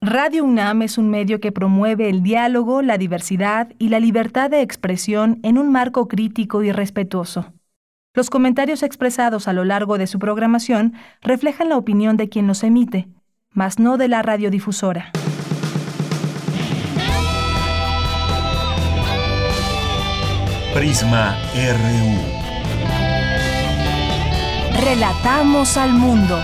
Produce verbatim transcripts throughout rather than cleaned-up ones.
Radio UNAM es un medio que promueve el diálogo, la diversidad y la libertad de expresión en un marco crítico y respetuoso. Los comentarios expresados a lo largo de su programación reflejan la opinión de quien los emite, mas no de la radiodifusora. Prisma R U. Relatamos al mundo.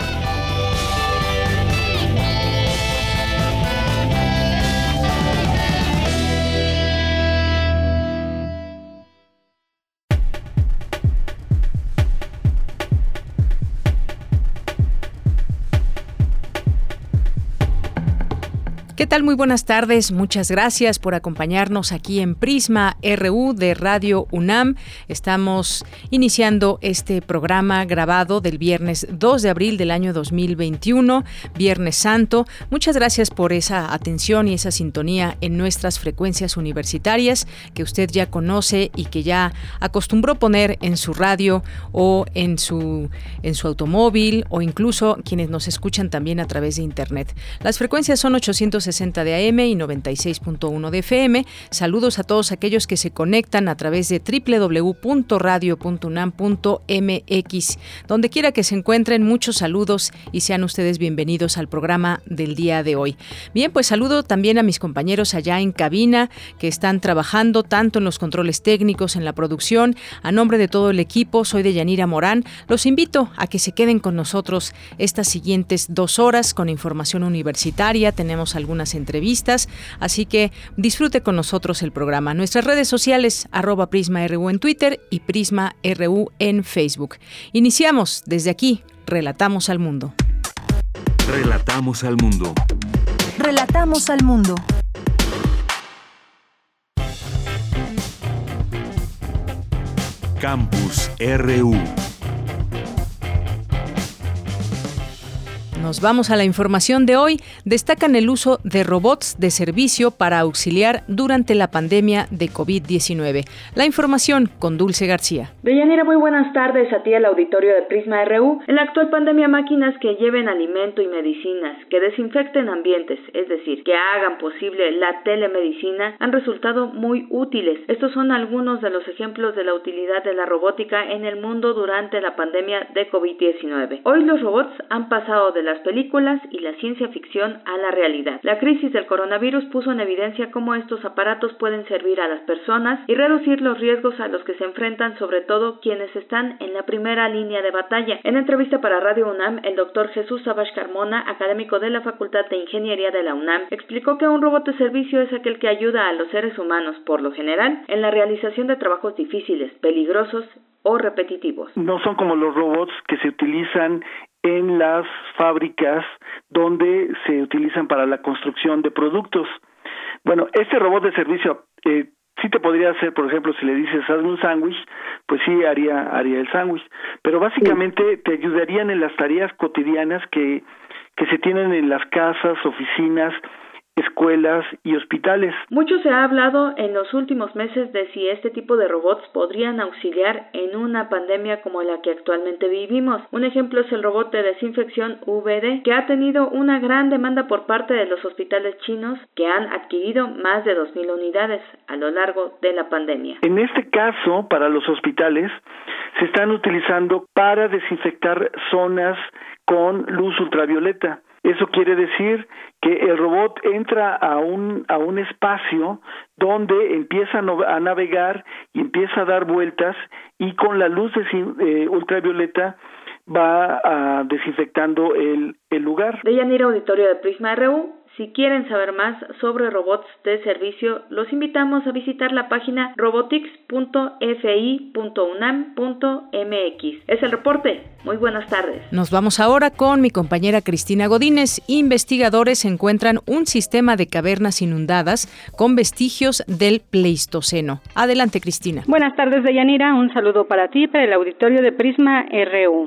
¿Qué tal? Muy buenas tardes. Muchas gracias por acompañarnos aquí en Prisma R U de Radio UNAM. Estamos iniciando este programa grabado del viernes dos de abril del año dos mil veintiuno, Viernes Santo. Muchas gracias por esa atención y esa sintonía en nuestras frecuencias universitarias que usted ya conoce y que ya acostumbró poner en su radio o en su, en su automóvil, o incluso quienes nos escuchan también a través de internet. Las frecuencias son ochocientos sesenta de A M y noventa y seis punto uno de F M. Saludos a todos aquellos que se conectan a través de doble u doble u doble u punto radio punto unam punto m x. Donde quiera que se encuentren, muchos saludos y sean ustedes bienvenidos al programa del día de hoy. Bien, pues saludo también a mis compañeros allá en cabina que están trabajando tanto en los controles técnicos, en la producción. A nombre de todo el equipo, soy Deyanira Morán. Los invito a que se queden con nosotros estas siguientes dos horas con información universitaria. Tenemos algunas entrevistas, así que disfrute con nosotros el programa. Nuestras redes sociales, arroba Prisma R U en Twitter y Prisma R U en Facebook. Iniciamos desde aquí, Relatamos al Mundo. Relatamos al mundo. Relatamos al mundo. Campus R U. Nos vamos a la información de hoy. Destacan el uso de robots de servicio para auxiliar durante la pandemia de covid diecinueve. La información con Dulce García. Deyanira, muy buenas tardes a ti al auditorio de Prisma R U. En la actual pandemia, máquinas que lleven alimento y medicinas, que desinfecten ambientes, es decir, que hagan posible la telemedicina, han resultado muy útiles. Estos son algunos de los ejemplos de la utilidad de la robótica en el mundo durante la pandemia de covid diecinueve. Hoy los robots han pasado de la las películas y la ciencia ficción a la realidad. La crisis del coronavirus puso en evidencia cómo estos aparatos pueden servir a las personas y reducir los riesgos a los que se enfrentan, sobre todo quienes están en la primera línea de batalla. En entrevista para Radio UNAM, el doctor Jesús Sabash Carmona, académico de la Facultad de Ingeniería de la UNAM, explicó que un robot de servicio es aquel que ayuda a los seres humanos, por lo general, en la realización de trabajos difíciles, peligrosos o repetitivos. No son como los robots que se utilizan en las fábricas donde se utilizan para la construcción de productos. Bueno, este robot de servicio eh, sí te podría hacer, por ejemplo, si le dices hazme un sándwich, pues sí haría haría el sándwich, pero básicamente sí te ayudarían en las tareas cotidianas que que se tienen en las casas, oficinas, escuelas y hospitales. Mucho se ha hablado en los últimos meses de si este tipo de robots podrían auxiliar en una pandemia como la que actualmente vivimos. Un ejemplo es el robot de desinfección V D, que ha tenido una gran demanda por parte de los hospitales chinos, que han adquirido más de dos mil unidades a lo largo de la pandemia. En este caso, para los hospitales, se están utilizando para desinfectar zonas con luz ultravioleta. Eso quiere decir que el robot entra a un a un espacio donde empieza a navegar y empieza a dar vueltas, y con la luz de, eh, ultravioleta va uh, desinfectando el, el lugar. Deyanira, auditorio de Prisma R U. Si quieren saber más sobre robots de servicio, los invitamos a visitar la página robotics punto f i punto unam punto m x. Es el reporte. Muy buenas tardes. Nos vamos ahora con mi compañera Cristina Godínez. Investigadores encuentran un sistema de cavernas inundadas con vestigios del Pleistoceno. Adelante, Cristina. Buenas tardes, Deyanira. Un saludo para ti, para el auditorio de Prisma R U.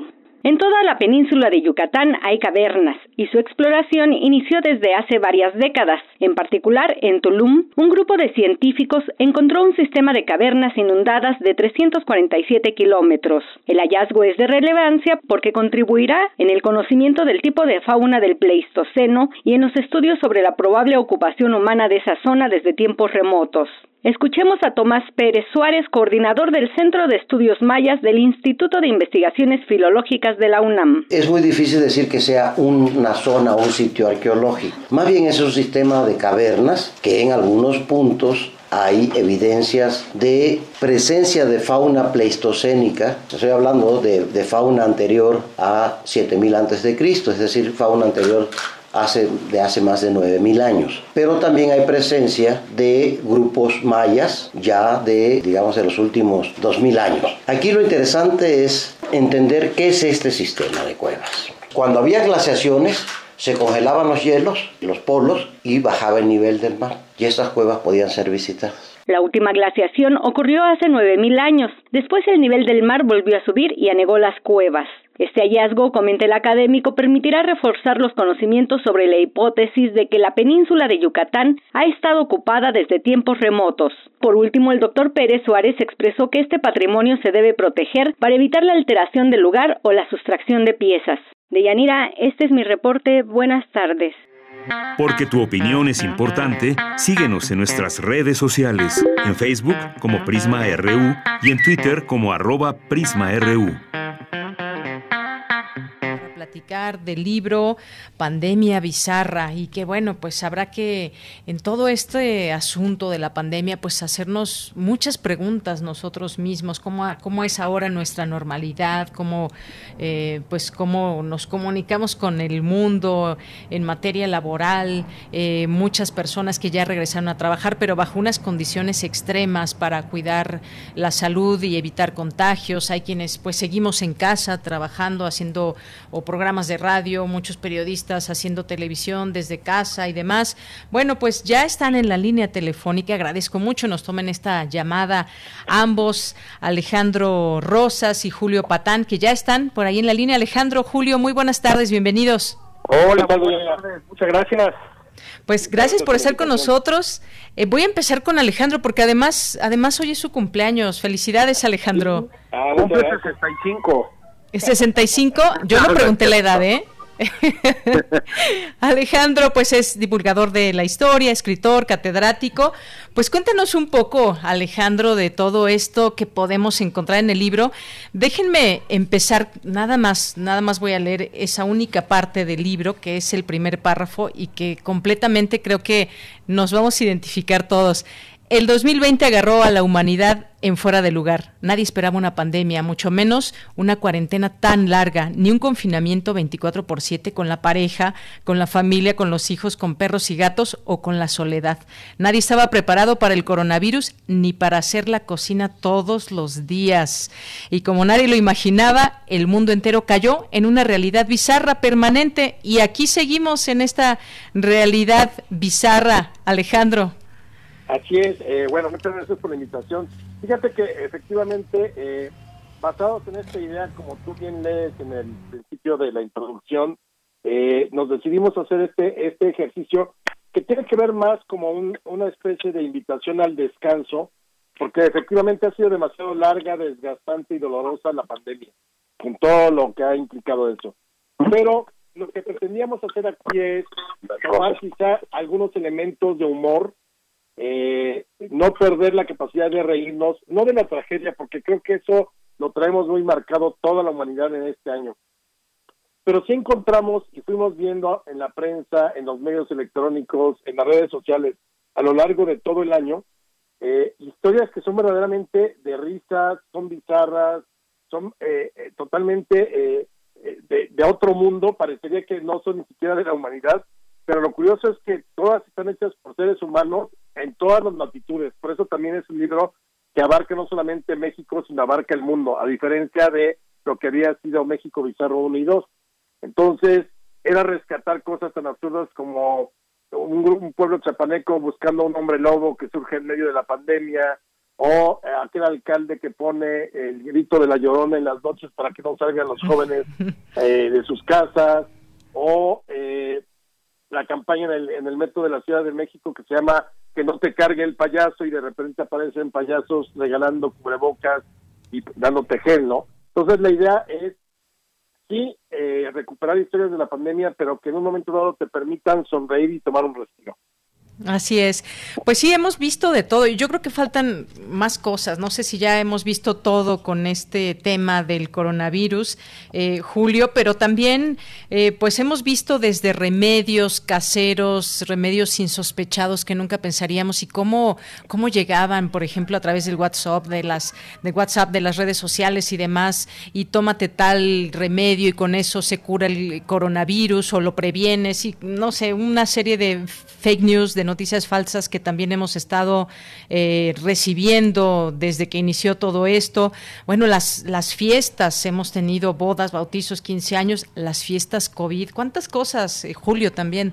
En toda la península de Yucatán hay cavernas y su exploración inició desde hace varias décadas. En particular, en Tulum, un grupo de científicos encontró un sistema de cavernas inundadas de trescientos cuarenta y siete kilómetros. El hallazgo es de relevancia porque contribuirá en el conocimiento del tipo de fauna del Pleistoceno y en los estudios sobre la probable ocupación humana de esa zona desde tiempos remotos. Escuchemos a Tomás Pérez Suárez, coordinador del Centro de Estudios Mayas del Instituto de Investigaciones Filológicas de la UNAM. Es muy difícil decir que sea una zona o un sitio arqueológico. Más bien es un sistema de cavernas que en algunos puntos hay evidencias de presencia de fauna pleistocénica. Estoy hablando de, de fauna anterior a siete mil antes de Cristo, es decir, fauna anterior Hace, de hace más de nueve mil años. Pero también hay presencia de grupos mayas ya de, digamos, de los últimos dos mil años. Aquí lo interesante es entender qué es este sistema de cuevas. Cuando había glaciaciones, se congelaban los hielos, los polos, y bajaba el nivel del mar. Y estas cuevas podían ser visitadas. La última glaciación ocurrió hace nueve mil años. Después el nivel del mar volvió a subir y anegó las cuevas. Este hallazgo, comenta el académico, permitirá reforzar los conocimientos sobre la hipótesis de que la península de Yucatán ha estado ocupada desde tiempos remotos. Por último, el doctor Pérez Suárez expresó que este patrimonio se debe proteger para evitar la alteración del lugar o la sustracción de piezas. Deyanira, este es mi reporte. Buenas tardes. Porque tu opinión es importante, síguenos en nuestras redes sociales, en Facebook como Prisma R U y en Twitter como arroba PrismaRU. Platicar del libro Pandemia Bizarra y que bueno, pues habrá que en todo este asunto de la pandemia pues hacernos muchas preguntas nosotros mismos, cómo, cómo es ahora nuestra normalidad, cómo eh, pues cómo nos comunicamos con el mundo en materia laboral, eh, muchas personas que ya regresaron a trabajar pero bajo unas condiciones extremas para cuidar la salud y evitar contagios. Hay quienes pues seguimos en casa trabajando, haciendo o programas de radio, muchos periodistas haciendo televisión desde casa y demás. Bueno, pues ya están en la línea telefónica, agradezco mucho, nos tomen esta llamada ambos, Alejandro Rosas y Julio Patán, que ya están por ahí en la línea. Alejandro, Julio, muy buenas tardes, bienvenidos. Hola, buenas tardes, muchas gracias. Pues gracias por estar con nosotros. Eh, voy a empezar con Alejandro porque además, además hoy es su cumpleaños. Felicidades, Alejandro. Ah, cumple sesenta y cinco. sesenta y cinco, yo no pregunté la edad, ¿eh? Alejandro, pues es divulgador de la historia, escritor, catedrático. Pues cuéntanos un poco, Alejandro, de todo esto que podemos encontrar en el libro. Déjenme empezar, nada más, nada más voy a leer esa única parte del libro, que es el primer párrafo y que completamente creo que nos vamos a identificar todos. El dos mil veinte agarró a la humanidad en fuera de lugar. Nadie esperaba una pandemia, mucho menos una cuarentena tan larga, ni un confinamiento veinticuatro por siete con la pareja, con la familia, con los hijos, con perros y gatos o con la soledad. Nadie estaba preparado para el coronavirus ni para hacer la cocina todos los días. Y como nadie lo imaginaba, el mundo entero cayó en una realidad bizarra permanente y aquí seguimos en esta realidad bizarra, Alejandro. Así es, eh, bueno, muchas gracias por la invitación. Fíjate que efectivamente, eh, basados en esta idea, como tú bien lees en el principio de la introducción, eh, nos decidimos hacer este este ejercicio que tiene que ver más como un, una especie de invitación al descanso, porque efectivamente ha sido demasiado larga, desgastante y dolorosa la pandemia, con todo lo que ha implicado eso. Pero lo que pretendíamos hacer aquí es tomar quizá algunos elementos de humor, Eh, no perder la capacidad de reírnos, no de la tragedia, porque creo que eso lo traemos muy marcado toda la humanidad en este año, pero sí encontramos y fuimos viendo en la prensa, en los medios electrónicos, en las redes sociales, a lo largo de todo el año, eh, historias que son verdaderamente de risas, son bizarras, son eh, eh, totalmente eh, de, de otro mundo, parecería que no son ni siquiera de la humanidad, pero lo curioso es que todas están hechas por seres humanos en todas las latitudes. Por eso también es un libro que abarca no solamente México, sino abarca el mundo, a diferencia de lo que había sido México Bizarro uno y dos. Entonces, era rescatar cosas tan absurdas como un, un pueblo chapaneco buscando a un hombre lobo que surge en medio de la pandemia, o aquel alcalde que pone el grito de la Llorona en las noches para que no salgan los jóvenes eh, de sus casas, o eh, la campaña en el, en el metro de la Ciudad de México que se llama que no te cargue el payaso, y de repente aparecen payasos regalando cubrebocas y dándote gel, ¿no? Entonces la idea es sí eh, recuperar historias de la pandemia, pero que en un momento dado te permitan sonreír y tomar un respiro. Así es. Pues sí, hemos visto de todo y yo creo que faltan más cosas. No sé si ya hemos visto todo con este tema del coronavirus, eh, Julio, pero también eh, pues hemos visto desde remedios caseros, remedios insospechados que nunca pensaríamos y cómo cómo llegaban, por ejemplo, a través del WhatsApp, de las de WhatsApp, de las redes sociales y demás, y tómate tal remedio y con eso se cura el coronavirus o lo previenes y no sé, una serie de fake news, de noticias falsas que también hemos estado eh, recibiendo desde que inició todo esto. Bueno, las, las fiestas, hemos tenido bodas, bautizos, quince años, las fiestas COVID, ¿cuántas cosas, eh, Julio, también?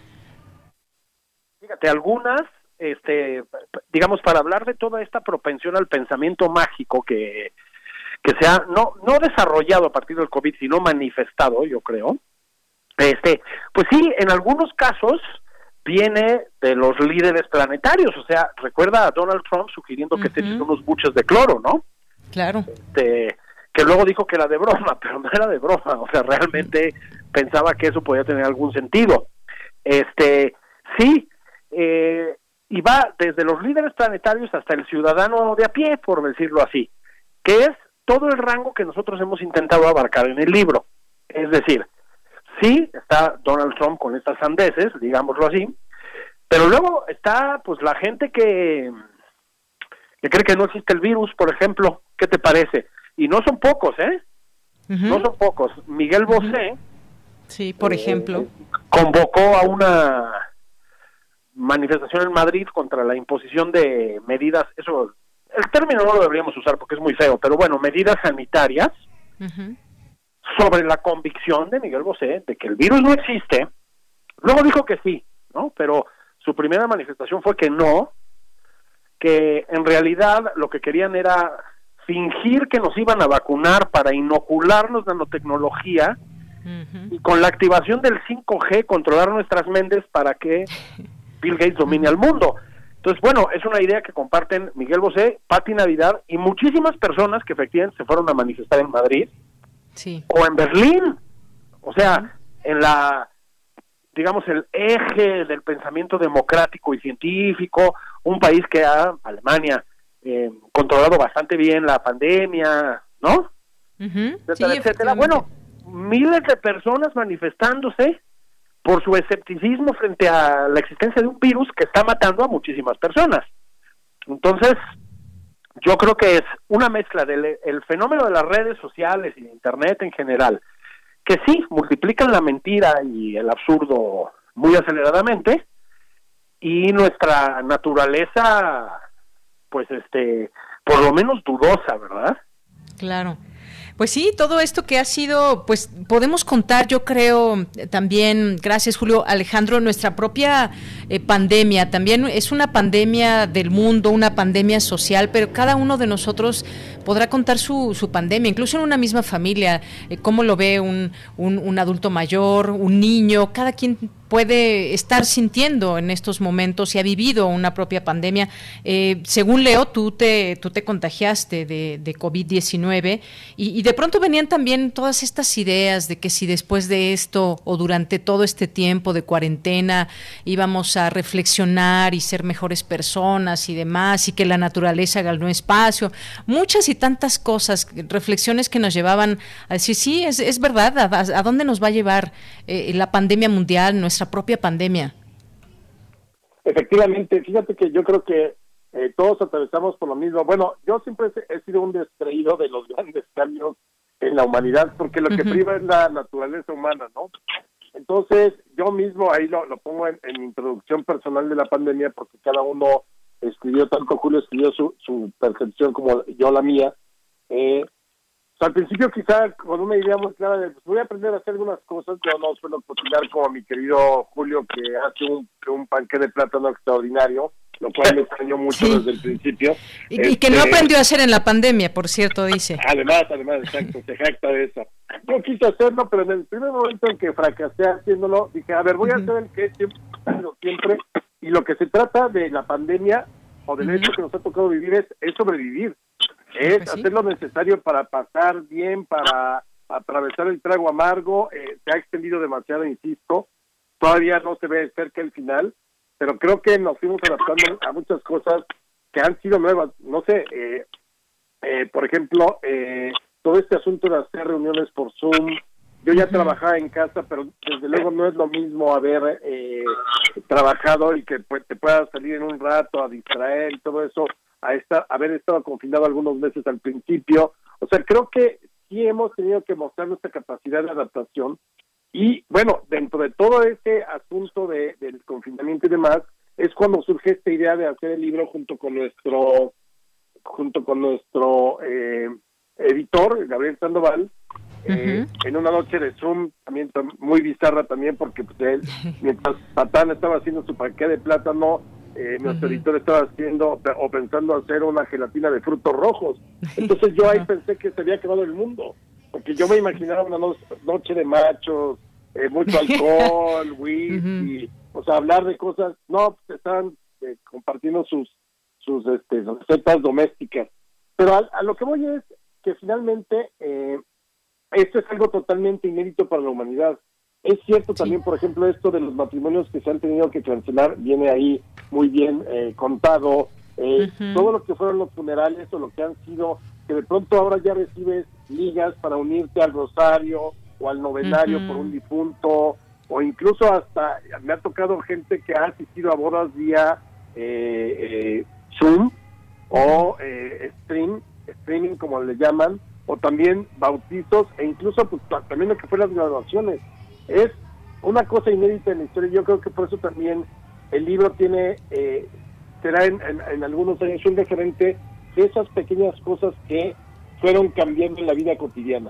Fíjate, algunas, este, digamos, para hablar de toda esta propensión al pensamiento mágico que, que se ha, no, no desarrollado a partir del COVID, sino manifestado, yo creo, este, pues sí, en algunos casos viene de los líderes planetarios, o sea, recuerda a Donald Trump sugiriendo que uh-huh. te eches unos buches de cloro, ¿no? Claro. Este, que luego dijo que era de broma, pero no era de broma, o sea, realmente uh-huh. pensaba que eso podía tener algún sentido. Este, sí, eh, y va desde los líderes planetarios hasta el ciudadano de a pie, por decirlo así, que es todo el rango que nosotros hemos intentado abarcar en el libro. Es decir, sí, está Donald Trump con estas sandeces, digámoslo así, pero luego está pues la gente que, que cree que no existe el virus, por ejemplo. ¿Qué te parece? Y no son pocos, ¿eh? Uh-huh. No son pocos. Miguel Bosé, uh-huh. sí, por eh, ejemplo, convocó a una manifestación en Madrid contra la imposición de medidas, eso, el término no lo deberíamos usar porque es muy feo, pero bueno, medidas sanitarias, uh-huh. sobre la convicción de Miguel Bosé de que el virus no existe. Luego dijo que sí, ¿no? Pero su primera manifestación fue que no, que en realidad lo que querían era fingir que nos iban a vacunar para inocularnos nanotecnología uh-huh. y con la activación del cinco G controlar nuestras mentes para que Bill Gates domine al mundo. Entonces, bueno, es una idea que comparten Miguel Bosé, Pati Navidad y muchísimas personas que efectivamente se fueron a manifestar en Madrid. Sí. O en Berlín, o sea, uh-huh. en la, digamos, el eje del pensamiento democrático y científico, un país que ha, Alemania, eh, controlado bastante bien la pandemia, ¿no? Uh-huh. Etcétera, sí, etcétera. Bueno, miles de personas manifestándose por su escepticismo frente a la existencia de un virus que está matando a muchísimas personas. Entonces, yo creo que es una mezcla del el fenómeno de las redes sociales y de Internet en general, que sí, multiplican la mentira y el absurdo muy aceleradamente, y nuestra naturaleza, pues, este, por lo menos dudosa, ¿verdad? Claro. Pues sí, todo esto que ha sido, pues podemos contar, yo creo, también, gracias Julio, Alejandro, nuestra propia eh, pandemia, también es una pandemia del mundo, una pandemia social, pero cada uno de nosotros podrá contar su, su pandemia, incluso en una misma familia, eh, cómo lo ve un, un, un adulto mayor, un niño, cada quien puede estar sintiendo en estos momentos y ha vivido una propia pandemia. Eh, según leo, tú te tú te contagiaste de, de COVID diecinueve y, y de pronto venían también todas estas ideas de que si después de esto o durante todo este tiempo de cuarentena íbamos a reflexionar y ser mejores personas y demás, y que la naturaleza ganó espacio, muchas y tantas cosas, reflexiones que nos llevaban a decir, sí, es, es verdad, ¿a, a dónde nos va a llevar eh, la pandemia mundial, nuestra propia pandemia? Efectivamente, fíjate que yo creo que eh, todos atravesamos por lo mismo. Bueno, yo siempre he sido un descreído de los grandes cambios en la humanidad, porque lo que uh-huh. priva es la naturaleza humana, ¿no? Entonces, yo mismo ahí lo, lo pongo en, en mi introducción personal de la pandemia, porque cada uno escribió, tanto Julio escribió su, su percepción como yo la mía. Eh, O sea, al principio quizá con una idea muy clara de, pues voy a aprender a hacer algunas cosas. Yo no suelo cocinar como mi querido Julio, que hace un, un panqué de plátano extraordinario. lo cual me extrañó mucho sí. desde el principio. Y, este, y que no aprendió a hacer en la pandemia, por cierto, dice. Además, además, exacto, se jacta de eso. Yo quise hacerlo, pero en el primer momento en que fracasé haciéndolo, dije, a ver, voy uh-huh. a hacer el que siempre, siempre, y lo que se trata de la pandemia, o del uh-huh. hecho que nos ha tocado vivir, es, es sobrevivir. Es pues sí. hacer lo necesario para pasar bien, para atravesar el trago amargo. Eh, se ha extendido demasiado, insisto, todavía no se ve cerca el final, pero creo que nos fuimos adaptando a muchas cosas que han sido nuevas. No sé, eh, eh, por ejemplo, eh, todo este asunto de hacer reuniones por Zoom. Yo ya uh-huh. trabajaba en casa, pero desde luego no es lo mismo haber eh, trabajado y que pues, te puedas salir en un rato a distraer y todo eso, a esta, haber estado confinado algunos meses al principio. O sea, creo que sí hemos tenido que mostrar nuestra capacidad de adaptación. Y bueno, dentro de todo ese asunto de, del confinamiento y demás, es cuando surge esta idea de hacer el libro junto con nuestro junto con nuestro eh, editor, Gabriel Sandoval, eh, uh-huh. en una noche de Zoom, también muy bizarra también, porque pues, él, mientras Patán estaba haciendo su panqué de plátano, eh, nuestro uh-huh. editor estaba haciendo o pensando hacer una gelatina de frutos rojos. Entonces yo ahí pensé que se había acabado el mundo, porque yo me imaginaba una no- noche de machos, eh, mucho alcohol, whisky, uh-huh. o sea, hablar de cosas. No, pues estaban eh, compartiendo sus sus este, recetas domésticas. Pero a, a lo que voy es que finalmente eh, esto es algo totalmente inédito para la humanidad. Es cierto sí. también, por ejemplo, esto de los matrimonios que se han tenido que cancelar, viene ahí muy bien eh, contado. Eh, uh-huh. Todo lo que fueron los funerales o lo que han sido, que de pronto ahora ya recibes ligas para unirte al rosario o al novenario uh-huh. por un difunto, o incluso hasta me ha tocado gente que ha asistido a bodas vía eh, eh, Zoom o eh, stream, streaming como le llaman, o también bautizos, e incluso pues también lo que fue las graduaciones. Es una cosa inédita en la historia. Yo creo que por eso también el libro tiene eh, será en, en, en algunos años un referente de esas pequeñas cosas que fueron cambiando en la vida cotidiana.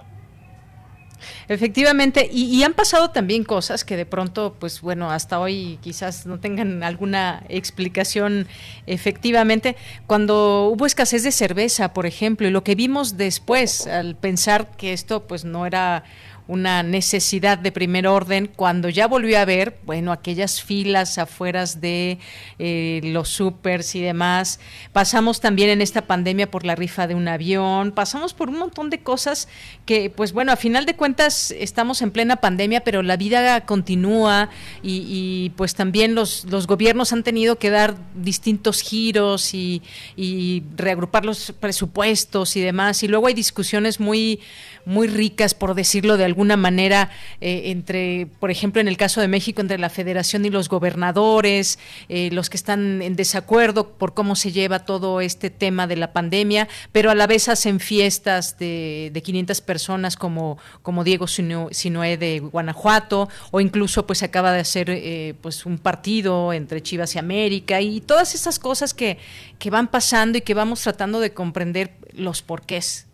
Efectivamente, y, y han pasado también cosas que de pronto, pues bueno, hasta hoy quizás no tengan alguna explicación efectivamente. Cuando hubo escasez de cerveza, por ejemplo, y lo que vimos después, al pensar que esto pues no era una necesidad de primer orden, cuando ya volvió a haber, bueno, aquellas filas afueras de eh, los súpers y demás. Pasamos también en esta pandemia por la rifa de un avión, pasamos por un montón de cosas que, pues bueno, a final de cuentas estamos en plena pandemia, pero la vida continúa y, y pues también los, los gobiernos han tenido que dar distintos giros y, y reagrupar los presupuestos y demás, y luego hay discusiones muy, muy ricas, por decirlo de alguna manera, eh, entre, por ejemplo, en el caso de México, entre la Federación y los gobernadores, eh, los que están en desacuerdo por cómo se lleva todo este tema de la pandemia, pero a la vez hacen fiestas de, de quinientas personas como, como Diego Sinué de Guanajuato, o incluso pues acaba de hacer eh, pues un partido entre Chivas y América, y todas esas cosas que, que van pasando y que vamos tratando de comprender los porqués.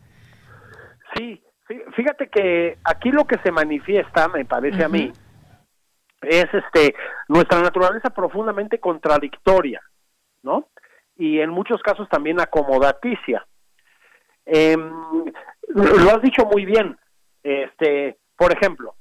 Sí. Fíjate que aquí lo que se manifiesta, me parece uh-huh. a mí, es este nuestra naturaleza profundamente contradictoria, ¿no? Y en muchos casos también acomodaticia. Eh, lo has dicho muy bien. Este, por ejemplo,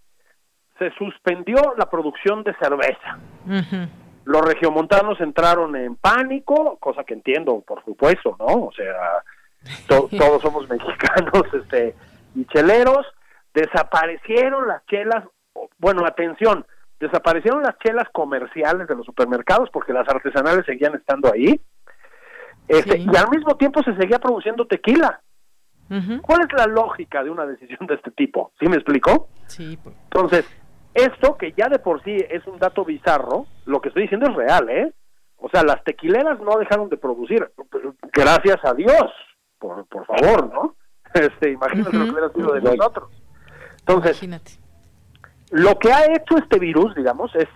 se suspendió la producción de cerveza. Uh-huh. Los regiomontanos entraron en pánico, cosa que entiendo, por supuesto, ¿no? O sea, to- todos somos mexicanos, este... y cheleros. Desaparecieron las chelas, bueno, atención, desaparecieron las chelas comerciales de los supermercados porque las artesanales seguían estando ahí, este, sí. y al mismo tiempo se seguía produciendo tequila. Uh-huh. ¿Cuál es la lógica de una decisión de este tipo? ¿Sí me explico? Sí. Pues. Entonces, esto que ya de por sí es un dato bizarro, lo que estoy diciendo es real, ¿eh? O sea, las tequileras no dejaron de producir, gracias a Dios, por, por favor, ¿no? Este, imagínate uh-huh. lo que hubiera sido de nosotros. Entonces, imagínate. Lo que ha hecho este virus, digamos, es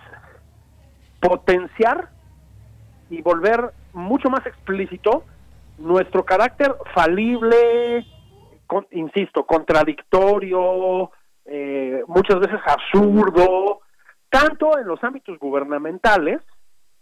potenciar y volver mucho más explícito nuestro carácter falible, con, insisto, contradictorio, eh, muchas veces absurdo, tanto en los ámbitos gubernamentales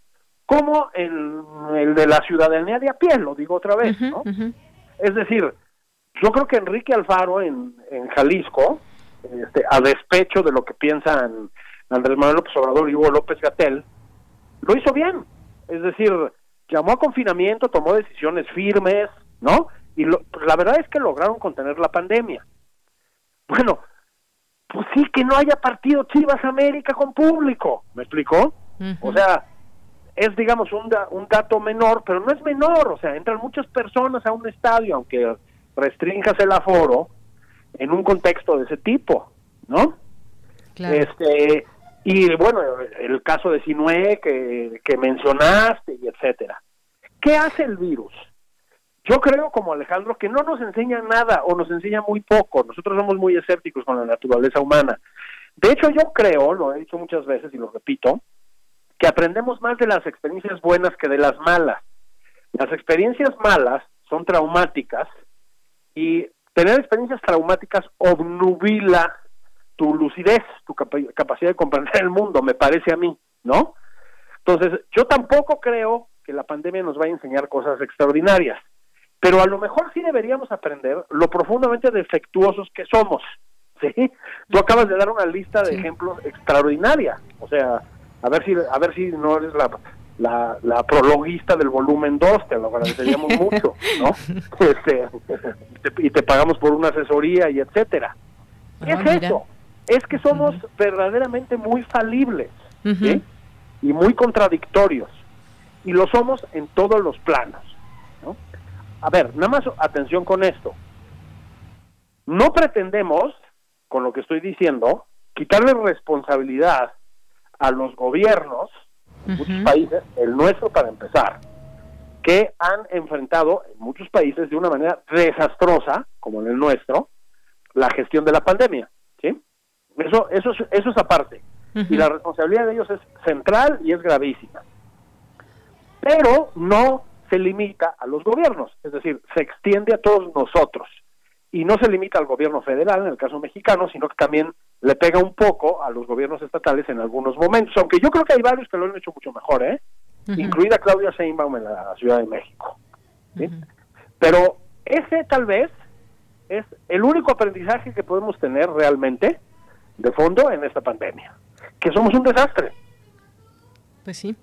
como el, el de la ciudadanía de a pie, lo digo otra vez, uh-huh, ¿no? Uh-huh. Es decir, yo creo que Enrique Alfaro en, en Jalisco, este, a despecho de lo que piensan Andrés Manuel López Obrador y Hugo López-Gatell, lo hizo bien. Es decir, llamó a confinamiento, tomó decisiones firmes, ¿no? Y lo, pues la verdad es que lograron contener la pandemia. Bueno, pues sí, que no haya partido Chivas América con público, ¿me explicó? Uh-huh. O sea, es, digamos, un, da, un dato menor, pero no es menor, o sea, entran muchas personas a un estadio, aunque restringas el aforo, en un contexto de ese tipo, ¿no? Claro. Este, y bueno, el caso de Sinué que, que mencionaste, y etcétera. ¿Qué hace el virus? Yo creo, como Alejandro, que no nos enseña nada, o nos enseña muy poco. Nosotros somos muy escépticos con la naturaleza humana. De hecho, yo creo, lo he dicho muchas veces y lo repito, que aprendemos más de las experiencias buenas que de las malas. Las experiencias malas son traumáticas, y tener experiencias traumáticas obnubila tu lucidez, tu capa- capacidad de comprender el mundo, me parece a mí, ¿no? Entonces, yo tampoco creo que la pandemia nos vaya a enseñar cosas extraordinarias, pero a lo mejor sí deberíamos aprender lo profundamente defectuosos que somos, ¿sí? Tú acabas de dar una lista de sí. ejemplos extraordinaria, o sea, a ver si a ver si no eres la la, la prologuista del volumen dos, te lo agradeceríamos mucho, ¿no? Este, te, y te pagamos por una asesoría y etcétera. Ah, es mira. Eso, es que somos uh-huh. verdaderamente muy falibles, uh-huh. ¿sí? Y muy contradictorios, y lo somos en todos los planos, ¿no? A ver, nada más atención con esto. No pretendemos, con lo que estoy diciendo, quitarle responsabilidad a los gobiernos de uh-huh. muchos países, el nuestro para empezar, que han enfrentado en muchos países de una manera desastrosa, como en el nuestro, la gestión de la pandemia, ¿sí? Eso, eso, es, eso es aparte. Uh-huh. Y la responsabilidad de ellos es central y es gravísima. Pero no se limita a los gobiernos, es decir, se extiende a todos nosotros. Y no se limita al gobierno federal, en el caso mexicano, sino que también le pega un poco a los gobiernos estatales en algunos momentos, aunque yo creo que hay varios que lo han hecho mucho mejor, ¿eh? Uh-huh. Incluida Claudia Sheinbaum en la Ciudad de México, ¿sí? Uh-huh. Pero ese tal vez es el único aprendizaje que podemos tener realmente de fondo en esta pandemia, que somos un desastre. Pues sí,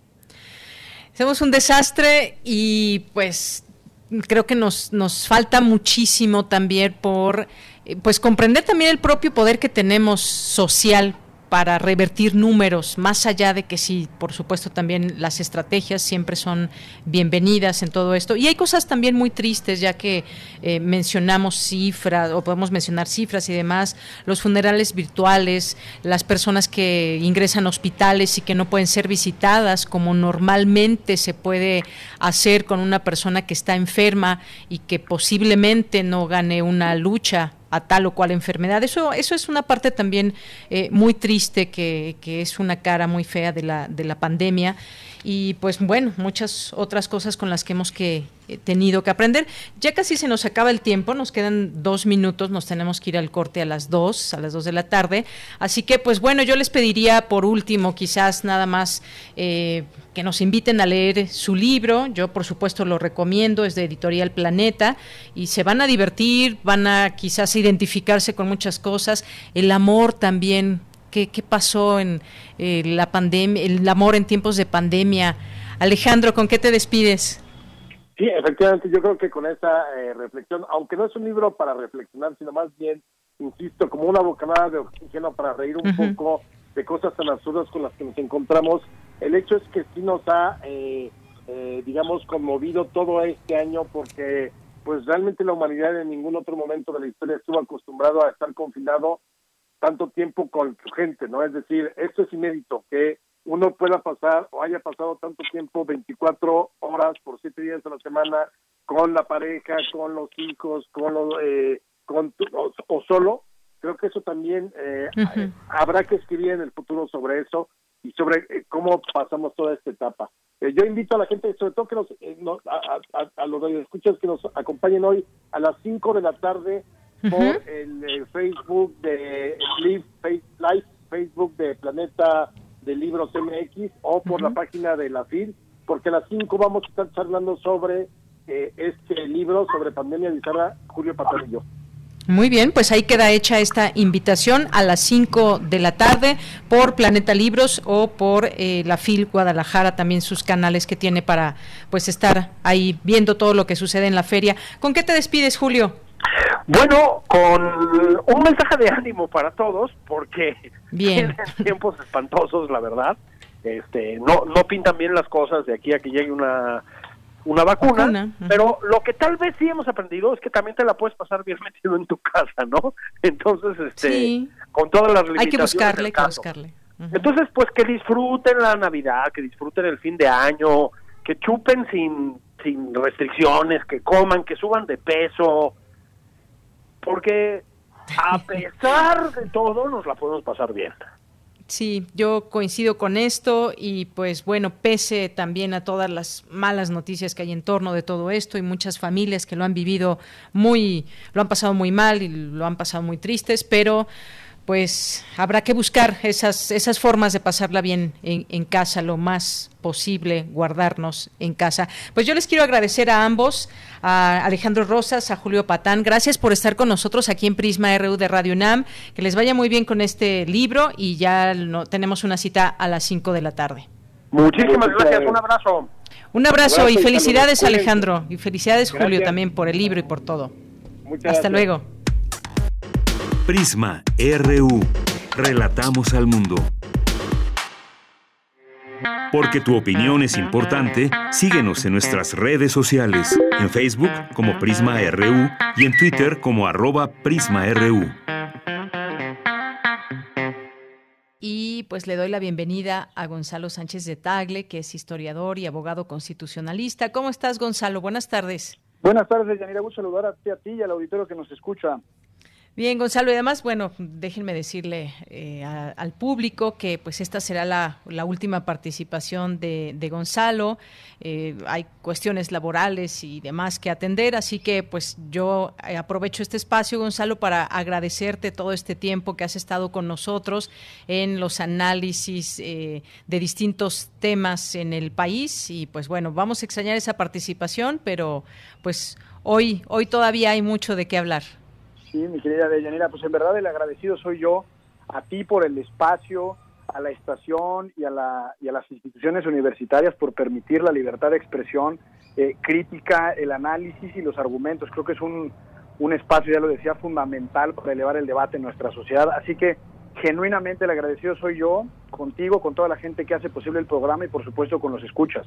somos un desastre y pues creo que nos nos falta muchísimo también por pues comprender también el propio poder que tenemos social para revertir números, más allá de que sí, por supuesto también las estrategias siempre son bienvenidas en todo esto. Y hay cosas también muy tristes, ya que eh, mencionamos cifras, o podemos mencionar cifras y demás, los funerales virtuales, las personas que ingresan a hospitales y que no pueden ser visitadas como normalmente se puede hacer con una persona que está enferma y que posiblemente no gane una lucha a tal o cual enfermedad. Eso eso es una parte también eh, muy triste, que, que es una cara muy fea de la de la pandemia. Y pues bueno, muchas otras cosas con las que hemos que eh, tenido que aprender. Ya casi se nos acaba el tiempo, nos quedan dos minutos, nos tenemos que ir al corte a las dos, a las dos de la tarde. Así que pues bueno, yo les pediría por último quizás nada más eh, que nos inviten a leer su libro. Yo por supuesto lo recomiendo, es de Editorial Planeta y se van a divertir, van a quizás identificarse con muchas cosas. El amor también, ¿qué, qué pasó en eh, la pandemia, el amor en tiempos de pandemia? Alejandro, ¿con qué te despides? Sí, efectivamente, yo creo que con esa eh, reflexión, aunque no es un libro para reflexionar, sino más bien, insisto, como una bocanada de oxígeno para reír un uh-huh. poco de cosas tan absurdas con las que nos encontramos. El hecho es que sí nos ha, eh, eh, digamos, conmovido todo este año, porque pues realmente la humanidad en ningún otro momento de la historia estuvo acostumbrado a estar confinado tanto tiempo con su gente, ¿no? Es decir, esto es inédito, que uno pueda pasar o haya pasado tanto tiempo, veinticuatro horas por siete días a la semana, con la pareja, con los hijos, con los, eh, con tu, o, o solo. Creo que eso también eh, uh-huh. habrá que escribir en el futuro sobre eso y sobre eh, cómo pasamos toda esta etapa. Eh, yo invito a la gente, sobre todo que nos, eh, nos a, a, a los radioescuchas que nos acompañen hoy a las cinco de la tarde uh-huh. por el eh, Facebook de Live, Face, Live, Facebook de Planeta de Libros M X o por uh-huh. la página de la F I L. porque a las cinco vamos a estar charlando sobre eh, este libro, sobre Pandemia Bizarra, Julio Patán y yo. Muy bien, pues ahí queda hecha esta invitación a las cinco de la tarde por Planeta Libros o por eh, la F I L Guadalajara, también sus canales que tiene para pues estar ahí viendo todo lo que sucede en la feria. ¿Con qué te despides, Julio? Bueno, con un mensaje de ánimo para todos, porque bien. Tienen tiempos espantosos, la verdad. Este, no, no pintan bien las cosas de aquí a que llegue una una vacuna, vacuna. Uh-huh. Pero lo que tal vez sí hemos aprendido es que también te la puedes pasar bien metido en tu casa, ¿no? Entonces, este, sí. con todas las limitaciones. Hay que buscarle, hay que buscarle. Uh-huh. Entonces, pues que disfruten la Navidad, que disfruten el fin de año, que chupen sin, sin restricciones, que coman, que suban de peso, porque a pesar de todo nos la podemos pasar bien. Sí, yo coincido con esto y pues bueno, pese también a todas las malas noticias que hay en torno de todo esto y muchas familias que lo han vivido muy, lo han pasado muy mal y lo han pasado muy tristes, pero pues habrá que buscar esas esas formas de pasarla bien en, en casa lo más posible, guardarnos en casa. Pues yo les quiero agradecer a ambos, a Alejandro Rosas, a Julio Patán, gracias por estar con nosotros aquí en Prisma R U de Radio UNAM, que les vaya muy bien con este libro y ya no, tenemos una cita a las cinco de la tarde. Muchísimas gracias, un abrazo. Un abrazo, abrazo y felicidades, Alejandro, y felicidades, gracias. Julio, también por el libro y por todo. Muchas Hasta gracias. luego. Prisma R U. Relatamos al mundo. Porque tu opinión es importante, síguenos en nuestras redes sociales, en Facebook como Prisma R U y en Twitter como arroba Prisma R U. Y pues le doy la bienvenida a Gonzalo Sánchez de Tagle, que es historiador y abogado constitucionalista. ¿Cómo estás, Gonzalo? Buenas tardes. Buenas tardes, Yanira. Gusto saludar a ti, a ti y al auditorio que nos escucha. Bien, Gonzalo, y además, bueno, déjenme decirle eh, a, al público que pues esta será la, la última participación de, de Gonzalo. Eh, hay cuestiones laborales y demás que atender, así que pues yo aprovecho este espacio, Gonzalo, para agradecerte todo este tiempo que has estado con nosotros en los análisis eh, de distintos temas en el país y pues bueno, vamos a extrañar esa participación, pero pues hoy, hoy todavía hay mucho de qué hablar. Sí, mi querida Deyanira, pues en verdad el agradecido soy yo a ti por el espacio, a la estación y a, la, y a las instituciones universitarias por permitir la libertad de expresión eh, crítica, el análisis y los argumentos. Creo que es un, un espacio, ya lo decía, fundamental para elevar el debate en nuestra sociedad. Así que genuinamente el agradecido soy yo, contigo, con toda la gente que hace posible el programa y por supuesto con los escuchas.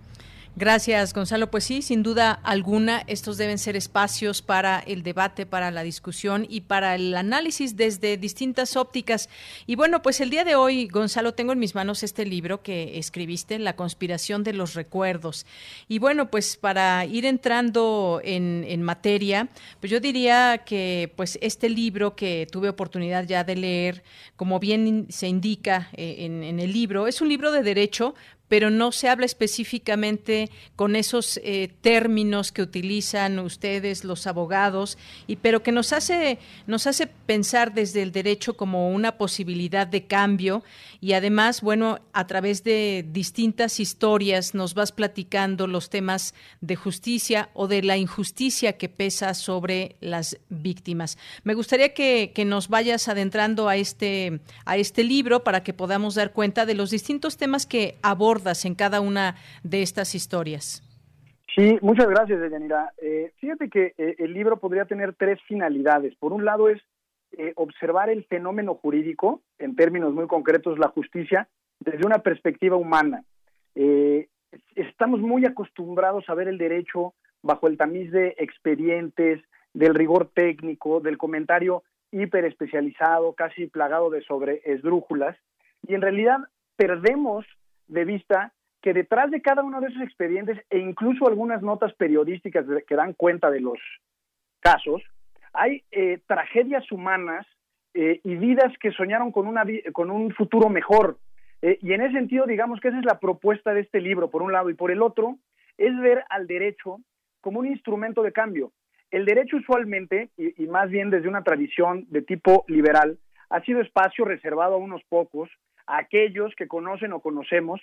Gracias, Gonzalo. Pues sí, sin duda alguna, estos deben ser espacios para el debate, para la discusión y para el análisis desde distintas ópticas. Y bueno, pues el día de hoy, Gonzalo, tengo en mis manos este libro que escribiste, La conspiración de los recuerdos. Y bueno, pues para ir entrando en, en materia, pues yo diría que pues este libro que tuve oportunidad ya de leer, como bien se indica eh, en, en el libro, es un libro de derecho, pero no se habla específicamente con esos eh, términos que utilizan ustedes, los abogados, y pero que nos hace nos hace pensar desde el derecho como una posibilidad de cambio y además, bueno, a través de distintas historias nos vas platicando los temas de justicia o de la injusticia que pesa sobre las víctimas. Me gustaría que, que nos vayas adentrando a este a este libro para que podamos dar cuenta de los distintos temas que aborda en cada una de estas historias. Sí, muchas gracias, Deyanira. Eh, fíjate que eh, el libro podría tener tres finalidades. Por un lado es eh, observar el fenómeno jurídico, en términos muy concretos la justicia, desde una perspectiva humana. Eh, estamos muy acostumbrados a ver el derecho bajo el tamiz de expedientes, del rigor técnico, del comentario hiperespecializado, casi plagado de sobreesdrújulas, y en realidad perdemos de vista que detrás de cada uno de esos expedientes e incluso algunas notas periodísticas que dan cuenta de los casos, hay eh, tragedias humanas eh, y vidas que soñaron con, una, con un futuro mejor. Eh, y en ese sentido, digamos que esa es la propuesta de este libro, por un lado, y por el otro, es ver al derecho como un instrumento de cambio. El derecho usualmente, y, y más bien desde una tradición de tipo liberal, ha sido espacio reservado a unos pocos, a aquellos que conocen o conocemos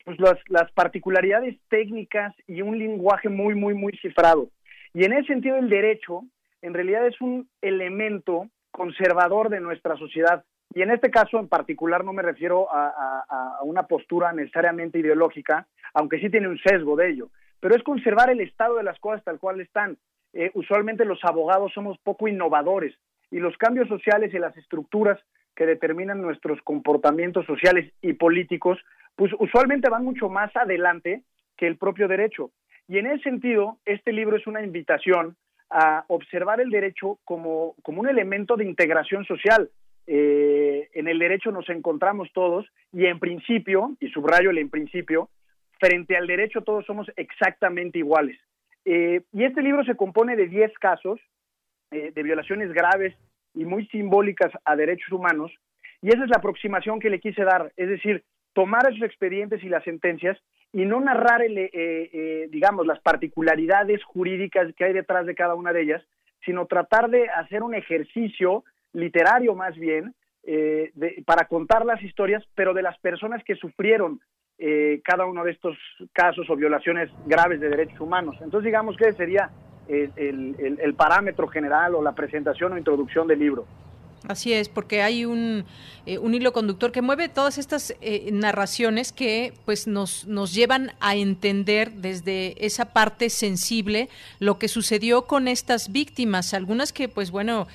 pues las, las particularidades técnicas y un lenguaje muy, muy, muy cifrado. Y en ese sentido el derecho en realidad es un elemento conservador de nuestra sociedad. Y en este caso en particular no me refiero a, a, a una postura necesariamente ideológica, aunque sí tiene un sesgo de ello, pero es conservar el estado de las cosas tal cual están. Eh, usualmente los abogados somos poco innovadores y los cambios sociales y las estructuras que determinan nuestros comportamientos sociales y políticos, pues usualmente van mucho más adelante que el propio derecho. Y en ese sentido, este libro es una invitación a observar el derecho como, como un elemento de integración social. Eh, en el derecho nos encontramos todos y en principio, y subrayo el en principio, frente al derecho todos somos exactamente iguales. Eh, y este libro se compone de diez casos eh, de violaciones graves y muy simbólicas a derechos humanos, y esa es la aproximación que le quise dar, es decir, tomar esos expedientes y las sentencias y no narrar, el, eh, eh, digamos, las particularidades jurídicas que hay detrás de cada una de ellas, sino tratar de hacer un ejercicio literario más bien, eh, de, para contar las historias, pero de las personas que sufrieron eh, cada uno de estos casos o violaciones graves de derechos humanos. Entonces, digamos que ese sería el, el, el parámetro general o la presentación o introducción del libro. Así es, porque hay un, eh, un hilo conductor que mueve todas estas eh, narraciones que pues nos, nos llevan a entender desde esa parte sensible lo que sucedió con estas víctimas, algunas que pues bueno,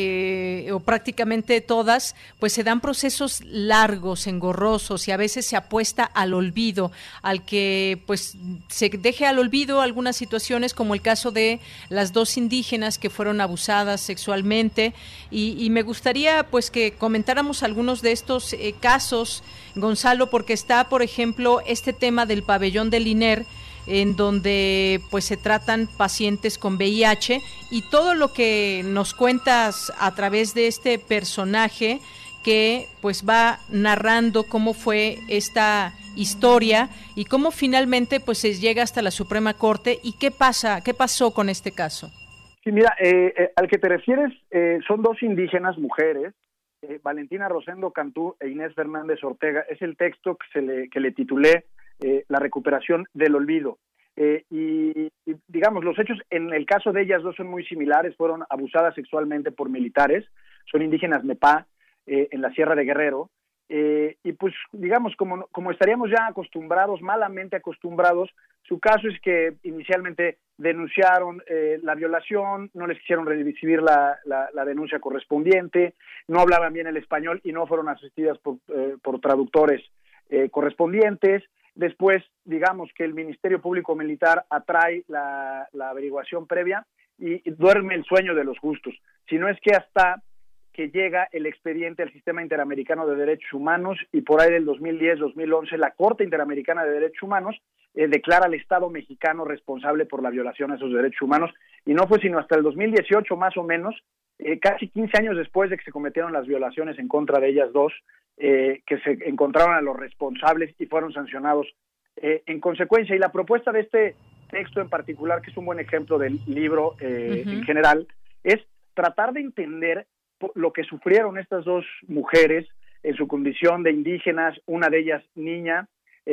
eh, o prácticamente todas, pues se dan procesos largos, engorrosos, y a veces se apuesta al olvido, al que pues se deje al olvido algunas situaciones, como el caso de las dos indígenas que fueron abusadas sexualmente, y, y me gustaría pues que comentáramos algunos de estos eh, casos, Gonzalo, porque está, por ejemplo, este tema del pabellón del I N E R, en donde pues se tratan pacientes con V I H, y todo lo que nos cuentas a través de este personaje que pues va narrando cómo fue esta historia y cómo finalmente pues se llega hasta la Suprema Corte, y qué pasa, qué pasó con este caso. Sí, mira, eh, eh, al que te refieres eh, son dos indígenas mujeres, eh, Valentina Rosendo Cantú e Inés Fernández Ortega. Es el texto que, se le, que le titulé eh, La recuperación del olvido. Eh, y, y, digamos, los hechos en el caso de ellas dos son muy similares. Fueron abusadas sexualmente por militares, son indígenas Mepá, eh, en la Sierra de Guerrero. Eh, y pues, digamos, como, como estaríamos ya acostumbrados, malamente acostumbrados, su caso es que inicialmente denunciaron eh, la violación, no les quisieron recibir la, la, la denuncia correspondiente, no hablaban bien el español y no fueron asistidas por, eh, por traductores eh, correspondientes. Después, digamos que el Ministerio Público Militar atrae la, la averiguación previa y, y duerme el sueño de los justos. Si no es que hasta que llega el expediente al Sistema Interamericano de Derechos Humanos, y por ahí del dos mil diez dos mil once la Corte Interamericana de Derechos Humanos eh, declara al Estado mexicano responsable por la violación a esos derechos humanos, y no fue sino hasta el dos mil dieciocho más o menos, eh, casi quince años después de que se cometieron las violaciones en contra de ellas dos, eh, que se encontraron a los responsables y fueron sancionados eh, en consecuencia. Y la propuesta de este texto en particular, que es un buen ejemplo del libro eh, uh-huh. en general, es tratar de entender lo que sufrieron estas dos mujeres en su condición de indígenas, una de ellas niña,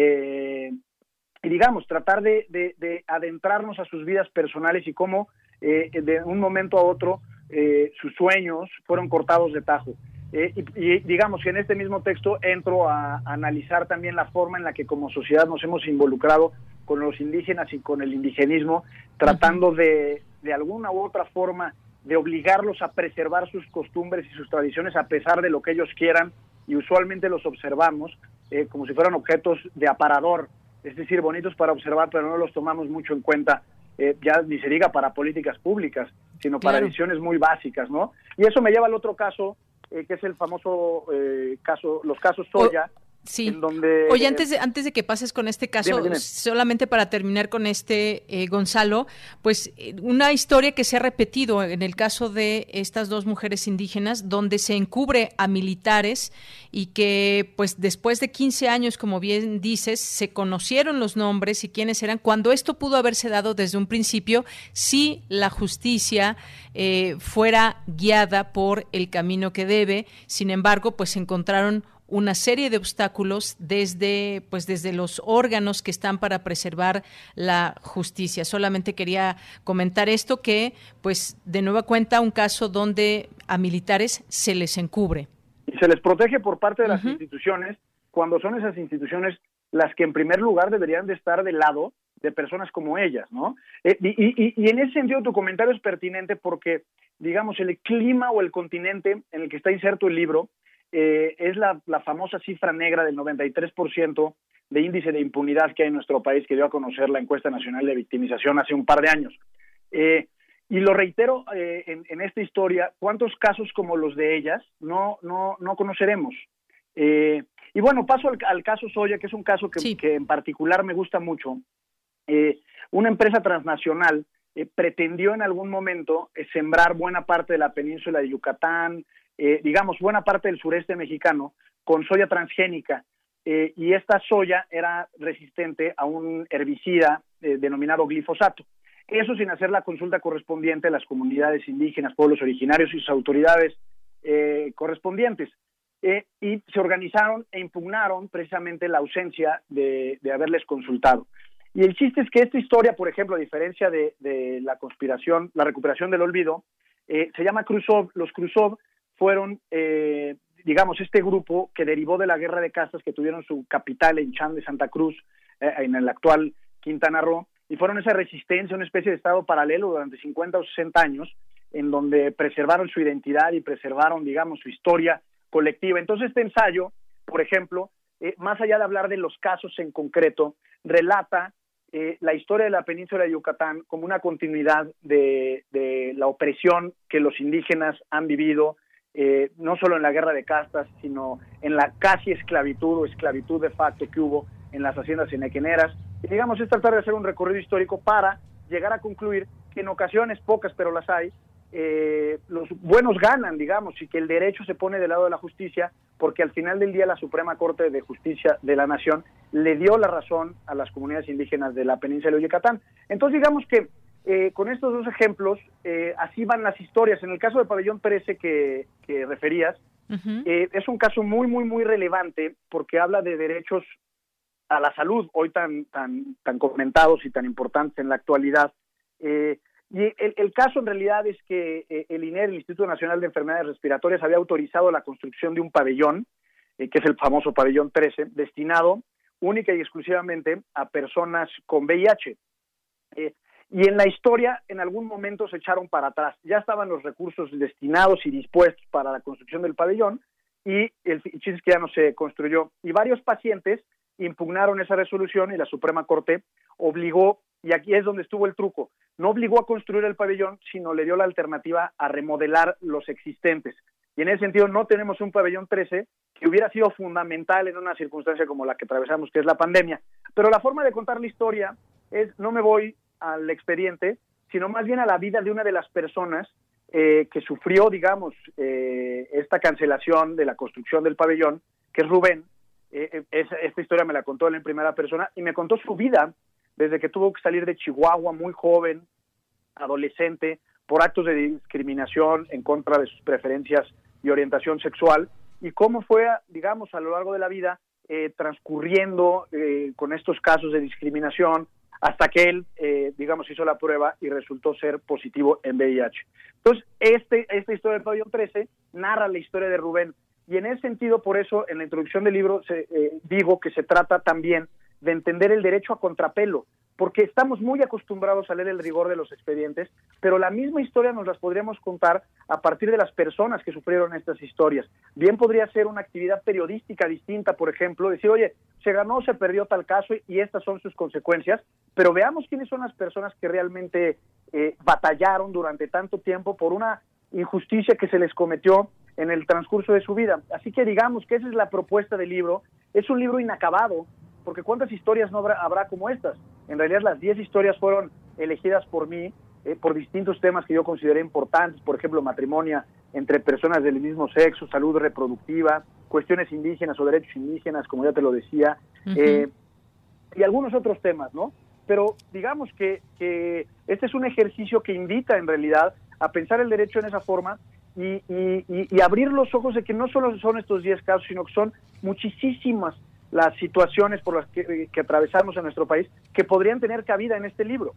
eh, y digamos, tratar de, de, de adentrarnos a sus vidas personales y cómo eh, de un momento a otro eh, sus sueños fueron cortados de tajo. Eh, y, y digamos que en este mismo texto entro a, a analizar también la forma en la que como sociedad nos hemos involucrado con los indígenas y con el indigenismo, tratando de, de alguna u otra forma de obligarlos a preservar sus costumbres y sus tradiciones a pesar de lo que ellos quieran, y usualmente los observamos eh, como si fueran objetos de aparador, es decir, bonitos para observar, pero no los tomamos mucho en cuenta, eh, ya ni se diga para políticas públicas, sino para claro. decisiones muy básicas, ¿no? Y eso me lleva al otro caso, eh, que es el famoso eh, caso, los casos Soya, o... Sí. En donde, Oye, antes de, antes de que pases con este caso, dime, dime. solamente para terminar con este, eh, Gonzalo, pues una historia que se ha repetido en el caso de estas dos mujeres indígenas, donde se encubre a militares y que pues después de quince años, como bien dices, se conocieron los nombres y quiénes eran, cuando esto pudo haberse dado desde un principio si la justicia eh, fuera guiada por el camino que debe. Sin embargo, pues se encontraron una serie de obstáculos desde, pues desde los órganos que están para preservar la justicia. Solamente quería comentar esto, que pues de nueva cuenta un caso donde a militares se les encubre. Y se les protege por parte de las uh-huh. instituciones, cuando son esas instituciones las que en primer lugar deberían de estar del lado de personas como ellas, ¿no? Eh, y, y, y en ese sentido tu comentario es pertinente porque, digamos, el clima o el continente en el que está inserto el libro eh, es la, la famosa cifra negra del noventa y tres por ciento de índice de impunidad que hay en nuestro país, que dio a conocer la encuesta nacional de victimización hace un par de años. Eh, y lo reitero eh, en, en esta historia, ¿cuántos casos como los de ellas no, no, no conoceremos? Eh, y bueno, paso al, al caso Soya, que es un caso que, sí. que en particular me gusta mucho. Eh, una empresa transnacional eh, pretendió en algún momento eh, sembrar buena parte de la península de Yucatán, eh, digamos, buena parte del sureste mexicano, con soya transgénica, eh, y esta soya era resistente a un herbicida eh, denominado glifosato. Eso sin hacer la consulta correspondiente a las comunidades indígenas, pueblos originarios y sus autoridades eh, correspondientes. Eh, y se organizaron e impugnaron precisamente la ausencia de, de haberles consultado. Y el chiste es que esta historia, por ejemplo, a diferencia de, de la conspiración, la recuperación del olvido, eh, se llama Krusov. Los Krusov fueron, eh, digamos, este grupo que derivó de la guerra de castas, que tuvieron su capital en Chan de Santa Cruz, eh, en el actual Quintana Roo, y fueron esa resistencia, una especie de estado paralelo durante cincuenta o sesenta años, en donde preservaron su identidad y preservaron, digamos, su historia colectiva. Entonces este ensayo, por ejemplo, eh, más allá de hablar de los casos en concreto, relata eh, la historia de la península de Yucatán como una continuidad de, de la opresión que los indígenas han vivido, eh, no solo en la guerra de castas, sino en la casi esclavitud o esclavitud de facto que hubo en las haciendas henequeneras. Y digamos, es tratar de hacer un recorrido histórico para llegar a concluir que en ocasiones, pocas pero las hay, Eh, los buenos ganan, digamos, y que el derecho se pone del lado de la justicia, porque al final del día la Suprema Corte de Justicia de la Nación le dio la razón a las comunidades indígenas de la península de Yucatán. Entonces digamos que eh, con estos dos ejemplos eh, así van las historias. En el caso del pabellón trece que, que referías, uh-huh. eh, es un caso muy muy muy relevante porque habla de derechos a la salud, hoy tan tan tan comentados y tan importantes en la actualidad. eh, Y el, el caso en realidad es que eh, el I N E R, el Instituto Nacional de Enfermedades Respiratorias, había autorizado la construcción de un pabellón, eh, que es el famoso pabellón trece, destinado única y exclusivamente a personas con V I H. Eh, y en la historia, en algún momento se echaron para atrás. Ya estaban los recursos destinados y dispuestos para la construcción del pabellón, y el chiste es que ya no se construyó. Y varios pacientes impugnaron esa resolución y la Suprema Corte obligó, y aquí es donde estuvo el truco, no obligó a construir el pabellón, sino le dio la alternativa a remodelar los existentes. Y en ese sentido no tenemos un pabellón trece que hubiera sido fundamental en una circunstancia como la que atravesamos, que es la pandemia. Pero la forma de contar la historia es, no me voy al expediente, sino más bien a la vida de una de las personas eh, que sufrió, digamos, eh, esta cancelación de la construcción del pabellón, que es Rubén. Eh, esa, esta historia me la contó él en primera persona y me contó su vida desde que tuvo que salir de Chihuahua muy joven, adolescente, por actos de discriminación en contra de sus preferencias y orientación sexual, y cómo fue, digamos, a lo largo de la vida eh, transcurriendo eh, con estos casos de discriminación hasta que él, eh, digamos, hizo la prueba y resultó ser positivo en V I H. Entonces, este, esta historia del pabellón trece narra la historia de Rubén, y en ese sentido, por eso, en la introducción del libro se, eh, digo que se trata también de entender el derecho a contrapelo, porque estamos muy acostumbrados a leer el rigor de los expedientes, pero la misma historia nos las podríamos contar a partir de las personas que sufrieron estas historias. Bien podría ser una actividad periodística distinta, por ejemplo, decir, oye, se ganó o se perdió tal caso y estas son sus consecuencias, pero veamos quiénes son las personas que realmente eh, batallaron durante tanto tiempo por una injusticia que se les cometió en el transcurso de su vida. Así que digamos que esa es la propuesta del libro. Es un libro inacabado, porque ¿cuántas historias no habrá, habrá como estas? En realidad las diez historias fueron elegidas por mí, eh, por distintos temas que yo consideré importantes, por ejemplo, matrimonio entre personas del mismo sexo, salud reproductiva, cuestiones indígenas o derechos indígenas, como ya te lo decía, uh-huh. eh, y algunos otros temas, ¿no? Pero digamos que, que este es un ejercicio que invita en realidad a pensar el derecho en esa forma y, y, y, y abrir los ojos de que no solo son estos diez casos, sino que son muchísimas las situaciones por las que, que atravesamos en nuestro país que podrían tener cabida en este libro.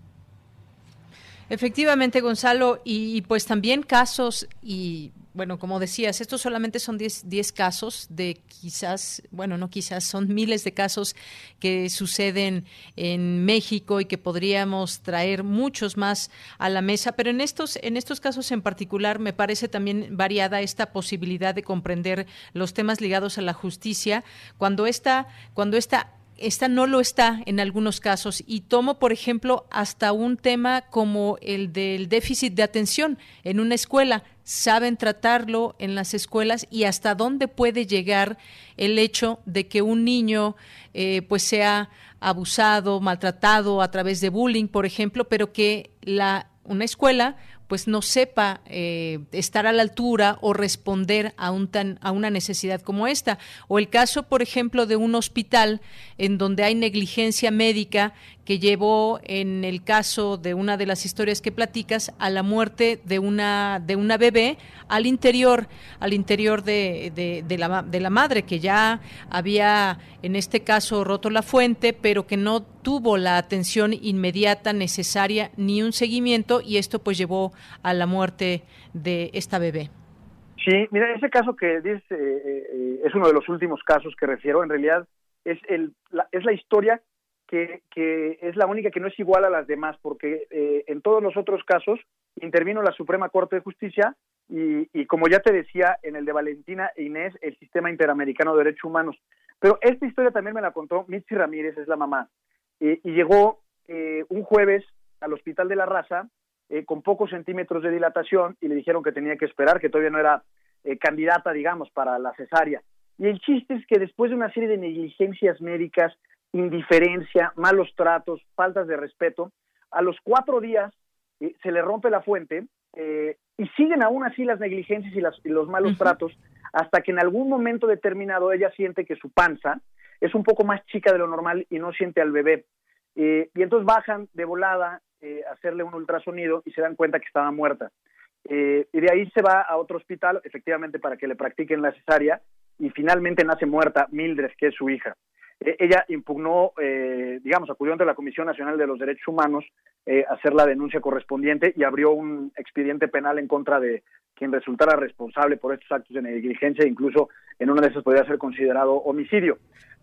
Efectivamente, Gonzalo, y, y pues también casos y... Bueno, como decías, estos solamente son diez casos de quizás, bueno, no quizás, son miles de casos que suceden en México y que podríamos traer muchos más a la mesa, pero en estos, en estos casos en particular me parece también variada esta posibilidad de comprender los temas ligados a la justicia cuando esta, cuando esta Esta no lo está en algunos casos, y tomo, por ejemplo, hasta un tema como el del déficit de atención en una escuela. Saben tratarlo en las escuelas, y hasta dónde puede llegar el hecho de que un niño eh, pues sea abusado, maltratado a través de bullying, por ejemplo, pero que la una escuela pues no sepa eh, estar a la altura o responder a un tan a una necesidad como esta, o el caso, por ejemplo, de un hospital en donde hay negligencia médica que llevó, en el caso de una de las historias que platicas, a la muerte de una de una bebé al interior al interior de, de, de la de la madre, que ya había en este caso roto la fuente, pero que no tuvo la atención inmediata necesaria ni un seguimiento, y esto pues llevó a la muerte de esta bebé. Sí, mira, ese caso que dices eh, eh, es uno de los últimos casos que refiero. En realidad es el la, es la historia que, que es la única que no es igual a las demás, porque eh, en todos los otros casos intervino la Suprema Corte de Justicia y, y como ya te decía, en el de Valentina e Inés, el Sistema Interamericano de Derechos Humanos. Pero esta historia también me la contó Mitzi Ramírez, es la mamá, eh, y llegó eh, un jueves al Hospital de la Raza eh, con pocos centímetros de dilatación, y le dijeron que tenía que esperar, que todavía no era eh, candidata, digamos, para la cesárea. Y el chiste es que después de una serie de negligencias médicas, indiferencia, malos tratos, faltas de respeto, a los cuatro días eh, se le rompe la fuente eh, y siguen aún así las negligencias y, las, y los malos uh-huh. tratos, hasta que en algún momento determinado ella siente que su panza es un poco más chica de lo normal y no siente al bebé. Eh, y entonces bajan de volada eh, a hacerle un ultrasonido y se dan cuenta que estaba muerta. Eh, y de ahí se va a otro hospital, efectivamente, para que le practiquen la cesárea, y finalmente nace muerta Mildred, que es su hija. Eh, ella impugnó, eh, digamos, acudió ante la Comisión Nacional de los Derechos Humanos eh, a hacer la denuncia correspondiente y abrió un expediente penal en contra de quien resultara responsable por estos actos de negligencia, incluso en una de esas podría ser considerado homicidio.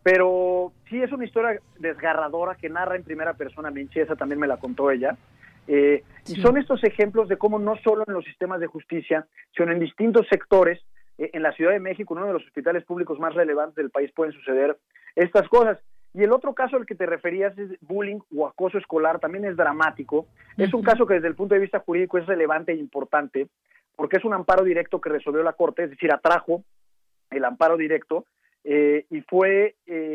Pero sí es una historia desgarradora que narra en primera persona Minchi, esa también me la contó ella. Eh, sí. Y son estos ejemplos de cómo no solo en los sistemas de justicia, sino en distintos sectores, eh, en la Ciudad de México, en uno de los hospitales públicos más relevantes del país, pueden suceder estas cosas. Y el otro caso al que te referías es bullying o acoso escolar, también es dramático. Uh-huh. Es un caso que desde el punto de vista jurídico es relevante e importante, porque es un amparo directo que resolvió la Corte, es decir, atrajo el amparo directo, eh, y fue,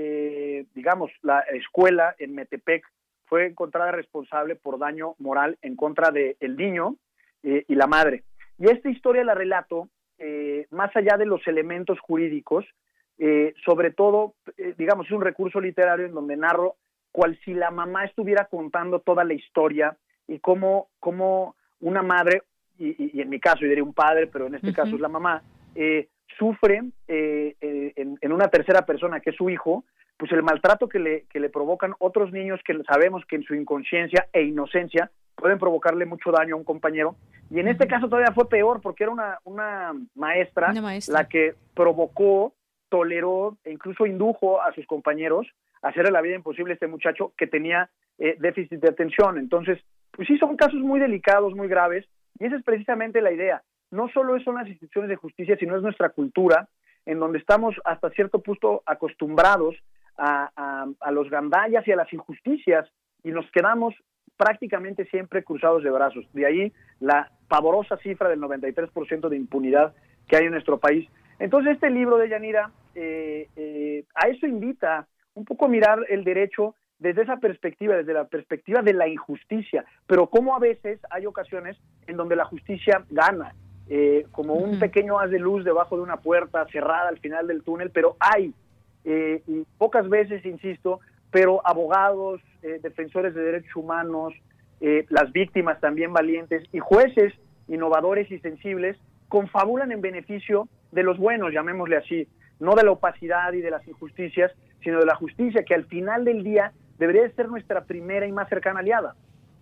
eh, digamos, la escuela en Metepec fue encontrada responsable por daño moral en contra del niño eh, y la madre. Y esta historia la relato eh, más allá de los elementos jurídicos, eh, sobre todo, eh, digamos, es un recurso literario en donde narro cual si la mamá estuviera contando toda la historia y cómo, cómo una madre, y, y, y en mi caso yo diría un padre, pero en este uh-huh. caso es la mamá, eh, sufre eh, eh, en, en una tercera persona, que es su hijo, pues el maltrato que le, que le provocan otros niños que sabemos que en su inconsciencia e inocencia pueden provocarle mucho daño a un compañero. Y en este caso todavía fue peor, porque era una, una, maestra, una maestra la que provocó, toleró e incluso indujo a sus compañeros a hacerle la vida imposible a este muchacho que tenía eh, déficit de atención. Entonces, pues sí, son casos muy delicados, muy graves, y esa es precisamente la idea. No solo son las instituciones de justicia, sino es nuestra cultura, en donde estamos hasta cierto punto acostumbrados a, a, a los gandallas y a las injusticias, y nos quedamos prácticamente siempre cruzados de brazos. De ahí la pavorosa cifra del noventa y tres por ciento de impunidad que hay en nuestro país. Entonces este libro de Yanira eh, eh, a eso invita un poco a mirar el derecho desde esa perspectiva, desde la perspectiva de la injusticia, pero cómo a veces hay ocasiones en donde la justicia gana, eh, como un uh-huh. pequeño haz de luz debajo de una puerta cerrada al final del túnel, pero hay, eh, y pocas veces, insisto, pero abogados, eh, defensores de derechos humanos, eh, las víctimas también valientes, y jueces innovadores y sensibles confabulan en beneficio de los buenos, llamémosle así, no de la opacidad y de las injusticias, sino de la justicia, que al final del día debería ser nuestra primera y más cercana aliada.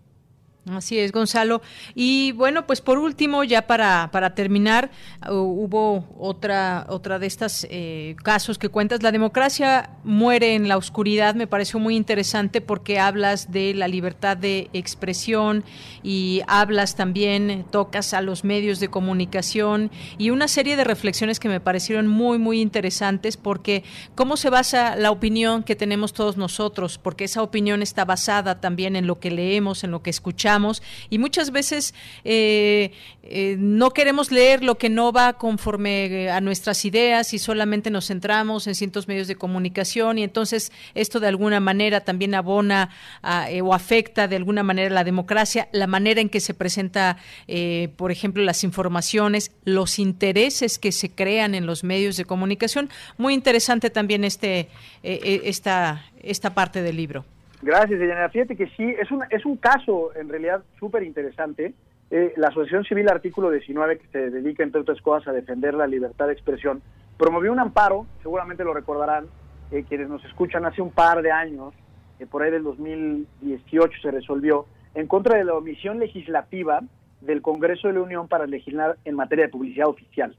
Así es, Gonzalo. Y bueno, pues por último, ya para, para terminar, uh, hubo otra otra de estos eh, casos que cuentas. La democracia muere en la oscuridad. Me pareció muy interesante porque hablas de la libertad de expresión y hablas también, tocas a los medios de comunicación y una serie de reflexiones que me parecieron muy, muy interesantes, porque cómo se basa la opinión que tenemos todos nosotros, porque esa opinión está basada también en lo que leemos, en lo que escuchamos, y muchas veces eh, eh, no queremos leer lo que no va conforme a nuestras ideas y solamente nos centramos en ciertos medios de comunicación, y entonces esto de alguna manera también abona a, eh, o afecta de alguna manera la democracia, la manera en que se presenta, eh, por ejemplo, las informaciones, los intereses que se crean en los medios de comunicación. Muy interesante también este eh, esta esta parte del libro. Gracias, Deyanira. Fíjate que sí, es un, es un caso en realidad súper interesante. Eh, la Asociación Civil Artículo diecinueve, que se dedica, entre otras cosas, a defender la libertad de expresión, promovió un amparo, seguramente lo recordarán, eh, quienes nos escuchan, hace un par de años, eh, por ahí del dos mil dieciocho se resolvió, en contra de la omisión legislativa del Congreso de la Unión para legislar en materia de publicidad oficial.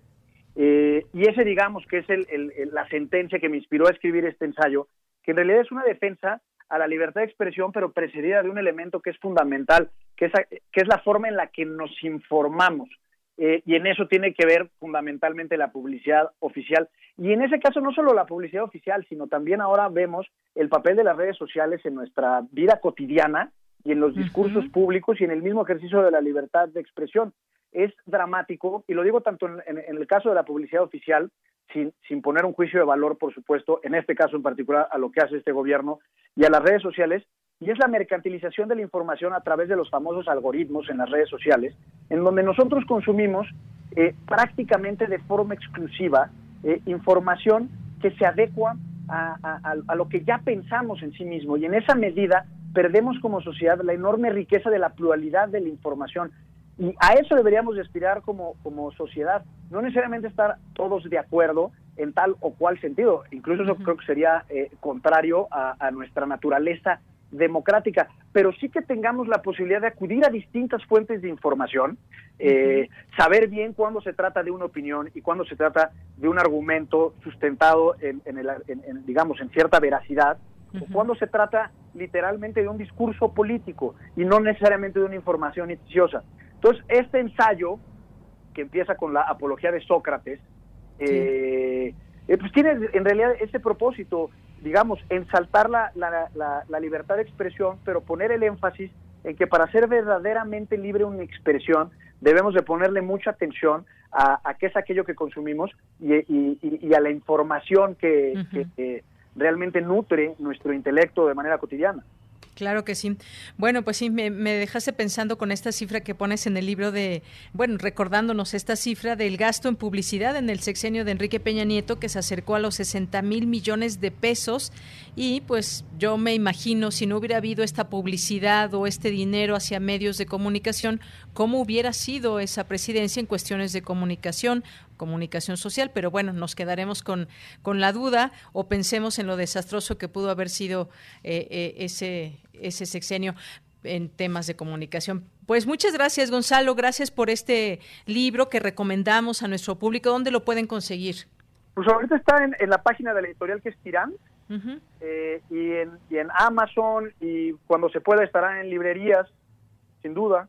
Eh, y ese, digamos, que es el, el, el, la sentencia que me inspiró a escribir este ensayo, que en realidad es una defensa a la libertad de expresión, pero precedida de un elemento que es fundamental, que es, que es la forma en la que nos informamos. Eh, y en eso tiene que ver fundamentalmente la publicidad oficial. Y en ese caso no solo la publicidad oficial, sino también ahora vemos el papel de las redes sociales en nuestra vida cotidiana y en los discursos uh-huh. públicos y en el mismo ejercicio de la libertad de expresión. Es dramático, y lo digo tanto en, en, en el caso de la publicidad oficial, sin, sin poner un juicio de valor, por supuesto, en este caso en particular a lo que hace este gobierno, y a las redes sociales, y es la mercantilización de la información a través de los famosos algoritmos en las redes sociales, en donde nosotros consumimos eh, prácticamente de forma exclusiva eh, información que se adecua a, a, a lo que ya pensamos en sí mismo, y en esa medida perdemos como sociedad la enorme riqueza de la pluralidad de la información. Y a eso deberíamos aspirar como, como sociedad, no necesariamente estar todos de acuerdo en tal o cual sentido, incluso eso uh-huh. creo que sería eh, contrario a, a nuestra naturaleza democrática, pero sí que tengamos la posibilidad de acudir a distintas fuentes de información, eh, uh-huh. saber bien cuándo se trata de una opinión y cuándo se trata de un argumento sustentado en, en, el, en, en digamos, en cierta veracidad, uh-huh. o cuándo se trata literalmente de un discurso político y no necesariamente de una información noticiosa. Entonces, este ensayo, que empieza con la apología de Sócrates, sí. eh, eh, pues tiene en realidad ese propósito, digamos, ensaltar la, la, la, la libertad de expresión, pero poner el énfasis en que para ser verdaderamente libre una expresión, debemos de ponerle mucha atención a, a qué es aquello que consumimos y, y, y a la información que, uh-huh. que eh, realmente nutre nuestro intelecto de manera cotidiana. Claro que sí. Bueno, pues sí, me, me dejaste pensando con esta cifra que pones en el libro de, bueno, recordándonos esta cifra del gasto en publicidad en el sexenio de Enrique Peña Nieto, que se acercó a los sesenta mil millones de pesos, y pues yo me imagino, si no hubiera habido esta publicidad o este dinero hacia medios de comunicación, cómo hubiera sido esa presidencia en cuestiones de comunicación, comunicación social, pero bueno, nos quedaremos con, con la duda, o pensemos en lo desastroso que pudo haber sido eh, eh, ese, ese sexenio en temas de comunicación. Pues muchas gracias, Gonzalo, gracias por este libro que recomendamos a nuestro público. ¿Dónde lo pueden conseguir? Pues ahorita está en, en la página de la editorial, que es Tirán, uh-huh. eh, y, en, y en Amazon, y cuando se pueda estará en librerías, sin duda.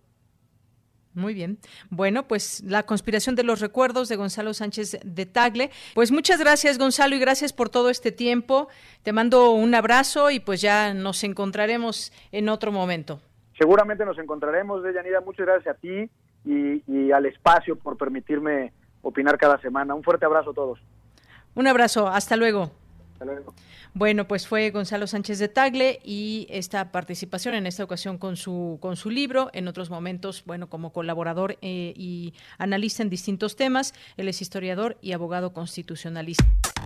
Muy bien. Bueno, pues La conspiración de los recuerdos, de Gonzalo Sánchez de Tagle. Pues muchas gracias, Gonzalo, y gracias por todo este tiempo. Te mando un abrazo y pues ya nos encontraremos en otro momento. Seguramente nos encontraremos, Deyanira. Muchas gracias a ti y, y al espacio por permitirme opinar cada semana. Un fuerte abrazo a todos. Un abrazo. Hasta luego. Hasta luego. Bueno, pues fue Gonzalo Sánchez de Tagle y esta participación en esta ocasión con su con su libro, en otros momentos, bueno, como colaborador eh, y analista en distintos temas. Él es historiador y abogado constitucionalista.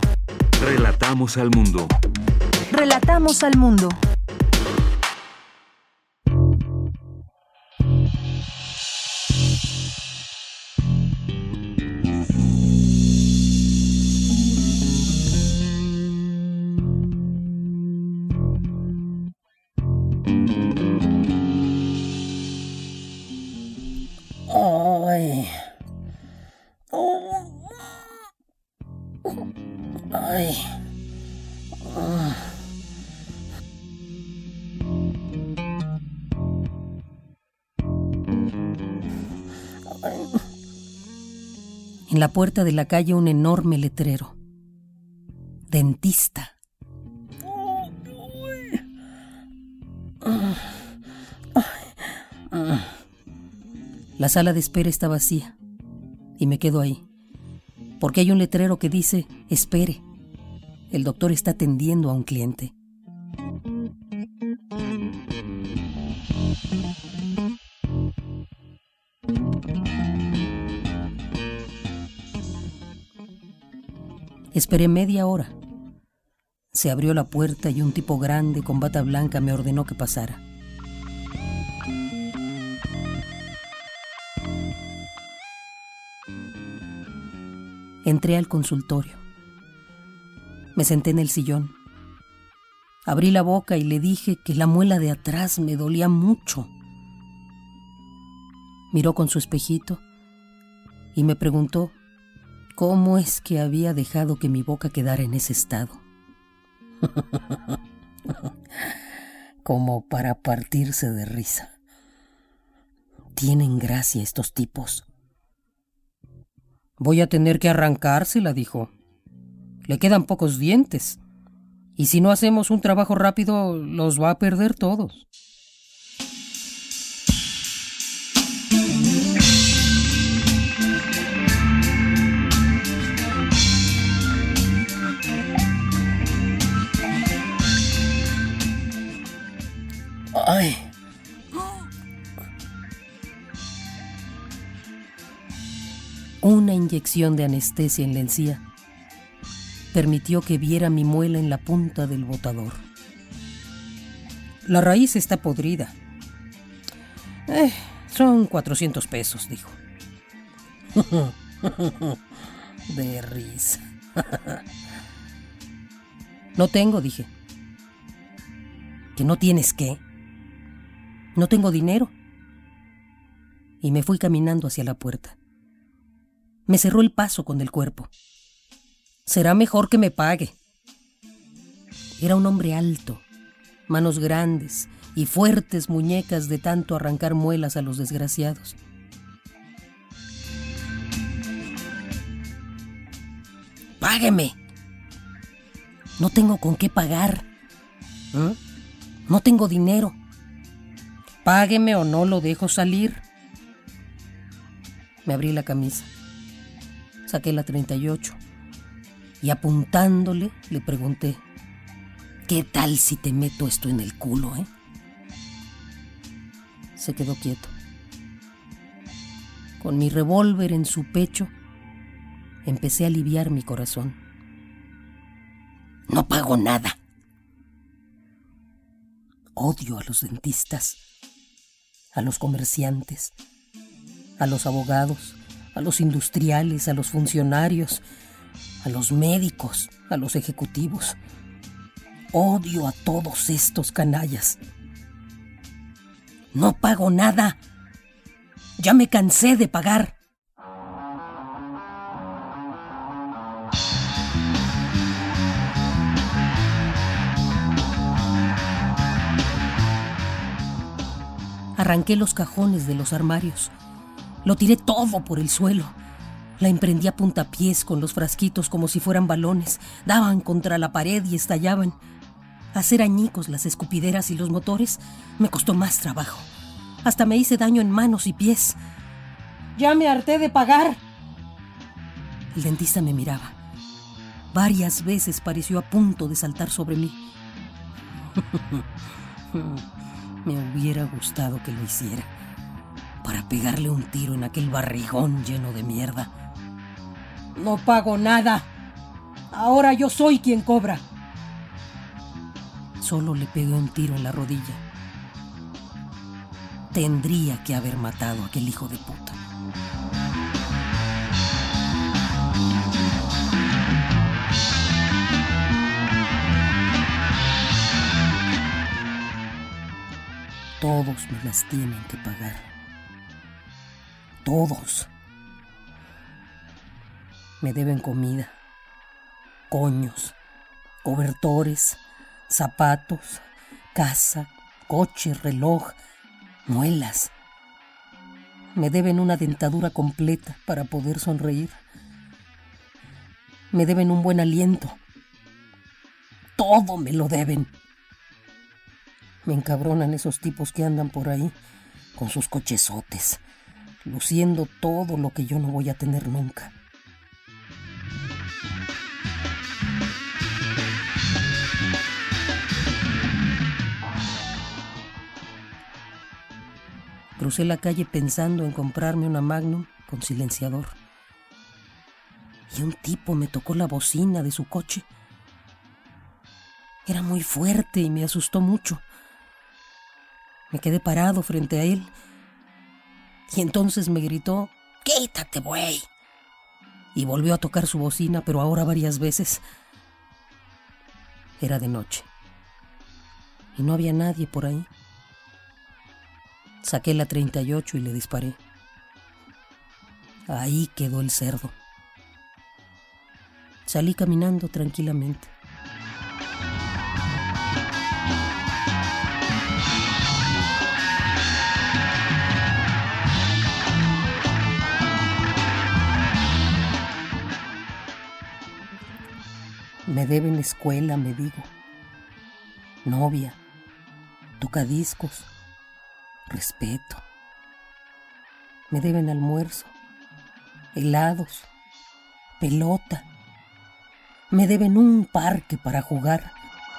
Relatamos al mundo. Relatamos al mundo. Ay. Oh. Ay. Oh. En la puerta de la calle un enorme letrero. Dentista. La sala de espera está vacía y me quedo ahí, porque hay un letrero que dice: espere, el doctor está atendiendo a un cliente. Esperé media hora. Se abrió la puerta y un tipo grande con bata blanca me ordenó que pasara. Entré al consultorio. Me senté en el sillón. Abrí la boca y le dije que la muela de atrás me dolía mucho. Miró con su espejito y me preguntó cómo es que había dejado que mi boca quedara en ese estado. Como para partirse de risa. Tienen gracia estos tipos. Voy a tener que arrancársela, dijo. Le quedan pocos dientes. Y si no hacemos un trabajo rápido, los va a perder todos. Ay. Una inyección de anestesia en la encía permitió que viera mi muela en la punta del botador. La raíz está podrida. Eh, son cuatrocientos pesos, dijo. De risa. No tengo, dije. ¿Que no tienes qué? No tengo dinero. Y me fui caminando hacia la puerta. Me cerró el paso con el cuerpo. Será mejor que me pague. Era un hombre alto, manos grandes y fuertes muñecas de tanto arrancar muelas a los desgraciados. ¡Págueme! No tengo con qué pagar. ¿Eh? No tengo dinero. Págueme o no lo dejo salir. Me abrí la camisa. Saqué la treinta y ocho y apuntándole le pregunté: ¿qué tal si te meto esto en el culo, eh? Se quedó quieto. Con mi revólver en su pecho, empecé a aliviar mi corazón. No pago nada. Odio a los dentistas, a los comerciantes, a los abogados, a los industriales, a los funcionarios, a los médicos, a los ejecutivos. Odio a todos estos canallas. No pago nada. Ya me cansé de pagar. Arranqué los cajones de los armarios. Lo tiré todo por el suelo. La emprendí a puntapiés con los frasquitos como si fueran balones. Daban contra la pared y estallaban. Hacer añicos las escupideras y los motores me costó más trabajo. Hasta me hice daño en manos y pies. ¡Ya me harté de pagar! El dentista me miraba. Varias veces pareció a punto de saltar sobre mí. Me hubiera gustado que lo hiciera, para pegarle un tiro en aquel barrigón lleno de mierda. No pago nada. Ahora yo soy quien cobra. Solo le pegué un tiro en la rodilla. Tendría que haber matado a aquel hijo de puta. Todos me las tienen que pagar. todos. Me deben comida, coños, cobertores, zapatos, casa, coche, reloj, muelas. Me deben una dentadura completa para poder sonreír. Me deben un buen aliento. Todo me lo deben. Me encabronan esos tipos que andan por ahí con sus cochesotes, luciendo todo lo que yo no voy a tener nunca. Crucé la calle pensando en comprarme una Magnum con silenciador. Y un tipo me tocó la bocina de su coche. Era muy fuerte y me asustó mucho. Me quedé parado frente a él y entonces me gritó: ¡Quítate, güey! Y volvió a tocar su bocina, pero ahora varias veces. Era de noche y no había nadie por ahí. Saqué la treinta y ocho y le disparé. Ahí quedó el cerdo. Salí caminando tranquilamente. Me deben escuela, me digo, novia, tocadiscos, respeto. Me deben almuerzo, helados, pelota. Me deben un parque para jugar.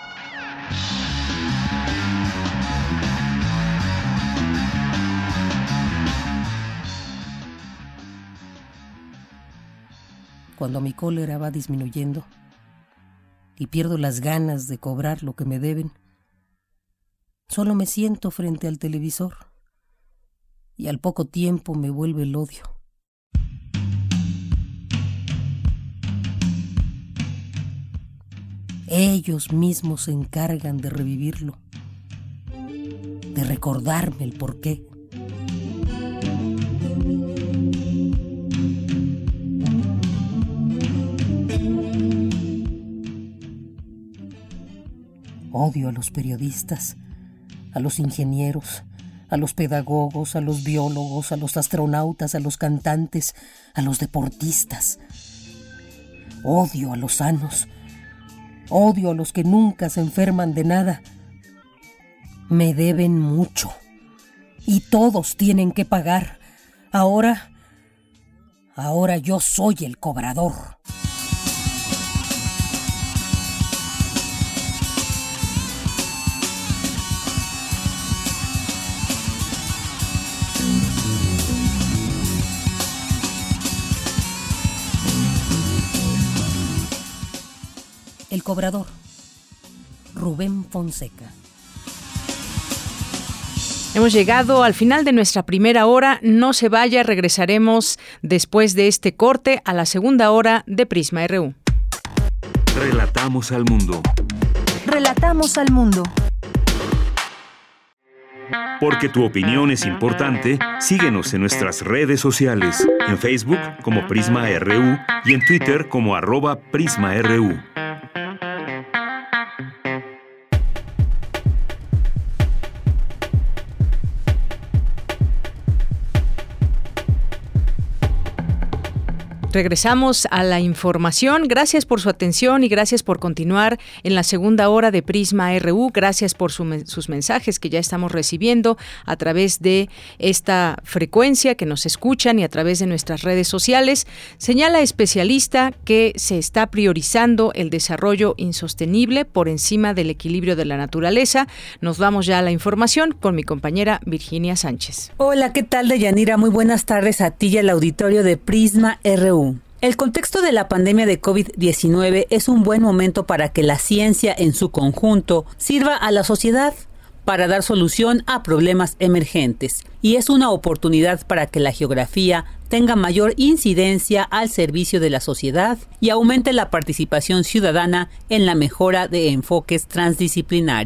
Cuando mi cólera va disminuyendo y pierdo las ganas de cobrar lo que me deben, solo me siento frente al televisor y al poco tiempo me vuelve el odio. Ellos mismos se encargan de revivirlo, de recordarme el porqué. Odio a los periodistas, a los ingenieros, a los pedagogos, a los biólogos, a los astronautas, a los cantantes, a los deportistas. Odio a los sanos. Odio a los que nunca se enferman de nada. Me deben mucho. Y todos tienen que pagar. Ahora, ahora yo soy el cobrador. El cobrador, Rubén Fonseca. Hemos llegado al final de nuestra primera hora. No se vaya, regresaremos después de este corte a la segunda hora de Prisma R U. Relatamos al mundo. Relatamos al mundo. Porque tu opinión es importante, síguenos en nuestras redes sociales, en Facebook como Prisma R U y en Twitter como arroba Prisma R U. Regresamos a la información. Gracias por su atención y gracias por continuar en la segunda hora de Prisma R U. Gracias por su, sus mensajes que ya estamos recibiendo a través de esta frecuencia que nos escuchan y a través de nuestras redes sociales. Señala especialista que se está priorizando el desarrollo insostenible por encima del equilibrio de la naturaleza. Nos vamos ya a la información con mi compañera Virginia Sánchez. Hola, ¿qué tal, Deyanira? Muy buenas tardes a ti y al auditorio de Prisma R U. El contexto de la pandemia de covid diecinueve es un buen momento para que la ciencia en su conjunto sirva a la sociedad para dar solución a problemas emergentes, y es una oportunidad para que la geografía tenga mayor incidencia al servicio de la sociedad y aumente la participación ciudadana en la mejora de enfoques transdisciplinarios.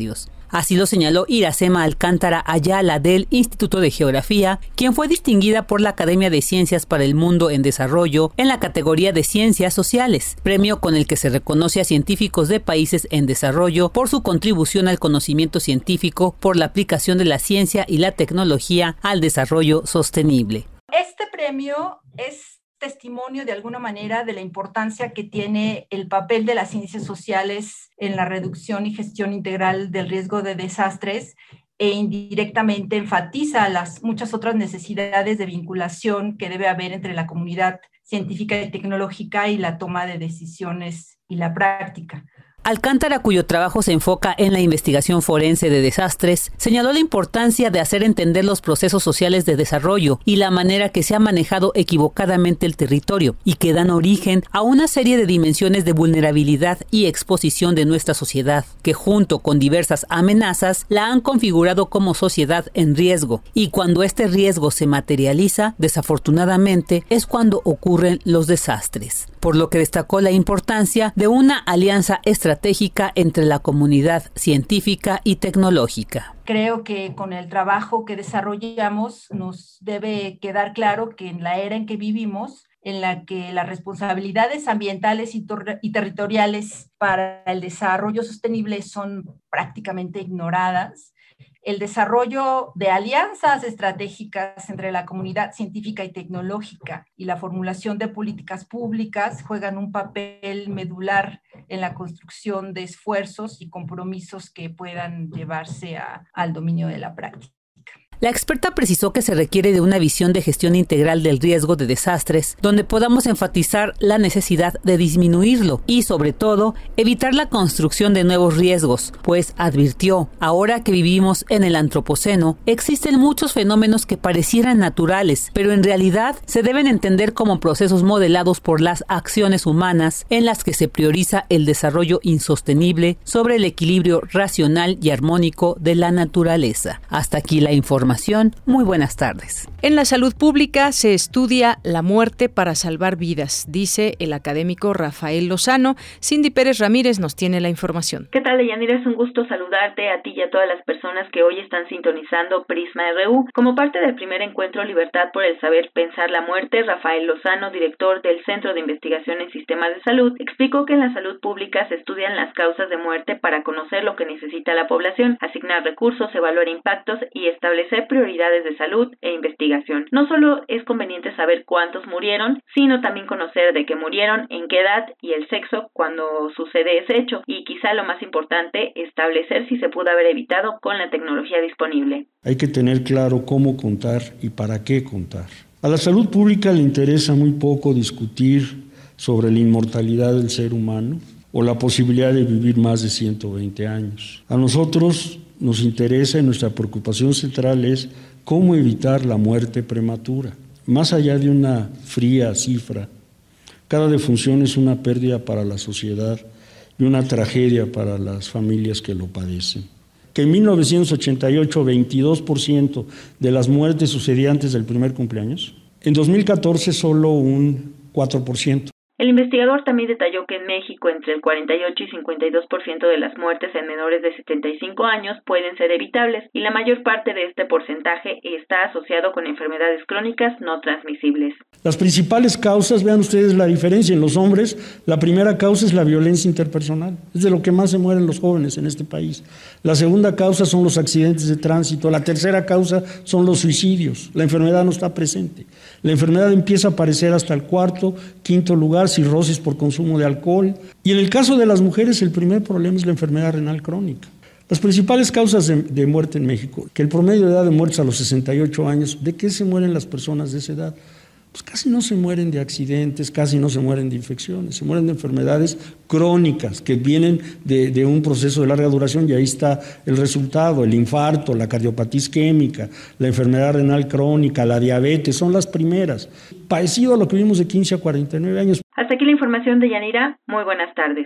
Así lo señaló Iracema Alcántara Ayala del Instituto de Geografía, quien fue distinguida por la Academia de Ciencias para el Mundo en Desarrollo en la categoría de Ciencias Sociales, premio con el que se reconoce a científicos de países en desarrollo por su contribución al conocimiento científico por la aplicación de la ciencia y la tecnología al desarrollo sostenible. Este premio es testimonio de alguna manera de la importancia que tiene el papel de las ciencias sociales en la reducción y gestión integral del riesgo de desastres e indirectamente enfatiza las muchas otras necesidades de vinculación que debe haber entre la comunidad científica y tecnológica y la toma de decisiones y la práctica. Alcántara, cuyo trabajo se enfoca en la investigación forense de desastres, señaló la importancia de hacer entender los procesos sociales de desarrollo y la manera que se ha manejado equivocadamente el territorio y que dan origen a una serie de dimensiones de vulnerabilidad y exposición de nuestra sociedad, que junto con diversas amenazas la han configurado como sociedad en riesgo. Y cuando este riesgo se materializa, desafortunadamente, es cuando ocurren los desastres. Por lo que destacó la importancia de una alianza estratégica estratégica entre la comunidad científica y tecnológica. Creo que con el trabajo que desarrollamos nos debe quedar claro que en la era en que vivimos, en la que las responsabilidades ambientales y, tor- y territoriales para el desarrollo sostenible son prácticamente ignoradas, el desarrollo de alianzas estratégicas entre la comunidad científica y tecnológica y la formulación de políticas públicas juegan un papel medular en la construcción de esfuerzos y compromisos que puedan llevarse a, al dominio de la práctica. La experta precisó que se requiere de una visión de gestión integral del riesgo de desastres, donde podamos enfatizar la necesidad de disminuirlo y, sobre todo, evitar la construcción de nuevos riesgos, pues advirtió, ahora que vivimos en el antropoceno, existen muchos fenómenos que parecieran naturales, pero en realidad se deben entender como procesos modelados por las acciones humanas en las que se prioriza el desarrollo insostenible sobre el equilibrio racional y armónico de la naturaleza. Hasta aquí la información. Muy buenas tardes. En la salud pública se estudia la muerte para salvar vidas, dice el académico Rafael Lozano. Cindy Pérez Ramírez nos tiene la información. ¿Qué tal, Deyanira? Es un gusto saludarte a ti y a todas las personas que hoy están sintonizando Prisma R U. Como parte del primer encuentro Libertad por el Saber Pensar la Muerte, Rafael Lozano, director del Centro de Investigación en Sistemas de Salud, explicó que en la salud pública se estudian las causas de muerte para conocer lo que necesita la población, asignar recursos, evaluar impactos y establecer prioridades de salud e investigación. No solo es conveniente saber cuántos murieron, sino también conocer de qué murieron, en qué edad y el sexo cuando sucede ese hecho, y quizá lo más importante, establecer si se pudo haber evitado con la tecnología disponible. Hay que tener claro cómo contar y para qué contar. A la salud pública le interesa muy poco discutir sobre la inmortalidad del ser humano o la posibilidad de vivir más de ciento veinte años. A nosotros nos interesa y nuestra preocupación central es cómo evitar la muerte prematura. Más allá de una fría cifra, cada defunción es una pérdida para la sociedad y una tragedia para las familias que lo padecen. Que en mil novecientos ochenta y ocho veintidós por ciento de las muertes sucedían antes del primer cumpleaños. En dos mil catorce solo un cuatro por ciento. El investigador también detalló que en México entre el cuarenta y ocho y cincuenta y dos por ciento de las muertes en menores de setenta y cinco años pueden ser evitables y la mayor parte de este porcentaje está asociado con enfermedades crónicas no transmisibles. Las principales causas, vean ustedes la diferencia en los hombres, la primera causa es la violencia interpersonal, es de lo que más se mueren los jóvenes en este país. La segunda causa son los accidentes de tránsito, la tercera causa son los suicidios, la enfermedad no está presente. La enfermedad empieza a aparecer hasta el cuarto, quinto lugar, cirrosis por consumo de alcohol. Y en el caso de las mujeres, el primer problema es la enfermedad renal crónica. Las principales causas de, de muerte en México, que el promedio de edad de muertes a los sesenta y ocho años, ¿de qué se mueren las personas de esa edad? Pues casi no se mueren de accidentes, casi no se mueren de infecciones, se mueren de enfermedades crónicas que vienen de, de un proceso de larga duración y ahí está el resultado, el infarto, la cardiopatía isquémica, la enfermedad renal crónica, la diabetes, son las primeras, parecido a lo que vimos de quince a cuarenta y nueve años. Hasta aquí la información de Yanira, muy buenas tardes.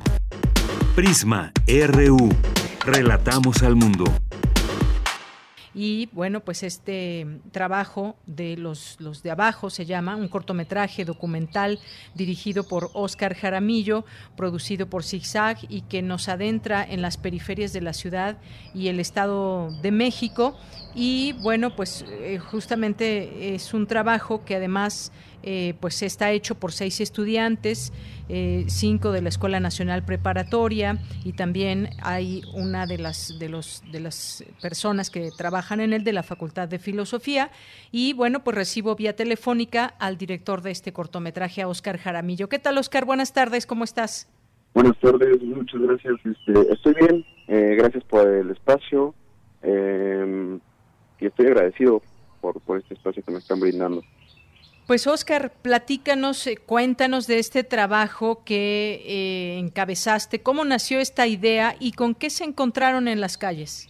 Prisma R U, relatamos al mundo. y bueno, pues este trabajo de los, los de abajo se llama, un cortometraje documental dirigido por Óscar Jaramillo, producido por Zigzag y que nos adentra en las periferias de la ciudad y el Estado de México. Y bueno, pues eh, justamente es un trabajo que además eh, pues está hecho por seis estudiantes, eh, cinco de la Escuela Nacional Preparatoria, y también hay una de las de los de las personas que trabajan en él de la Facultad de Filosofía. Y bueno, pues recibo vía telefónica al director de este cortometraje, a Óscar Jaramillo. ¿Qué tal, Óscar? Buenas tardes, ¿cómo estás? Buenas tardes, muchas gracias. Este, estoy bien, eh, gracias por el espacio. Eh, y estoy agradecido por, por este espacio que me están brindando. Pues Óscar, platícanos, eh, cuéntanos de este trabajo que eh, encabezaste, cómo nació esta idea y con qué se encontraron en las calles.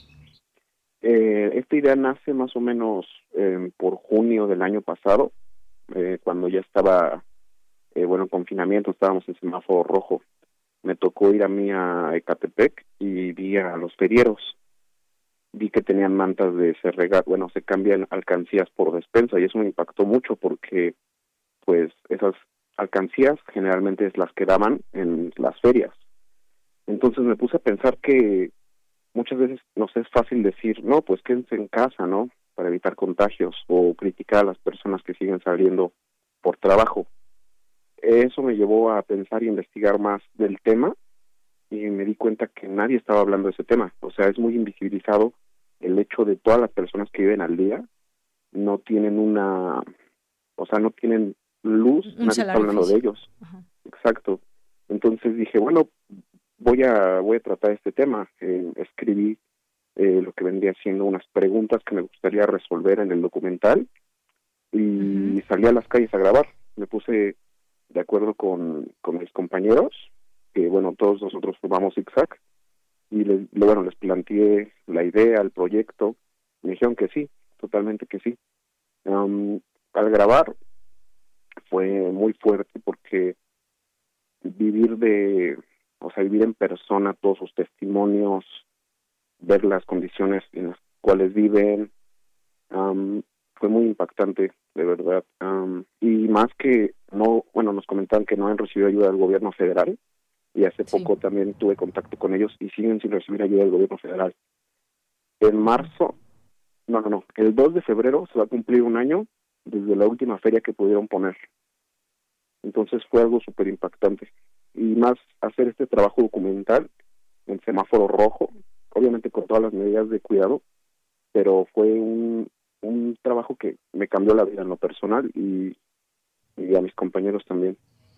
Eh, esta idea nace más o menos eh, por junio del año pasado, eh, cuando ya estaba, eh, bueno, en confinamiento, estábamos en semáforo rojo. Me tocó ir a mí a Ecatepec y vi a los ferieros. Vi que tenían mantas de se rega, bueno, se cambian alcancías por despensa, y eso me impactó mucho porque, pues, esas alcancías generalmente es las que daban en las ferias. Entonces me puse a pensar que muchas veces nos es fácil decir, no, pues quédense en casa, ¿no?, para evitar contagios, o criticar a las personas que siguen saliendo por trabajo. Eso me llevó a pensar y investigar más del tema, y me di cuenta que nadie estaba hablando de ese tema. O sea, es muy invisibilizado el hecho de todas las personas que viven al día, no tienen una, o sea, no tienen luz, Un nadie está hablando físico. de ellos. Ajá. Exacto. Entonces dije, bueno, voy a voy a tratar este tema. Eh, escribí eh, lo que vendría siendo unas preguntas que me gustaría resolver en el documental, y uh-huh. salí a las calles a grabar. Me puse de acuerdo con, con mis compañeros, que bueno, todos nosotros formamos Zigzag, y les, bueno, les planteé la idea, el proyecto, me dijeron que sí, totalmente que sí. Um, al grabar fue muy fuerte porque vivir de, o sea, vivir en persona todos sus testimonios, ver las condiciones en las cuales viven, um, fue muy impactante, de verdad. Um, y más que no, bueno, nos comentaban que no han recibido ayuda del gobierno federal, y hace sí. poco también tuve contacto con ellos y siguen sin recibir ayuda del gobierno federal. En marzo, no, no, no, el dos de febrero se va a cumplir un año desde la última feria que pudieron poner. Entonces fue algo súper impactante. Y más hacer este trabajo documental en semáforo rojo, obviamente con todas las medidas de cuidado, pero fue un, un trabajo que me cambió la vida en lo personal y, y a mis compañeros también.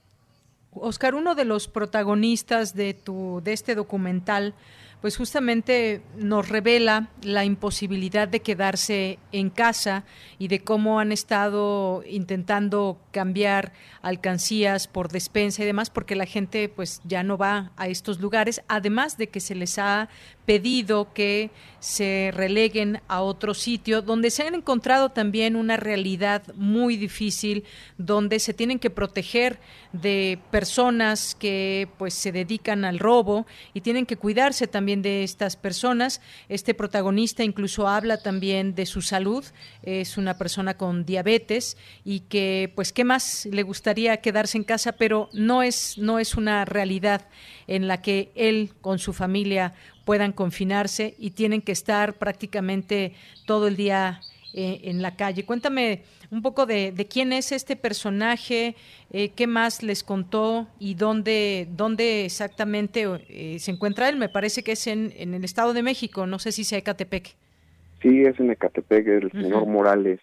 Óscar, uno de los protagonistas de tu de este documental, pues justamente nos revela la imposibilidad de quedarse en casa y de cómo han estado intentando cambiar alcancías por despensa y demás, porque la gente pues ya no va a estos lugares, además de que se les ha pedido que se releguen a otro sitio, donde se han encontrado también una realidad muy difícil, donde se tienen que proteger de personas que pues se dedican al robo y tienen que cuidarse también de estas personas. Este protagonista incluso habla también de su salud, es una persona con diabetes y que pues qué más le gustaría quedarse en casa, pero no es no es una realidad en la que él con su familia puedan confinarse y tienen que estar prácticamente todo el día eh, en la calle. Cuéntame un poco de, de quién es este personaje, eh, qué más les contó y dónde dónde exactamente eh, se encuentra él. Me parece que es en, en el Estado de México, no sé si sea Ecatepec. Sí, es en Ecatepec, el uh-huh. señor Morales.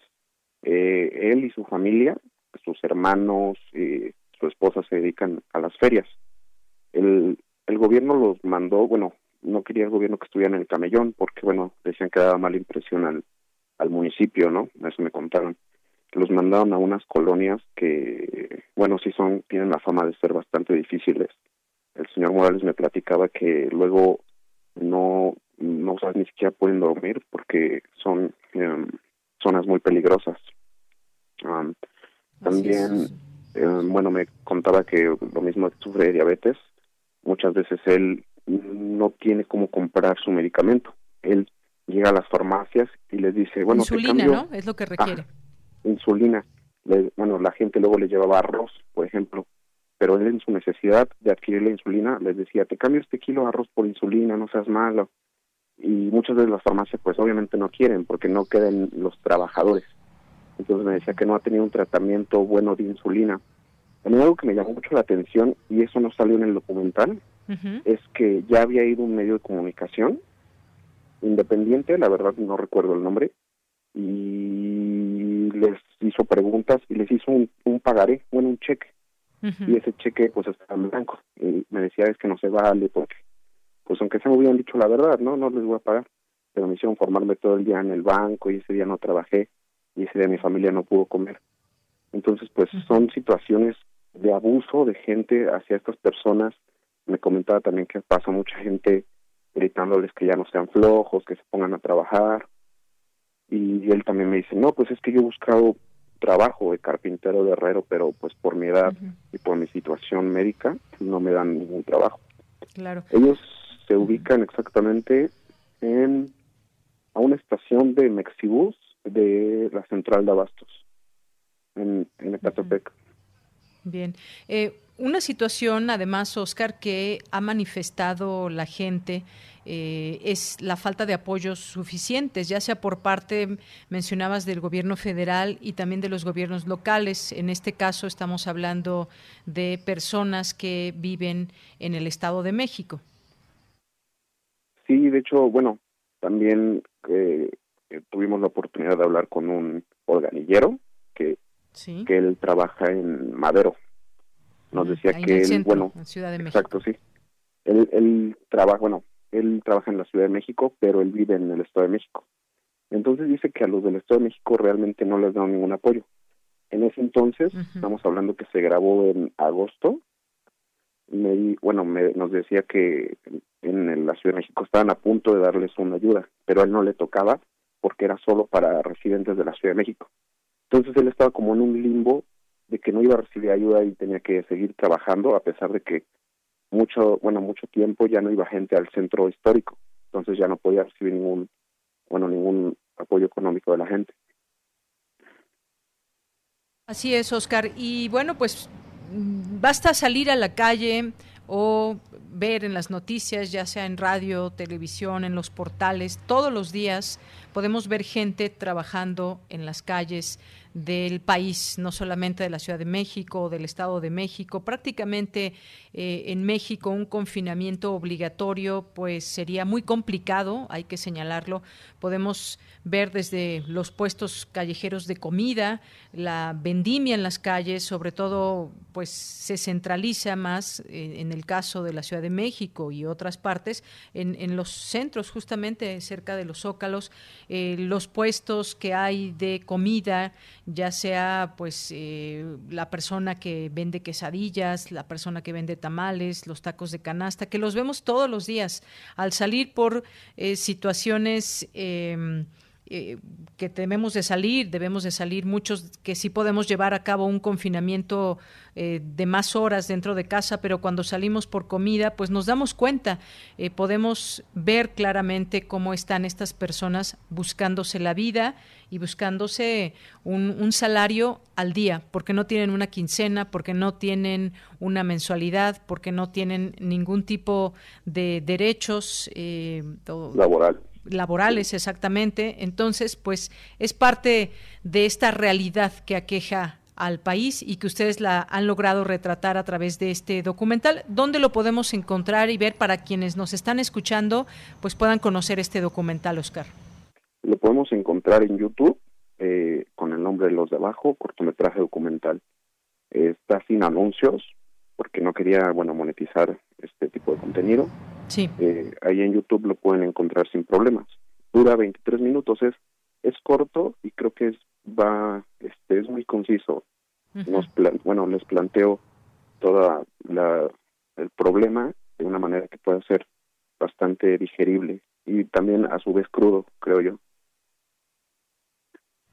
Eh, él y su familia, sus hermanos, eh, su esposa se dedican a las ferias. El, el gobierno los mandó, bueno, no quería el gobierno que estuvieran en el camellón porque, bueno, decían que daba mala impresión al, al municipio, ¿no? Eso me contaron. Los mandaron a unas colonias que, bueno, sí son, tienen la fama de ser bastante difíciles. El señor Morales me platicaba que luego no, no o sea, ni siquiera pueden dormir porque son um, zonas muy peligrosas. Um, también, eh, bueno, me contaba que lo mismo que sufre de diabetes, muchas veces él no tiene cómo comprar su medicamento. Él llega a las farmacias y les dice, bueno, insulina, ¿no? Es lo que requiere. Ah, insulina. Le, bueno, la gente luego le llevaba arroz, por ejemplo, pero él en su necesidad de adquirir la insulina les decía, te cambio este kilo de arroz por insulina, no seas malo. Y muchas veces las farmacias pues obviamente no quieren porque no queden los trabajadores. Entonces me decía que no ha tenido un tratamiento bueno de insulina. También algo que me llamó mucho la atención, y eso no salió en el documental, uh-huh. es que ya había ido un medio de comunicación independiente, la verdad no recuerdo el nombre, y les hizo preguntas y les hizo un, un pagaré, bueno, un cheque. Uh-huh. Y ese cheque pues estaba en blanco. Y me decía, es que no se vale porque, pues aunque se me hubieran dicho la verdad, no, no les voy a pagar. Pero me hicieron formarme todo el día en el banco y ese día no trabajé y ese día mi familia no pudo comer. Entonces, pues uh-huh. son situaciones de abuso de gente hacia estas personas. Me comentaba también que pasa mucha gente gritándoles que ya no sean flojos, que se pongan a trabajar. Y él también me dice, no, pues es que yo he buscado trabajo de carpintero, de herrero, pero pues por mi edad uh-huh. y por mi situación médica no me dan ningún trabajo. Claro. Ellos se ubican exactamente en a una estación de Mexibus de la central de Abastos, en, en Ecatepec. Uh-huh. Bien. Eh, una situación, además, Oscar, que ha manifestado la gente eh, es la falta de apoyos suficientes, ya sea por parte, mencionabas, del gobierno federal y también de los gobiernos locales. En este caso estamos hablando de personas que viven en el Estado de México. Sí, de hecho, bueno, también eh, tuvimos la oportunidad de hablar con un organillero que, ¿sí? que él trabaja en Madero. Nos decía Ahí que en el él, centro, bueno, en Ciudad de exacto, México. sí. Él, él trabaja, bueno, él trabaja en la Ciudad de México, pero él vive en el Estado de México. Entonces dice que a los del Estado de México realmente no les dan ningún apoyo. En ese entonces, uh-huh. estamos hablando que se grabó en agosto, me, bueno, me, nos decía que en, en la Ciudad de México estaban a punto de darles una ayuda, pero a él no le tocaba porque era solo para residentes de la Ciudad de México. Entonces él estaba como en un limbo de que no iba a recibir ayuda y tenía que seguir trabajando a pesar de que mucho, bueno, mucho tiempo ya no iba gente al centro histórico, entonces ya no podía recibir ningún, bueno, ningún apoyo económico de la gente. Así es, Oscar, y bueno, pues basta salir a la calle o ver en las noticias, ya sea en radio, televisión, en los portales, todos los días podemos ver gente trabajando en las calles del país, no solamente de la Ciudad de México o del Estado de México. Prácticamente eh, en México un confinamiento obligatorio pues sería muy complicado, hay que señalarlo. Podemos ver desde los puestos callejeros de comida, la vendimia en las calles, sobre todo pues se centraliza más eh, en el caso de la Ciudad de México y otras partes, en, en los centros justamente cerca de los zócalos, eh, los puestos que hay de comida, ya sea pues eh, la persona que vende quesadillas, la persona que vende tamales, los tacos de canasta, que los vemos todos los días al salir por eh, situaciones eh, eh, que debemos de salir, debemos de salir muchos que sí podemos llevar a cabo un confinamiento eh, de más horas dentro de casa, pero cuando salimos por comida, pues nos damos cuenta, eh, podemos ver claramente cómo están estas personas buscándose la vida y buscándose un, un salario al día, porque no tienen una quincena, porque no tienen una mensualidad, porque no tienen ningún tipo de derechos eh, laboral. laborales, exactamente. Entonces, pues es parte de esta realidad que aqueja al país y que ustedes la han logrado retratar a través de este documental. ¿Dónde lo podemos encontrar y ver para quienes nos están escuchando, pues puedan conocer este documental, Oscar? Lo podemos encontrar en YouTube eh, con el nombre de Los de Abajo, cortometraje documental. Eh, está sin anuncios porque no quería, bueno, monetizar este tipo de contenido. Sí. Eh, ahí en YouTube lo pueden encontrar sin problemas. Dura veintitrés minutos, es es corto y creo que es va este es muy conciso. Uh-huh. Nos plan, bueno, les planteo toda la el problema de una manera que pueda ser bastante digerible y también a su vez crudo, creo yo.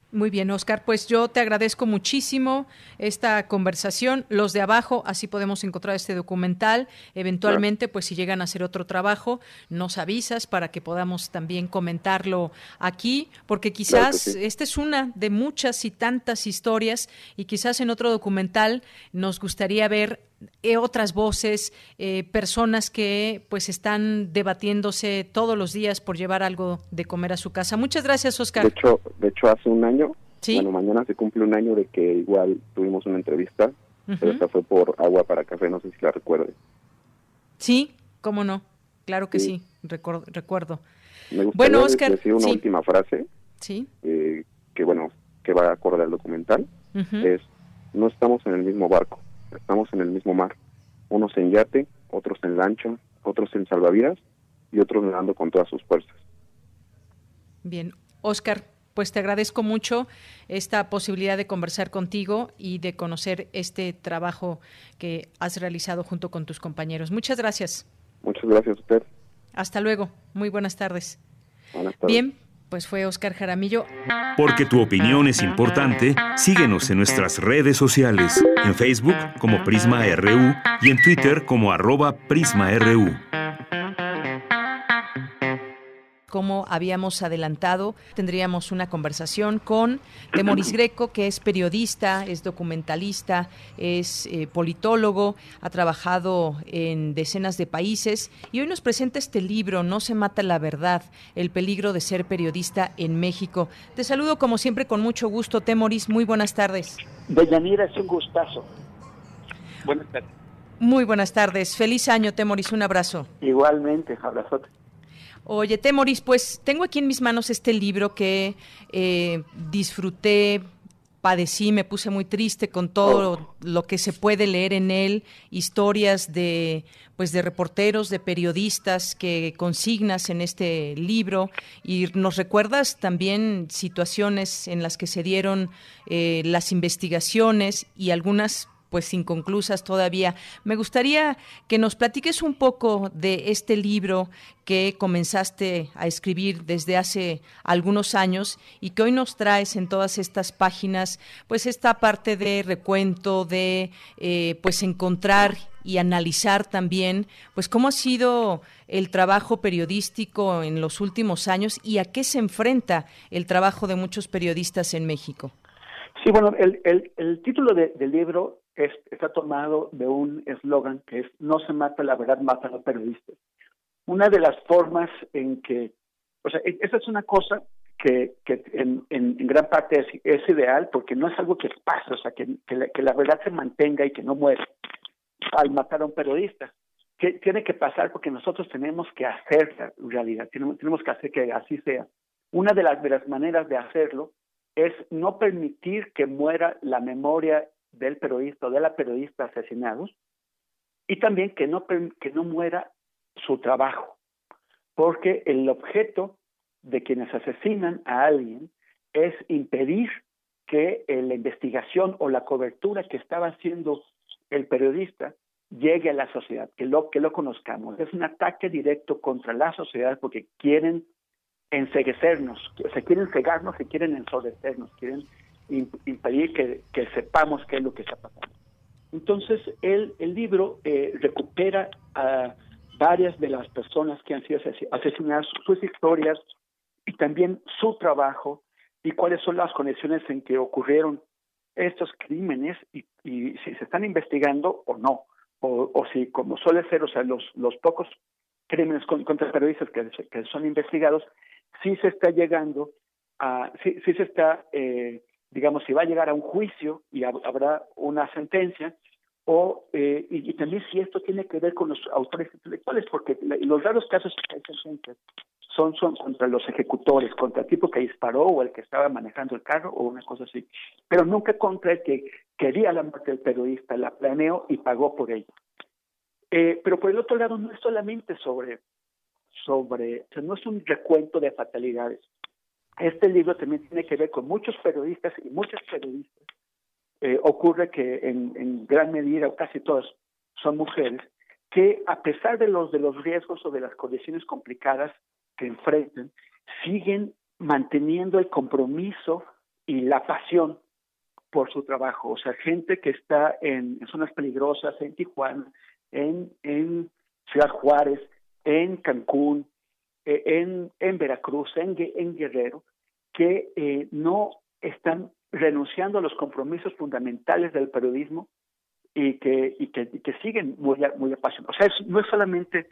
Muy bien, Oscar, pues yo te agradezco muchísimo esta conversación. Los de abajo, así podemos encontrar este documental. Eventualmente, pues si llegan a hacer otro trabajo, nos avisas para que podamos también comentarlo aquí, porque quizás claro sí. esta es una de muchas y tantas historias, y quizás en otro documental nos gustaría ver Eh, otras voces, eh, personas que pues están debatiéndose todos los días por llevar algo de comer a su casa. Muchas gracias, Oscar. De hecho, de hecho hace un año, ¿sí? Bueno, mañana se cumple un año de que igual tuvimos una entrevista, uh-huh. pero esta fue por Agua para Café, no sé si la recuerdes. Sí, cómo no, claro que sí, sí recuerdo. recuerdo. Me gustaría bueno, Oscar, decir una sí. última frase, sí. eh, que bueno, que va acorde al documental, uh-huh. es, no estamos en el mismo barco. Estamos en el mismo mar, unos en yate, otros en lancha, otros en salvavidas y otros nadando con todas sus fuerzas. Bien, Oscar, pues te agradezco mucho esta posibilidad de conversar contigo y de conocer este trabajo que has realizado junto con tus compañeros. Muchas gracias. Muchas gracias a usted. Hasta luego, muy buenas tardes. Buenas tardes. Bien, pues fue Oscar Jaramillo. Porque tu opinión es importante, síguenos en nuestras redes sociales, en Facebook como Prisma R U y en Twitter como arroba Prisma R U. Como habíamos adelantado, tendríamos una conversación con Temoris Greco, que es periodista, es documentalista, es eh, politólogo, ha trabajado en decenas de países y hoy nos presenta este libro, No se mata la verdad, el peligro de ser periodista en México. Te saludo como siempre con mucho gusto, Temoris, muy buenas tardes. Deyanira, es un gustazo. Buenas tardes. Muy buenas tardes, feliz año, Temoris, un abrazo. Igualmente, abrazote. Oye, Temoris, pues tengo aquí en mis manos este libro que eh, disfruté, padecí, me puse muy triste con todo oh. lo que se puede leer en él, historias de pues de reporteros, de periodistas que consignas en este libro, y nos recuerdas también situaciones en las que se dieron eh, las investigaciones y algunas pues inconclusas todavía. Me gustaría que nos platiques un poco de este libro que comenzaste a escribir desde hace algunos años y que hoy nos traes en todas estas páginas, pues esta parte de recuento, de eh, pues encontrar y analizar también, pues cómo ha sido el trabajo periodístico en los últimos años y a qué se enfrenta el trabajo de muchos periodistas en México. Sí, bueno, el, el, el título de, del libro es, está tomado de un eslogan que es "No se mata la verdad, matan los periodistas". Una de las formas en que, o sea, esa es una cosa que, que en, en, en gran parte es, es ideal, porque no es algo que pase, o sea, que, que, la, que la verdad se mantenga y que no muera al matar a un periodista. Que tiene que pasar porque nosotros tenemos que hacer la realidad, tenemos, tenemos que hacer que así sea. Una de las, de las maneras de hacerlo es no permitir que muera la memoria del periodista o de la periodista asesinados, y también que no, que no muera su trabajo, porque el objeto de quienes asesinan a alguien es impedir que la investigación o la cobertura que estaba haciendo el periodista llegue a la sociedad, que lo, que lo conozcamos. Es un ataque directo contra la sociedad porque quieren enceguecernos, o sea, quieren cegarnos y quieren ensordecernos, quieren impedir que, que sepamos qué es lo que está pasando. Entonces, el, el libro eh, recupera a varias de las personas que han sido asesinadas, sus historias y también su trabajo y cuáles son las condiciones en que ocurrieron estos crímenes y, y si se están investigando o no, o, o si, como suele ser, o sea, los, los pocos crímenes con, contra periodistas que, que son investigados, sí se está llegando a, sí, sí se está, eh, digamos, si va a llegar a un juicio y hab, habrá una sentencia, o eh, y, y también si esto tiene que ver con los autores intelectuales, porque la, los raros casos que hay sentencias son, son contra los ejecutores, contra el tipo que disparó o el que estaba manejando el carro o una cosa así, pero nunca contra el que quería la muerte del periodista, la planeó y pagó por ello. Eh, pero por el otro lado no es solamente sobre, sobre, o sea, no es un recuento de fatalidades. Este libro también tiene que ver con muchos periodistas y muchas periodistas. Eh, ocurre que en, en gran medida, o casi todas, son mujeres, que a pesar de los, de los riesgos o de las condiciones complicadas que enfrentan, siguen manteniendo el compromiso y la pasión por su trabajo. O sea, gente que está en, en zonas peligrosas, en Tijuana, en, en Ciudad Juárez, en Cancún, eh, en, en Veracruz, en, en Guerrero, que eh, no están renunciando a los compromisos fundamentales del periodismo y que y que, y que siguen muy muy apasionados. O sea, es, no es solamente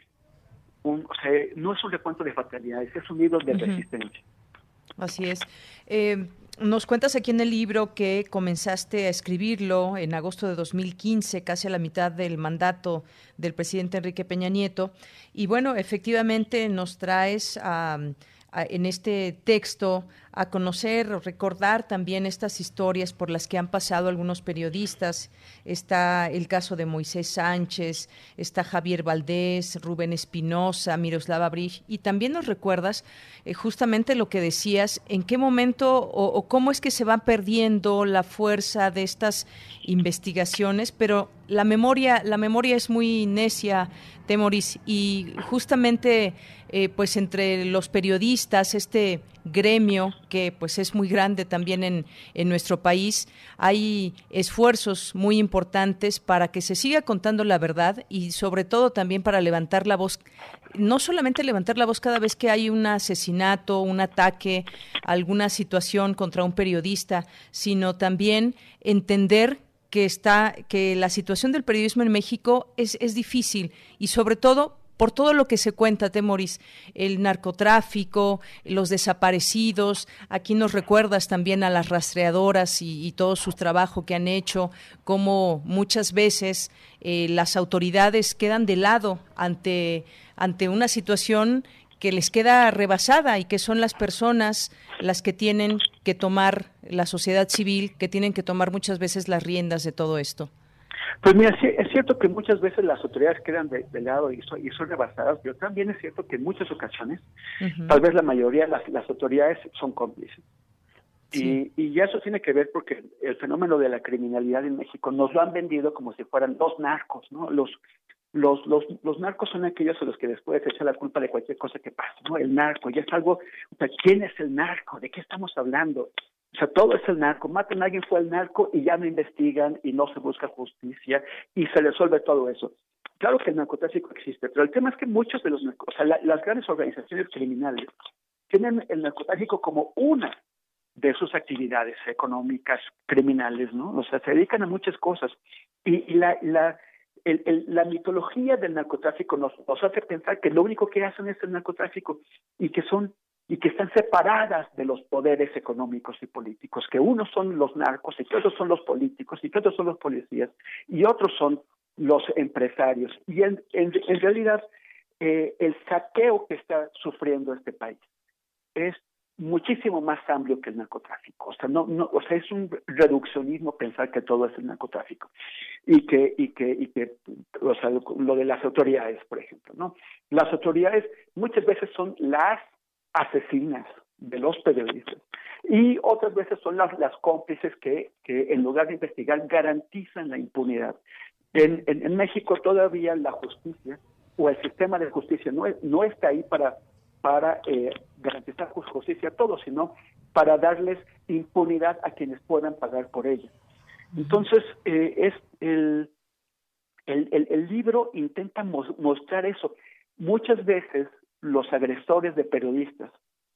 un, o sea, no es un recuento de fatalidades, es un libro de uh-huh. resistencia. Así es. Eh, nos cuentas aquí en el libro que comenzaste a escribirlo en agosto de dos mil quince, casi a la mitad del mandato del presidente Enrique Peña Nieto, y bueno, efectivamente nos traes a, a, en este texto a conocer o recordar también estas historias por las que han pasado algunos periodistas. Está el caso de Moisés Sánchez, está Javier Valdés, Rubén Espinosa, Miroslava Bridge, y también nos recuerdas eh, justamente lo que decías, en qué momento o, o cómo es que se va perdiendo la fuerza de estas investigaciones, pero la memoria, la memoria es muy necia, Temoris, y justamente eh, pues entre los periodistas, este gremio que pues es muy grande también en, en nuestro país, hay esfuerzos muy importantes para que se siga contando la verdad y sobre todo también para levantar la voz, no solamente levantar la voz cada vez que hay un asesinato, un ataque, alguna situación contra un periodista, sino también entender que está, que la situación del periodismo en México es, es difícil y sobre todo por todo lo que se cuenta, Temoris, el narcotráfico, los desaparecidos. Aquí nos recuerdas también a las rastreadoras y, y todo su trabajo que han hecho, cómo muchas veces eh, las autoridades quedan de lado ante, ante una situación que les queda rebasada y que son las personas las que tienen que tomar, la sociedad civil, que tienen que tomar muchas veces las riendas de todo esto. Pues mira, sí, es cierto que muchas veces las autoridades quedan de, de lado y son, y son rebasadas, pero también es cierto que en muchas ocasiones, uh-huh. tal vez la mayoría de las, las autoridades son cómplices. Sí. Y, y ya eso tiene que ver porque el fenómeno de la criminalidad en México nos lo han vendido como si fueran los narcos, ¿no? Los los los los narcos son aquellos a los que les puedes echar la culpa de cualquier cosa que pase, ¿no? El narco ya es algo, o sea, ¿quién es el narco? ¿De qué estamos hablando? O sea, todo es el narco. Matan a alguien, fue el narco y ya no investigan y no se busca justicia y se resuelve todo eso. Claro que el narcotráfico existe, pero el tema es que muchos de los narcos, o sea, la, las grandes organizaciones criminales tienen el narcotráfico como una de sus actividades económicas criminales, ¿no? O sea, se dedican a muchas cosas y, y la la el, el, la mitología del narcotráfico nos, nos hace pensar que lo único que hacen es el narcotráfico y que son y que están separadas de los poderes económicos y políticos, que unos son los narcos y que otros son los políticos y que otros son los policías y otros son los empresarios. Y en, en, en realidad eh, el saqueo que está sufriendo este país es muchísimo más amplio que el narcotráfico. O sea, no, no, o sea, es un reduccionismo pensar que todo es el narcotráfico y que y que y que o sea, lo de las autoridades, por ejemplo, ¿no? Las autoridades muchas veces son las asesinas de los periodistas y otras veces son las, las cómplices que, que en lugar de investigar garantizan la impunidad. En, en, en México todavía la justicia o el sistema de justicia no, es, no está ahí para, para eh, garantizar justicia a todos, sino para darles impunidad a quienes puedan pagar por ella. Entonces, eh, es el, el, el, el libro intenta mo- mostrar eso. Muchas veces los agresores de periodistas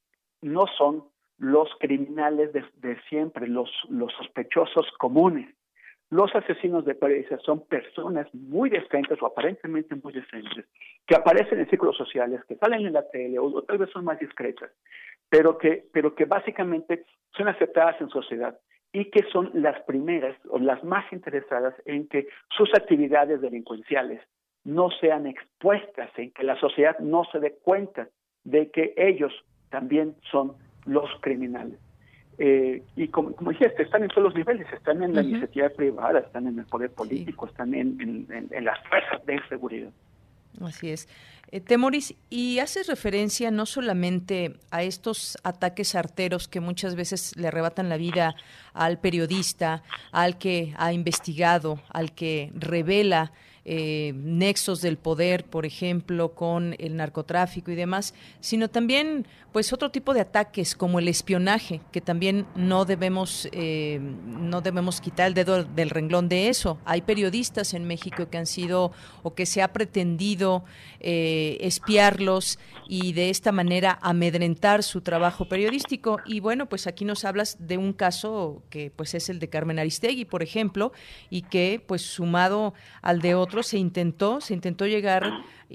no son los criminales de, de siempre, los, los sospechosos comunes. Los asesinos de periodistas son personas muy decentes o aparentemente muy decentes, que aparecen en círculos sociales, que salen en la tele o, o tal vez son más discretas, pero que, pero que básicamente son aceptadas en sociedad y que son las primeras o las más interesadas en que sus actividades delincuenciales no sean expuestas, en que la sociedad no se dé cuenta de que ellos también son los criminales. Eh, y como, como dijiste, están en todos los niveles, están en la uh-huh. iniciativa privada, están en el poder político, sí. están en, en, en, en las fuerzas de seguridad. Así es. Eh, Temoris, y haces referencia no solamente a estos ataques arteros que muchas veces le arrebatan la vida al periodista, al que ha investigado, al que revela eh, nexos del poder, por ejemplo, con el narcotráfico y demás, sino también pues otro tipo de ataques como el espionaje, que también no debemos eh, no debemos quitar el dedo del renglón de eso. Hay periodistas en México que han sido o que se ha pretendido eh, espiarlos y de esta manera amedrentar su trabajo periodístico. Y bueno, pues aquí nos hablas de un caso que pues es el de Carmen Aristegui, por ejemplo, y que pues sumado al de otros se intentó, se intentó llegar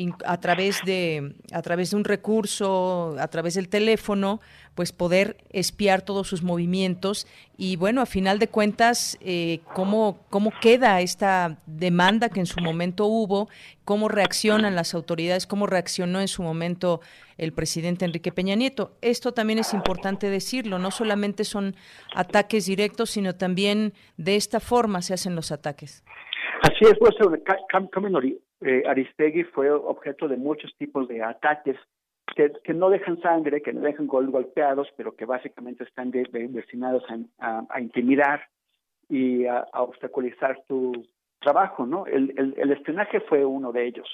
a través de a través de un recurso, a través del teléfono, pues poder espiar todos sus movimientos. Y bueno, a final de cuentas, eh, cómo cómo queda esta demanda que en su momento hubo, cómo reaccionan las autoridades, cómo reaccionó en su momento el presidente Enrique Peña Nieto. Esto también es importante decirlo, no solamente son ataques directos, sino también de esta forma se hacen los ataques. Así es, pues, Carmen eh, Aristegui fue objeto de muchos tipos de ataques que, que no dejan sangre, que no dejan gol golpeados, pero que básicamente están de, de, destinados a, a, a intimidar y a, a obstaculizar tu trabajo, ¿no? El, el, el espionaje fue uno de ellos,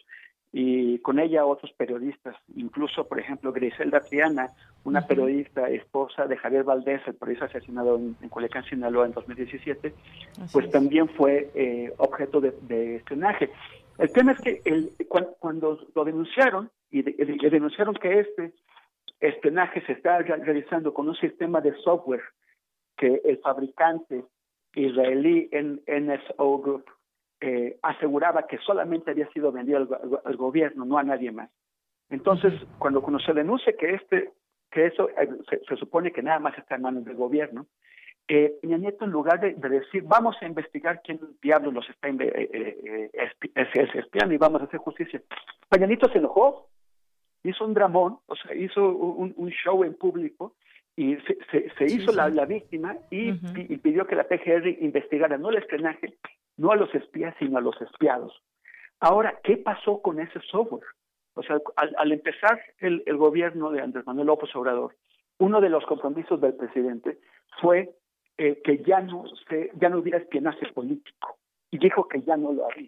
y con ella otros periodistas, incluso, por ejemplo, Griselda Triana, una uh-huh. periodista, esposa de Javier Valdés, el periodista asesinado en, en Culiacán, Sinaloa, en dos mil diecisiete, Así pues es. también fue eh, objeto de, de espionaje. El tema es que el, cuando, cuando lo denunciaron, y, de, y denunciaron que este espionaje se está realizando con un sistema de software que el fabricante israelí N S O Group eh, aseguraba que solamente había sido vendido al, al, al gobierno, no a nadie más. Entonces, cuando, cuando se denuncia que este que eso eh, se, se supone que nada más está en manos del gobierno, eh, Peña Nieto, en lugar de, de decir vamos a investigar quién diablos los está eh, eh, espi espiando y vamos a hacer justicia, Peña Nieto se enojó, hizo un dramón, o sea, hizo un, un show en público y se, se, se sí, hizo sí. La, la víctima y, uh-huh. y pidió que la P G R investigara no el espionaje, no a los espías, sino a los espiados. Ahora, ¿qué pasó con ese software? O sea, al, al empezar el, el gobierno de Andrés Manuel López Obrador, uno de los compromisos del presidente fue eh, que ya no se, ya no hubiera espionaje político, y dijo que ya no lo había.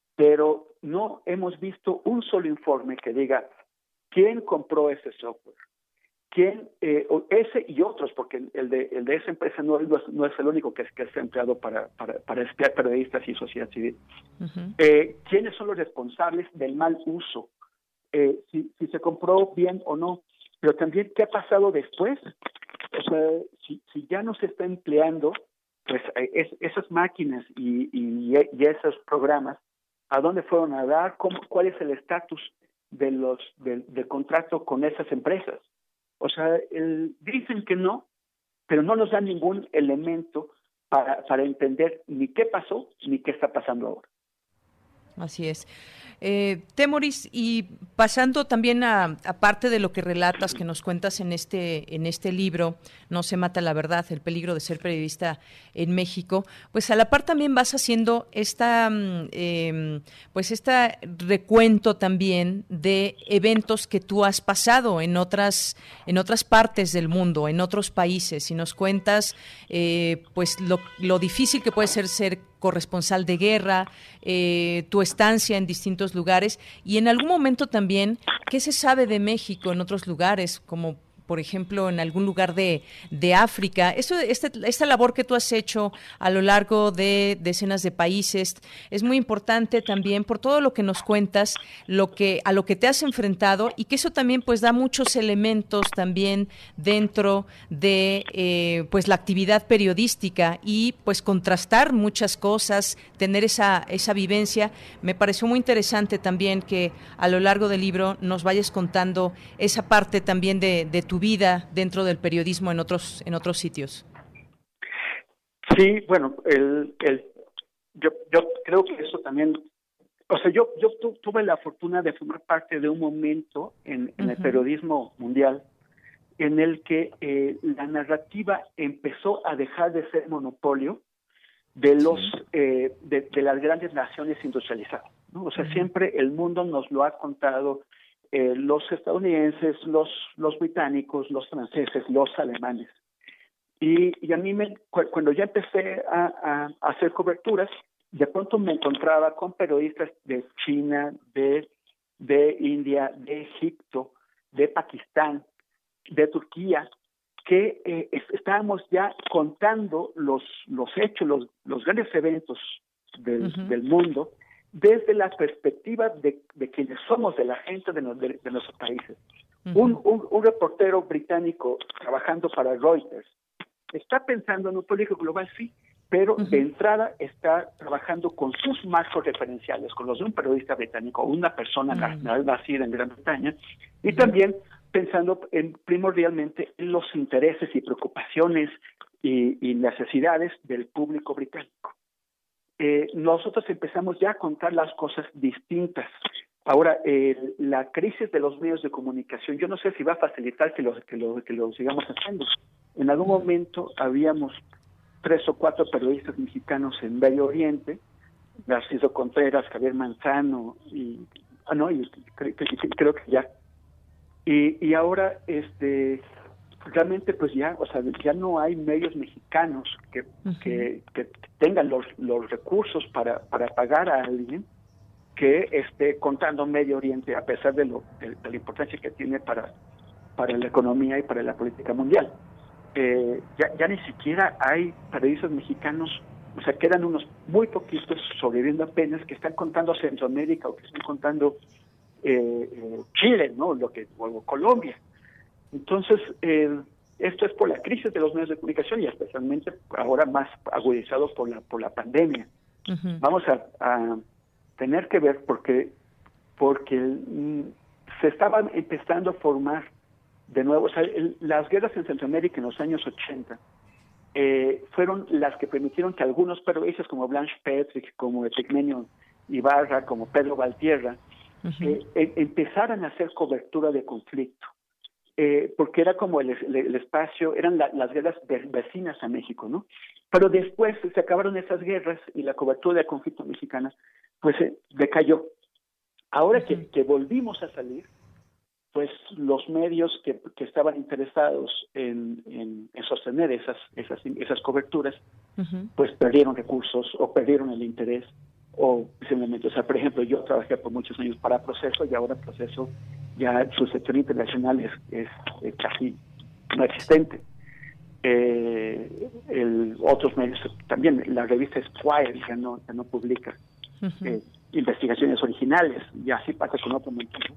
Pero no hemos visto un solo informe que diga quién compró ese software, quién, eh, ese y otros, porque el de, el de esa empresa no, no, es, no es el único que, que está empleado para, para, para espiar periodistas y sociedad civil. Uh-huh. eh, ¿Quiénes son los responsables del mal uso? Eh, si, si se compró bien o no, pero también qué ha pasado después. O sea, si, si ya no se está empleando, pues es, esas máquinas y, y, y esos programas, ¿a dónde fueron a dar? ¿Cómo, ¿Cuál es el estatus de los del, del contrato con esas empresas? O sea, el, dicen que no, pero no nos dan ningún elemento para, para entender ni qué pasó ni qué está pasando ahora. Así es. Eh, Temoris, y pasando también a, a parte de lo que relatas, que nos cuentas en este en este libro, No se mata la verdad, el peligro de ser periodista en México, pues a la par también vas haciendo esta eh, pues este recuento también de eventos que tú has pasado en otras en otras partes del mundo, en otros países, y nos cuentas eh, pues lo, lo difícil que puede ser ser corresponsal de guerra, eh, tu estancia en distintos lugares, y en algún momento también qué se sabe de México en otros lugares, como por ejemplo en algún lugar de, de África. Esto, este, esta labor que tú has hecho a lo largo de decenas de países es muy importante también por todo lo que nos cuentas, lo que a lo que te has enfrentado, y que eso también pues da muchos elementos también dentro de eh, pues la actividad periodística, y pues contrastar muchas cosas, tener esa, esa vivencia. Me pareció muy interesante también que a lo largo del libro nos vayas contando esa parte también de, de tu vida dentro del periodismo en otros en otros sitios. Sí, bueno, el, el yo yo creo que eso también, o sea, yo yo tu, tuve la fortuna de formar parte de un momento en, en uh-huh. el periodismo mundial en el que eh, la narrativa empezó a dejar de ser monopolio de los sí. eh, de, de las grandes naciones industrializadas, ¿no? O sea, uh-huh. siempre el mundo nos lo ha contado. Eh, los estadounidenses, los los británicos, los franceses, los alemanes. Y, y a mí, me, cu cuando ya empecé a, a, a hacer coberturas, de pronto me encontraba con periodistas de China, de, de India, de Egipto, de Pakistán, de Turquía, que eh, estábamos ya contando los, los hechos, los, los grandes eventos del, uh-huh. del mundo desde la perspectiva de, de quienes somos, de la gente de, los, de, de nuestros países. Uh-huh. Un, un, un reportero británico trabajando para Reuters está pensando en un político global, sí, pero uh-huh. de entrada está trabajando con sus marcos referenciales, con los de un periodista británico, una persona uh-huh. nacida en Gran Bretaña, y uh-huh. también pensando en, primordialmente en los intereses y preocupaciones y, y necesidades del público británico. Eh, nosotros empezamos ya a contar las cosas distintas. Ahora, eh, la crisis de los medios de comunicación, yo no sé si va a facilitar que lo, que lo, que lo sigamos haciendo. En algún momento habíamos tres o cuatro periodistas mexicanos en Medio Oriente, Narciso Contreras, Javier Manzano, y, ah, no, y creo, creo que ya. Y, y ahora, este, realmente, pues ya, o sea, ya no hay medios mexicanos que, uh-huh. que, que tengan los, los recursos para, para pagar a alguien que esté contando Medio Oriente, a pesar de, lo, de, de la importancia que tiene para, para la economía y para la política mundial. Eh, ya, ya ni siquiera hay periodistas mexicanos, o sea, quedan unos muy poquitos, sobreviviendo apenas, que están contando Centroamérica o que están contando eh, eh, Chile, ¿no? Lo que, o Colombia. Entonces, eh, esto es por la crisis de los medios de comunicación y especialmente ahora más agudizado por la por la pandemia. Uh-huh. Vamos a, a tener que ver porque porque mm, se estaban empezando a formar de nuevo, o sea, el, las guerras en Centroamérica en los años ochenta eh, fueron las que permitieron que algunos periodistas como Blanche Petrick, como Epigmenio Ibarra, como Pedro Valtierra, uh-huh. eh, eh, empezaran a hacer cobertura de conflicto. Eh, porque era como el, el, el espacio, eran la, las guerras vecinas a México, ¿no? Pero después se acabaron esas guerras y la cobertura del conflicto mexicana, pues eh, decayó. Ahora uh-huh. que, que volvimos a salir, pues los medios que, que estaban interesados en, en, en sostener esas, esas, esas coberturas, uh-huh. pues perdieron recursos o perdieron el interés, o simplemente, o sea, por ejemplo, yo trabajé por muchos años para Proceso y ahora Proceso ya su sector internacional es, es, es casi no existente. Eh, el, otros medios también, la revista Esquire ya no, ya no publica uh-huh. eh, investigaciones originales, y así pasa con otro montón.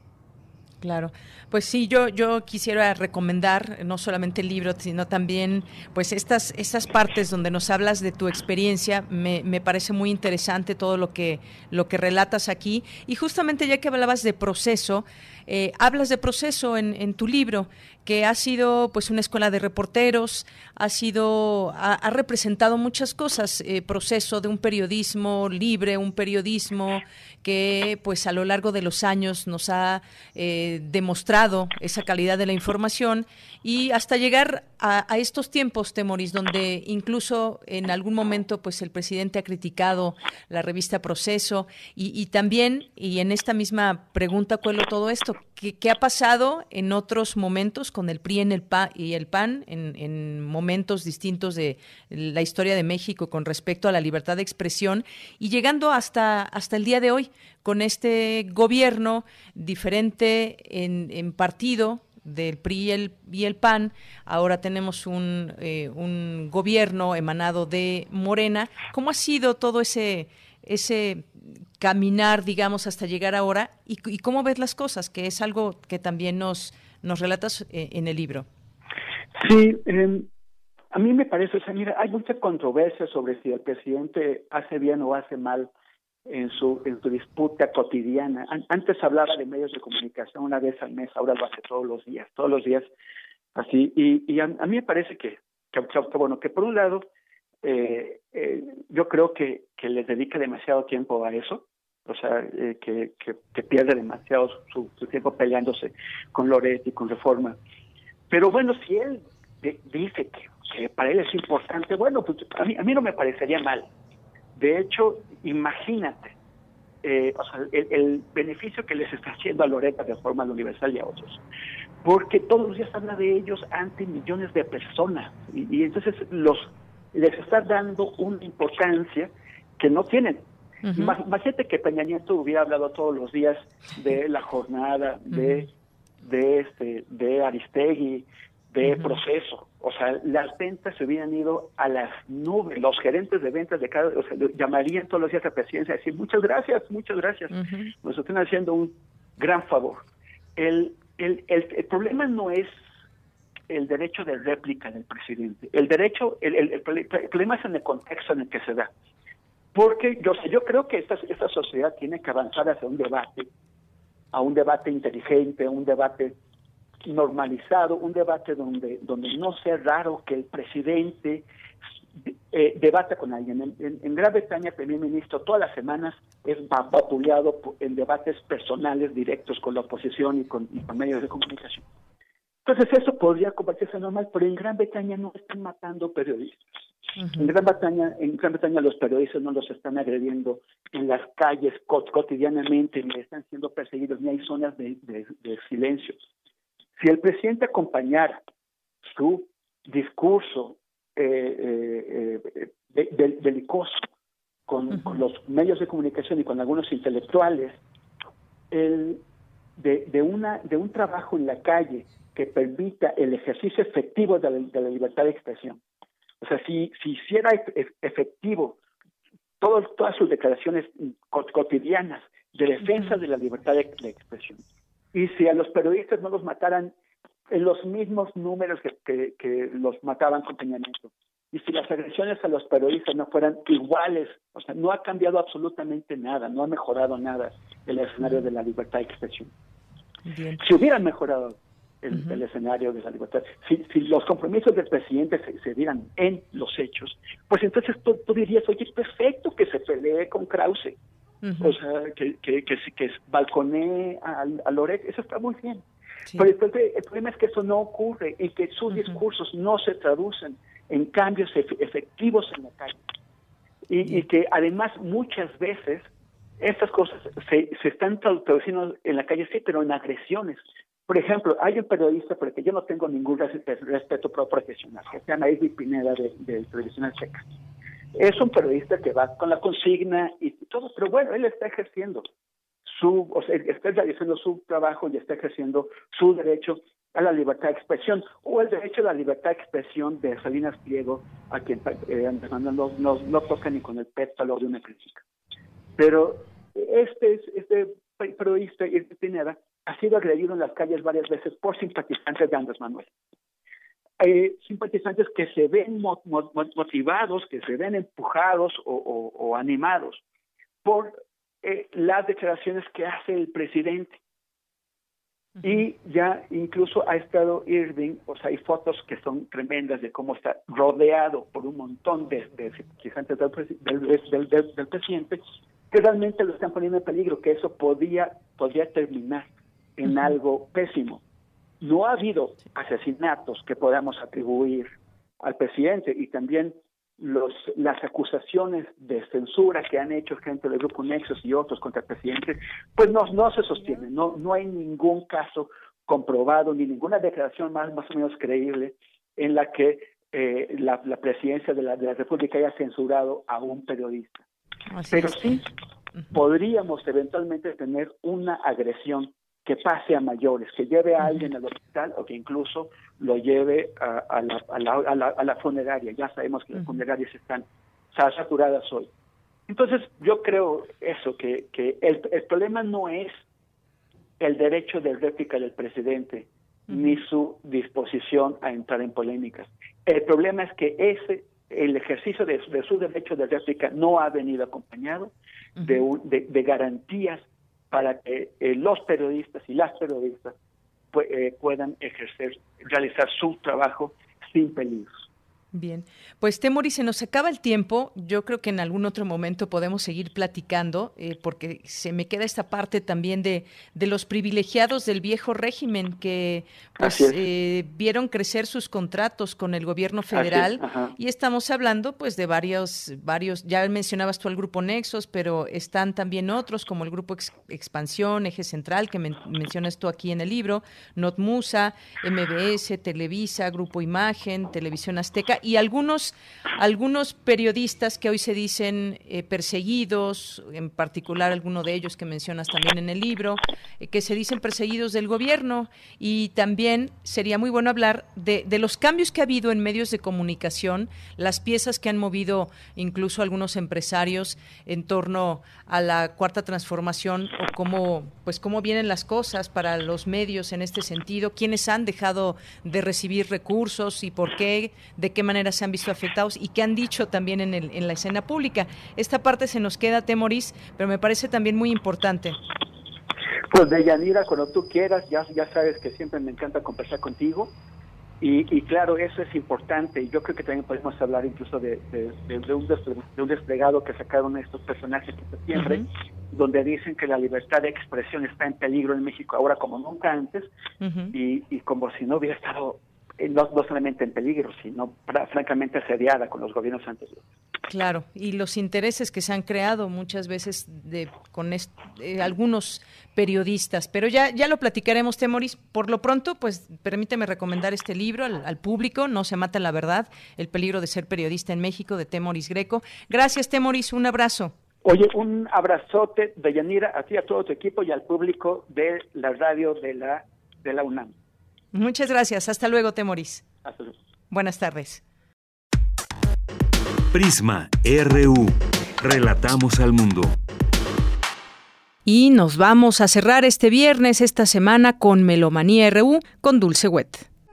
Claro, pues sí, yo yo quisiera recomendar no solamente el libro, sino también pues estas estas partes donde nos hablas de tu experiencia. Me, me parece muy interesante todo lo que lo que relatas aquí, y justamente ya que hablabas de Proceso, eh, hablas de Proceso en, en tu libro, que ha sido pues una escuela de reporteros, ha sido ha, ha representado muchas cosas, eh, Proceso de un periodismo libre, un periodismo que pues a lo largo de los años nos ha eh, demostrado esa calidad de la información, y hasta llegar a, a estos tiempos, Temoris, donde incluso en algún momento pues el presidente ha criticado la revista Proceso, y, y también, y en esta misma pregunta cuelo todo esto, ¿qué, qué ha pasado en otros momentos con el P R I en el P A, y el P A N en, en momentos distintos de la historia de México con respecto a la libertad de expresión, y llegando hasta, hasta el día de hoy con este gobierno diferente en, en partido del P R I y el, y el P A N? Ahora tenemos un, eh, un gobierno emanado de Morena. ¿Cómo ha sido todo ese ese caminar, digamos, hasta llegar ahora? ¿Y, y cómo ves las cosas? Que es algo que también nos, nos relatas eh, en el libro. Sí, eh, a mí me parece, o sea, mira, hay mucha controversia sobre si el presidente hace bien o hace mal en su en su disputa cotidiana. Antes hablaba de medios de comunicación una vez al mes, ahora lo hace todos los días, todos los días, así. Y, y a, a mí me parece que, que, que, bueno, que por un lado, eh, eh, yo creo que, que le dedica demasiado tiempo a eso, o sea, eh, que, que, que pierde demasiado su, su tiempo peleándose con Loretti y con Reforma. Pero bueno, si él de, dice que, que para él es importante, bueno, pues a mí, a mí no me parecería mal. De hecho, imagínate, eh, o sea, el, el beneficio que les está haciendo a Loreto, de Reforma, al Universal y a otros, porque todos los días habla de ellos ante millones de personas, y, y entonces los les está dando una importancia que no tienen. Uh-huh. Imagínate que Peña Nieto hubiera hablado todos los días de la jornada, de, uh-huh. de, este, de Aristegui, de uh-huh. Proceso. O sea, las ventas se hubieran ido a las nubes. Los gerentes de ventas de cada, o sea, llamarían todos los días a la presidencia y decir, muchas gracias, muchas gracias. Uh-huh. Nos están haciendo un gran favor. El, el, el, el problema no es el derecho de réplica del presidente. El derecho, el, el, el, el problema es en el contexto en el que se da. Porque yo, yo creo que esta, esta sociedad tiene que avanzar hacia un debate, a un debate inteligente, un debate normalizado, un debate donde, donde no sea raro que el presidente eh, debata con alguien. En, en, en Gran Bretaña, el primer ministro todas las semanas es vapuleado en debates personales directos con la oposición y con, y con medios de comunicación. Entonces eso podría convertirse normal, pero en Gran Bretaña no están matando periodistas. Uh-huh. En Gran Bretaña, en Gran Bretaña los periodistas no los están agrediendo en las calles cot- cotidianamente, ni están siendo perseguidos, ni hay zonas de, de, de silencio. Si el presidente acompañara su discurso eh, eh, eh, de, belicoso con, uh-huh. con los medios de comunicación y con algunos intelectuales, el, de, de, una, de un trabajo en la calle que permita el ejercicio efectivo de la, de la libertad de expresión. O sea, si, si hiciera efectivo todo, todas sus declaraciones cotidianas de defensa de la libertad de, de expresión, y si a los periodistas no los mataran en los mismos números que, que, que los mataban con Peña Nieto, y si las agresiones a los periodistas no fueran iguales, o sea, no ha cambiado absolutamente nada, no ha mejorado nada el escenario de la libertad de expresión. Bien. Si hubieran mejorado El, uh-huh. el escenario de la libertad. Si, si los compromisos del presidente se, se dieran en los hechos, pues entonces tú, tú dirías, oye, es perfecto que se pelee con Krause, uh-huh. o sea, que, que, que, que, que balconee a, a Loret, eso está muy bien. Sí. Pero el, el problema es que eso no ocurre y que sus uh-huh. discursos no se traducen en cambios ef- efectivos en la calle. Y, uh-huh. y que además muchas veces estas cosas se, se están traduciendo en la calle, sí, pero en agresiones. Por ejemplo, hay un periodista, porque yo no tengo ningún respeto profesional, que se llama Edwin Pineda de, de Televisión Azteca. Es un periodista que va con la consigna y todo, pero bueno, él está ejerciendo su, o sea, está realizando su trabajo y está ejerciendo su derecho a la libertad de expresión, o el derecho a la libertad de expresión de Salinas Pliego, a quien eh, no, no, no toca ni con el pétalo de una crítica. Pero este, este periodista, Edwin Pineda, ha sido agredido en las calles varias veces por simpatizantes de Andrés Manuel. Eh, simpatizantes que se ven mo- mo- motivados, que se ven empujados o, o, o animados por eh, las declaraciones que hace el presidente. Uh-huh. Y ya incluso ha estado Irving, o sea, hay fotos que son tremendas de cómo está rodeado por un montón de, de simpatizantes del, del, del, del, del presidente, que realmente lo están poniendo en peligro, que eso podía, podría terminar en uh-huh. algo pésimo. No ha habido asesinatos que podamos atribuir al presidente, y también los las acusaciones de censura que han hecho gente del Grupo Nexos y otros contra el presidente, pues no, no se sostienen. No, no hay ningún caso comprobado ni ninguna declaración más, más o menos creíble en la que eh, la, la presidencia de la, de la República haya censurado a un periodista. Así Pero es. sí uh-huh. podríamos eventualmente tener una agresión que pase a mayores, que lleve a alguien al hospital o que incluso lo lleve a, a, la, a, la, a, la, a la funeraria. Ya sabemos que las funerarias están saturadas hoy. Entonces, yo creo eso, que, que el, el problema no es el derecho de réplica del presidente, uh-huh. ni su disposición a entrar en polémicas. El problema es que ese el ejercicio de, de su derecho de réplica no ha venido acompañado uh-huh. de, un, de, de garantías para que eh, los periodistas y las periodistas pu- eh, puedan ejercer, realizar su trabajo sin peligros. Bien, pues Temuri, se nos acaba el tiempo. Yo creo que en algún otro momento podemos seguir platicando, eh, porque se me queda esta parte también de, de los privilegiados del viejo régimen que pues eh, vieron crecer sus contratos con el gobierno federal, y estamos hablando pues de varios, varios, ya mencionabas tú al Grupo Nexos, pero están también otros como el Grupo Ex- Expansión, Eje Central, que men- mencionas tú aquí en el libro, Notmusa, M B S, Televisa, Grupo Imagen, Televisión Azteca, y algunos, algunos periodistas que hoy se dicen eh, perseguidos, en particular alguno de ellos que mencionas también en el libro, eh, que se dicen perseguidos del gobierno, y también sería muy bueno hablar de, de los cambios que ha habido en medios de comunicación, las piezas que han movido incluso algunos empresarios en torno a la cuarta transformación, o cómo, pues cómo vienen las cosas para los medios en este sentido, quiénes han dejado de recibir recursos y por qué, de qué manera se han visto afectados y qué han dicho también en, el, en la escena pública. Esta parte se nos queda, Temoris, pero me parece también muy importante. Pues Deyanira, cuando tú quieras, ya, ya sabes que siempre me encanta conversar contigo. Y, y claro, eso es importante, y yo creo que también podemos hablar incluso de, de, de, de, un, de un desplegado que sacaron estos personajes en septiembre, uh-huh. donde dicen que la libertad de expresión está en peligro en México ahora como nunca antes, uh-huh. y, y como si no hubiera estado no, no solamente en peligro, sino pra, francamente asediada con los gobiernos anteriores. Claro, y los intereses que se han creado muchas veces de con est- eh, algunos periodistas, pero ya ya lo platicaremos, Temoris. Por lo pronto, pues permíteme recomendar este libro al, al público, No se mata la verdad, el peligro de ser periodista en México, de Temoris Greco. Gracias, Temoris, un abrazo. Oye, un abrazote, Deyanira, a ti, a todo tu equipo y al público de la radio de la de la UNAM. Muchas gracias, hasta luego, Temoris. Hasta luego. Buenas tardes. Prisma R U. Relatamos al mundo. Y nos vamos a cerrar este viernes, esta semana, con Melomanía R U, con Dulce Wet.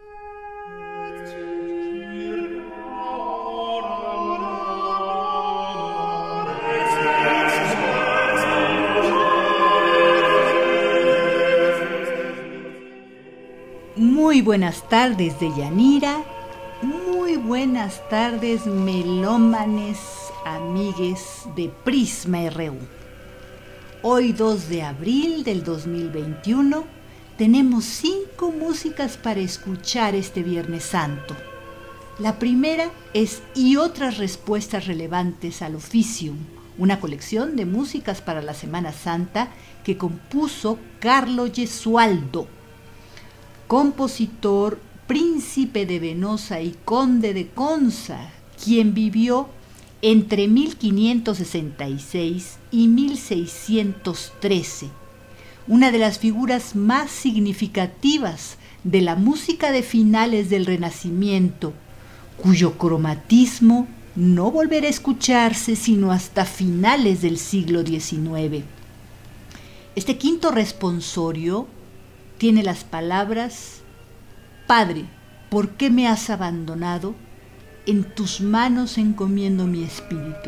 Muy buenas tardes, Deyanira. Muy buenas tardes, melómanes, amigues de Prisma R U. Hoy, dos de abril del dos mil veintiuno, tenemos cinco músicas para escuchar este Viernes Santo. La primera es Y otras respuestas relevantes al Officium, una colección de músicas para la Semana Santa que compuso Carlo Gesualdo, compositor, príncipe de Venosa y conde de Conza, quien vivió entre mil quinientos sesenta y seis y mil seiscientos trece, una de las figuras más significativas de la música de finales del Renacimiento, cuyo cromatismo no volverá a escucharse sino hasta finales del siglo diecinueve. Este quinto responsorio tiene las palabras: Padre, ¿por qué me has abandonado? En tus manos encomiendo mi espíritu.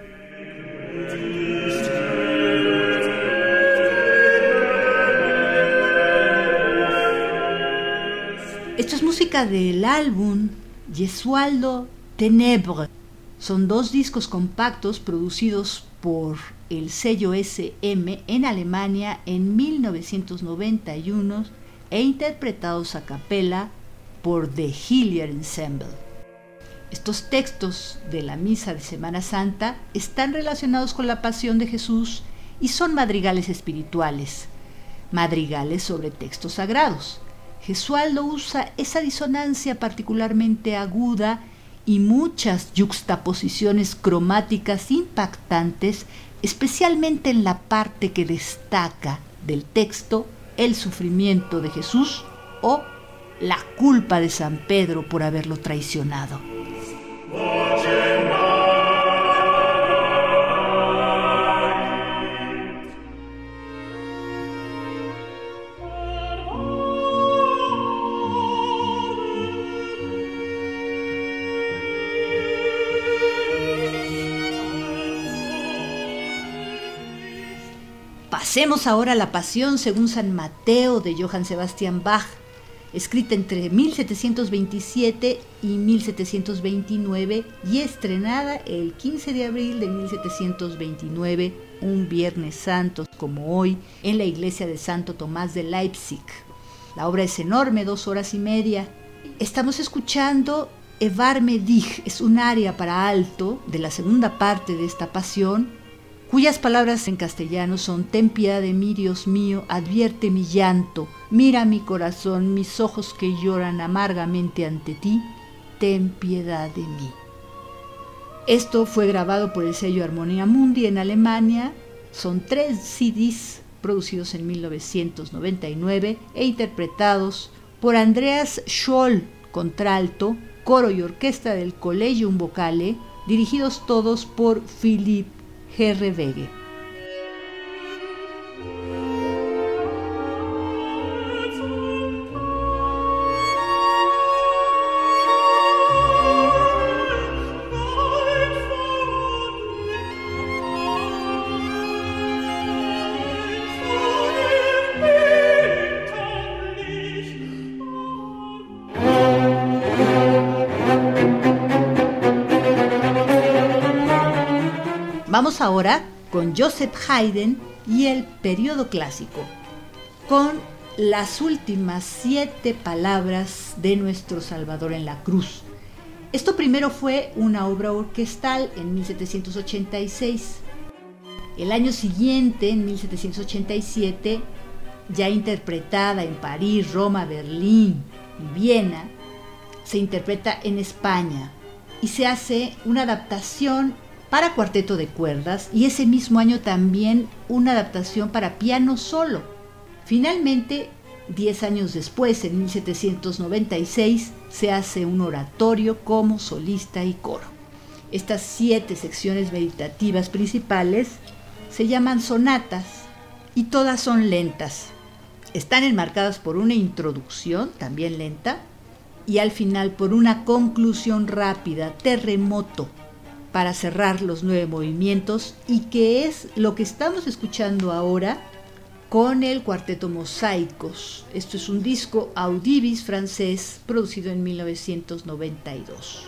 Esto es música del álbum Gesualdo Ténèbres. Son dos discos compactos producidos por el sello S M en Alemania en mil novecientos noventa y uno e interpretados a capela por The Hilliard Ensemble. Estos textos de la Misa de Semana Santa están relacionados con la Pasión de Jesús y son madrigales espirituales, madrigales sobre textos sagrados. Gesualdo usa esa disonancia particularmente aguda y muchas yuxtaposiciones cromáticas impactantes, especialmente en la parte que destaca del texto el sufrimiento de Jesús o la culpa de San Pedro por haberlo traicionado. Pasemos ahora a la Pasión según San Mateo de Johann Sebastian Bach, escrita entre mil setecientos veintisiete y mil setecientos veintinueve y estrenada el quince de abril de mil setecientos veintinueve, un Viernes Santo como hoy, en la iglesia de Santo Tomás de Leipzig. La obra es enorme, dos horas y media. Estamos escuchando Evarme dich, es un aria para alto de la segunda parte de esta Pasión, cuyas palabras en castellano son: ten piedad de mí, Dios mío, advierte mi llanto, mira mi corazón, mis ojos que lloran amargamente ante ti, ten piedad de mí. Esto fue grabado por el sello Harmonia Mundi en Alemania. Son tres C Ds producidos en mil novecientos noventa y nueve e interpretados por Andreas Scholl, contralto, coro y orquesta del Collegium Vocale, dirigidos todos por Philipp Herreweghe. Vamos ahora con Joseph Haydn y el periodo clásico, con las últimas siete palabras de nuestro Salvador en la cruz. Esto primero fue una obra orquestal en mil setecientos ochenta y seis. El año siguiente, en mil setecientos ochenta y siete, ya interpretada en París, Roma, Berlín y Viena, se interpreta en España y se hace una adaptación para cuarteto de cuerdas, y ese mismo año también una adaptación para piano solo. Finalmente, diez años después, en mil setecientos noventa y seis, se hace un oratorio como solista y coro. Estas siete secciones meditativas principales se llaman sonatas y todas son lentas. Están enmarcadas por una introducción, también lenta, y al final por una conclusión rápida, terremoto, para cerrar los nueve movimientos, y que es lo que estamos escuchando ahora con el cuarteto Mosaicos. Esto es un disco Audivis francés producido en mil novecientos noventa y dos.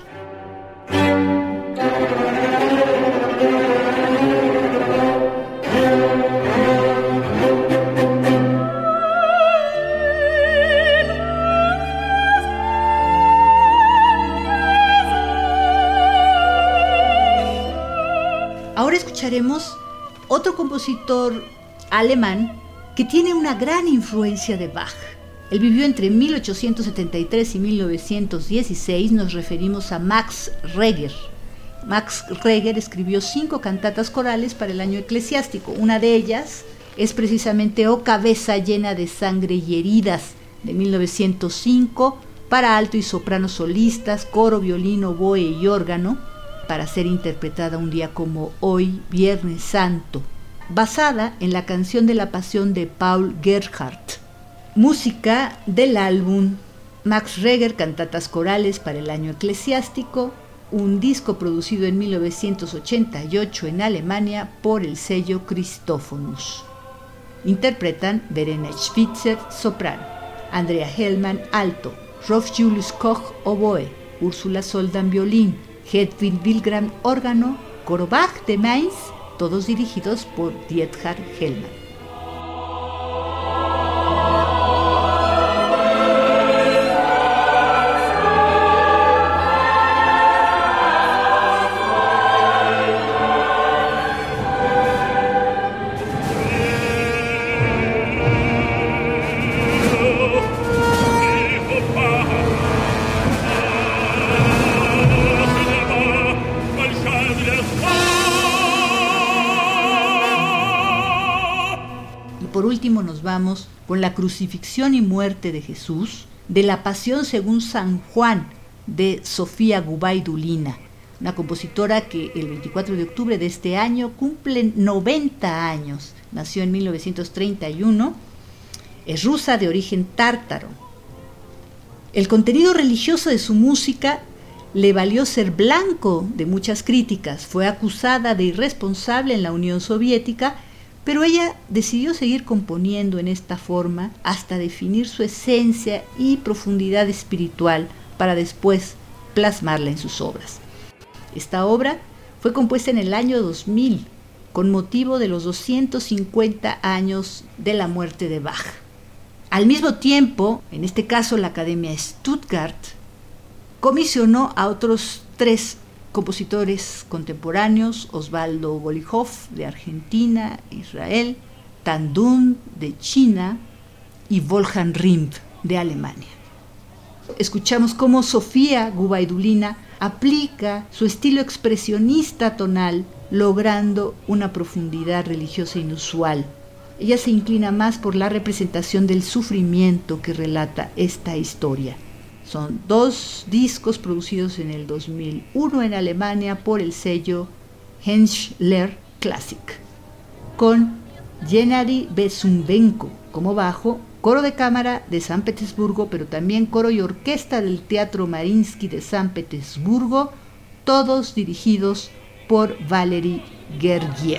Ahora escucharemos otro compositor alemán que tiene una gran influencia de Bach. Él vivió entre mil ochocientos setenta y tres y mil novecientos dieciséis. Nos referimos a Max Reger. Max Reger escribió cinco cantatas corales para el año eclesiástico. Una de ellas es precisamente O cabeza llena de sangre y heridas, de mil novecientos cinco, para alto y soprano solistas, coro, violín, oboe y órgano, para ser interpretada un día como hoy, Viernes Santo, basada en la canción de la Pasión de Paul Gerhardt. Música del álbum Max Reger, cantatas corales para el año eclesiástico, un disco producido en mil novecientos ochenta y ocho en Alemania por el sello Christophonus. Interpretan Verena Spitzer, soprano, Andrea Hellmann, alto, Rolf Julius Koch, oboe, Úrsula Soldan, violín, Hedwig Wilgram, órgano, coro Bach de Mainz, todos dirigidos por Diethard Hellmann. Por último nos vamos con la crucifixión y muerte de Jesús, de la Pasión según San Juan, de Sofía Gubaidulina, una compositora que el veinticuatro de octubre de este año cumple noventa años. Nació en mil novecientos treinta y uno, es rusa de origen tártaro. El contenido religioso de su música le valió ser blanco de muchas críticas. Fue acusada de irresponsable en la Unión Soviética, pero ella decidió seguir componiendo en esta forma hasta definir su esencia y profundidad espiritual para después plasmarla en sus obras. Esta obra fue compuesta en el año dos mil, con motivo de los doscientos cincuenta años de la muerte de Bach. Al mismo tiempo, en este caso la Academia Stuttgart, comisionó a otros tres compositores contemporáneos: Osvaldo Golijov de Argentina, Israel, Tan Dun de China y Wolfgang Rimm de Alemania. Escuchamos cómo Sofía Gubaidulina aplica su estilo expresionista tonal, logrando una profundidad religiosa inusual. Ella se inclina más por la representación del sufrimiento que relata esta historia. Son dos discos producidos en el dos mil uno en Alemania por el sello Henschler Classic, con Gennady Bezumbenko como bajo, coro de cámara de San Petersburgo, pero también coro y orquesta del Teatro Mariinsky de San Petersburgo, todos dirigidos por Valery Gergiev.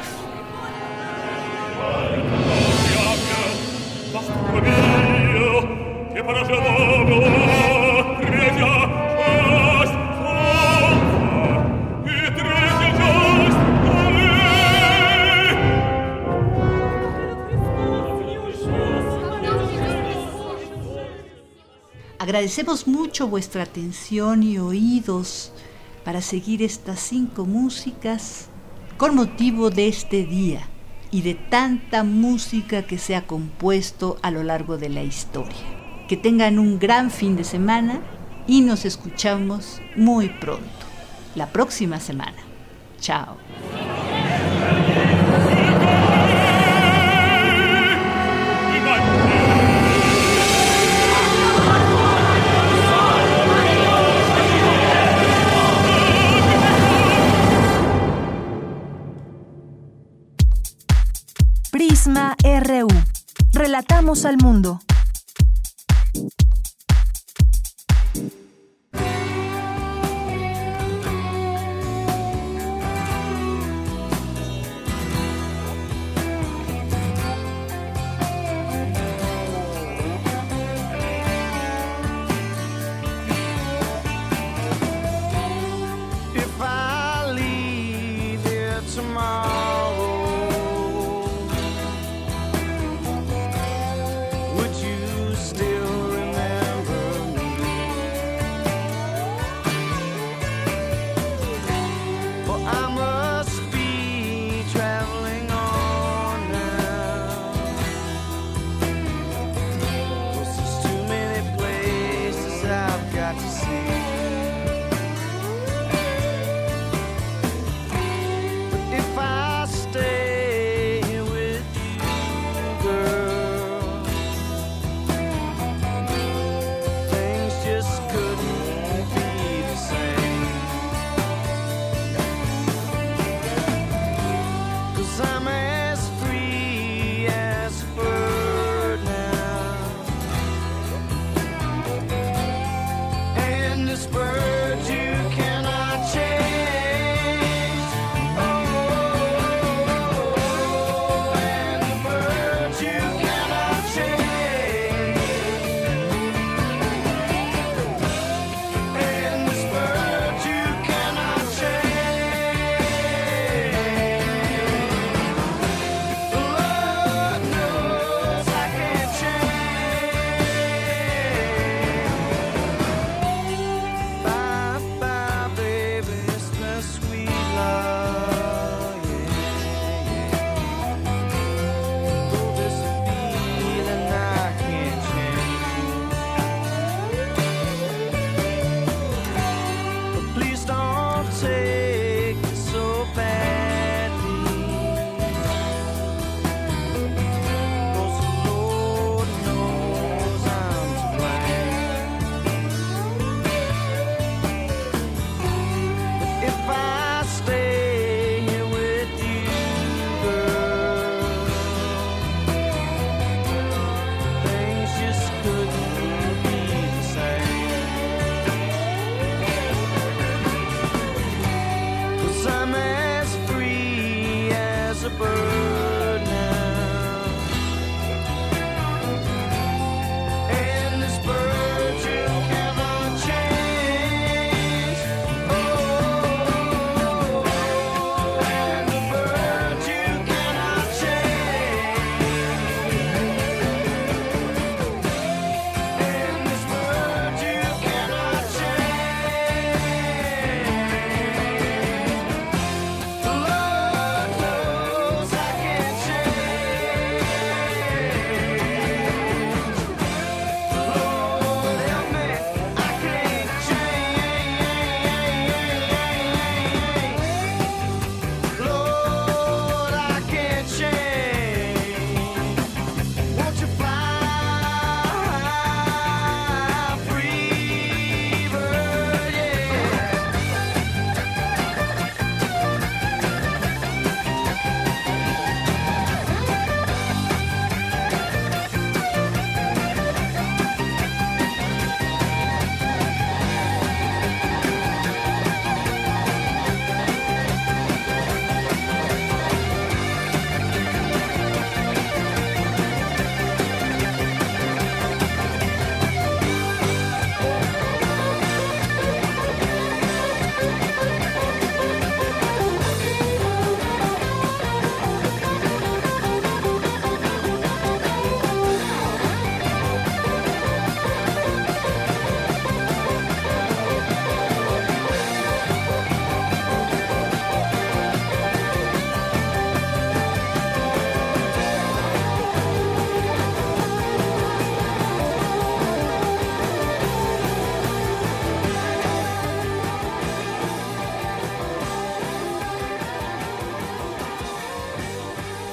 Agradecemos mucho vuestra atención y oídos para seguir estas cinco músicas con motivo de este día y de tanta música que se ha compuesto a lo largo de la historia. Que tengan un gran fin de semana y nos escuchamos muy pronto, la próxima semana. Chao. Prisma R U. Relatamos al mundo. Would you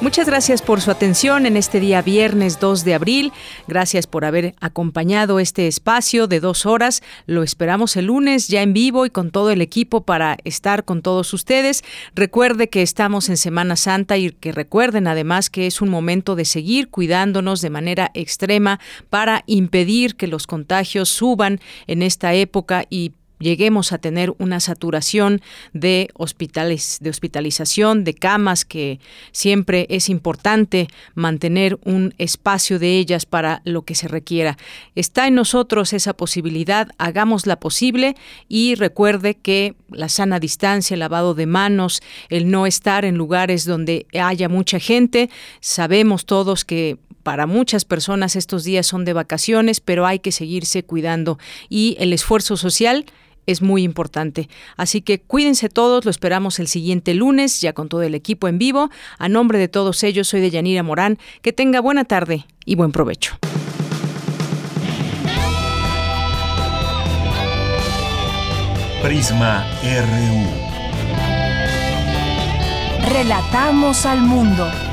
Muchas gracias por su atención en este día viernes dos de abril. Gracias por haber acompañado este espacio de dos horas. Lo esperamos el lunes ya en vivo y con todo el equipo para estar con todos ustedes. Recuerde que estamos en Semana Santa y que recuerden además que es un momento de seguir cuidándonos de manera extrema para impedir que los contagios suban en esta época y lleguemos a tener una saturación de hospitales, de hospitalización, de camas, que siempre es importante mantener un espacio de ellas para lo que se requiera. Está en nosotros esa posibilidad, hagámosla posible y recuerde que la sana distancia, el lavado de manos, el no estar en lugares donde haya mucha gente. Sabemos todos que para muchas personas estos días son de vacaciones, pero hay que seguirse cuidando y el esfuerzo social es muy importante. Así que cuídense todos, lo esperamos el siguiente lunes, ya con todo el equipo en vivo. A nombre de todos ellos, soy Deyanira Morán. Que tenga buena tarde y buen provecho. Prisma R U. Relatamos al mundo.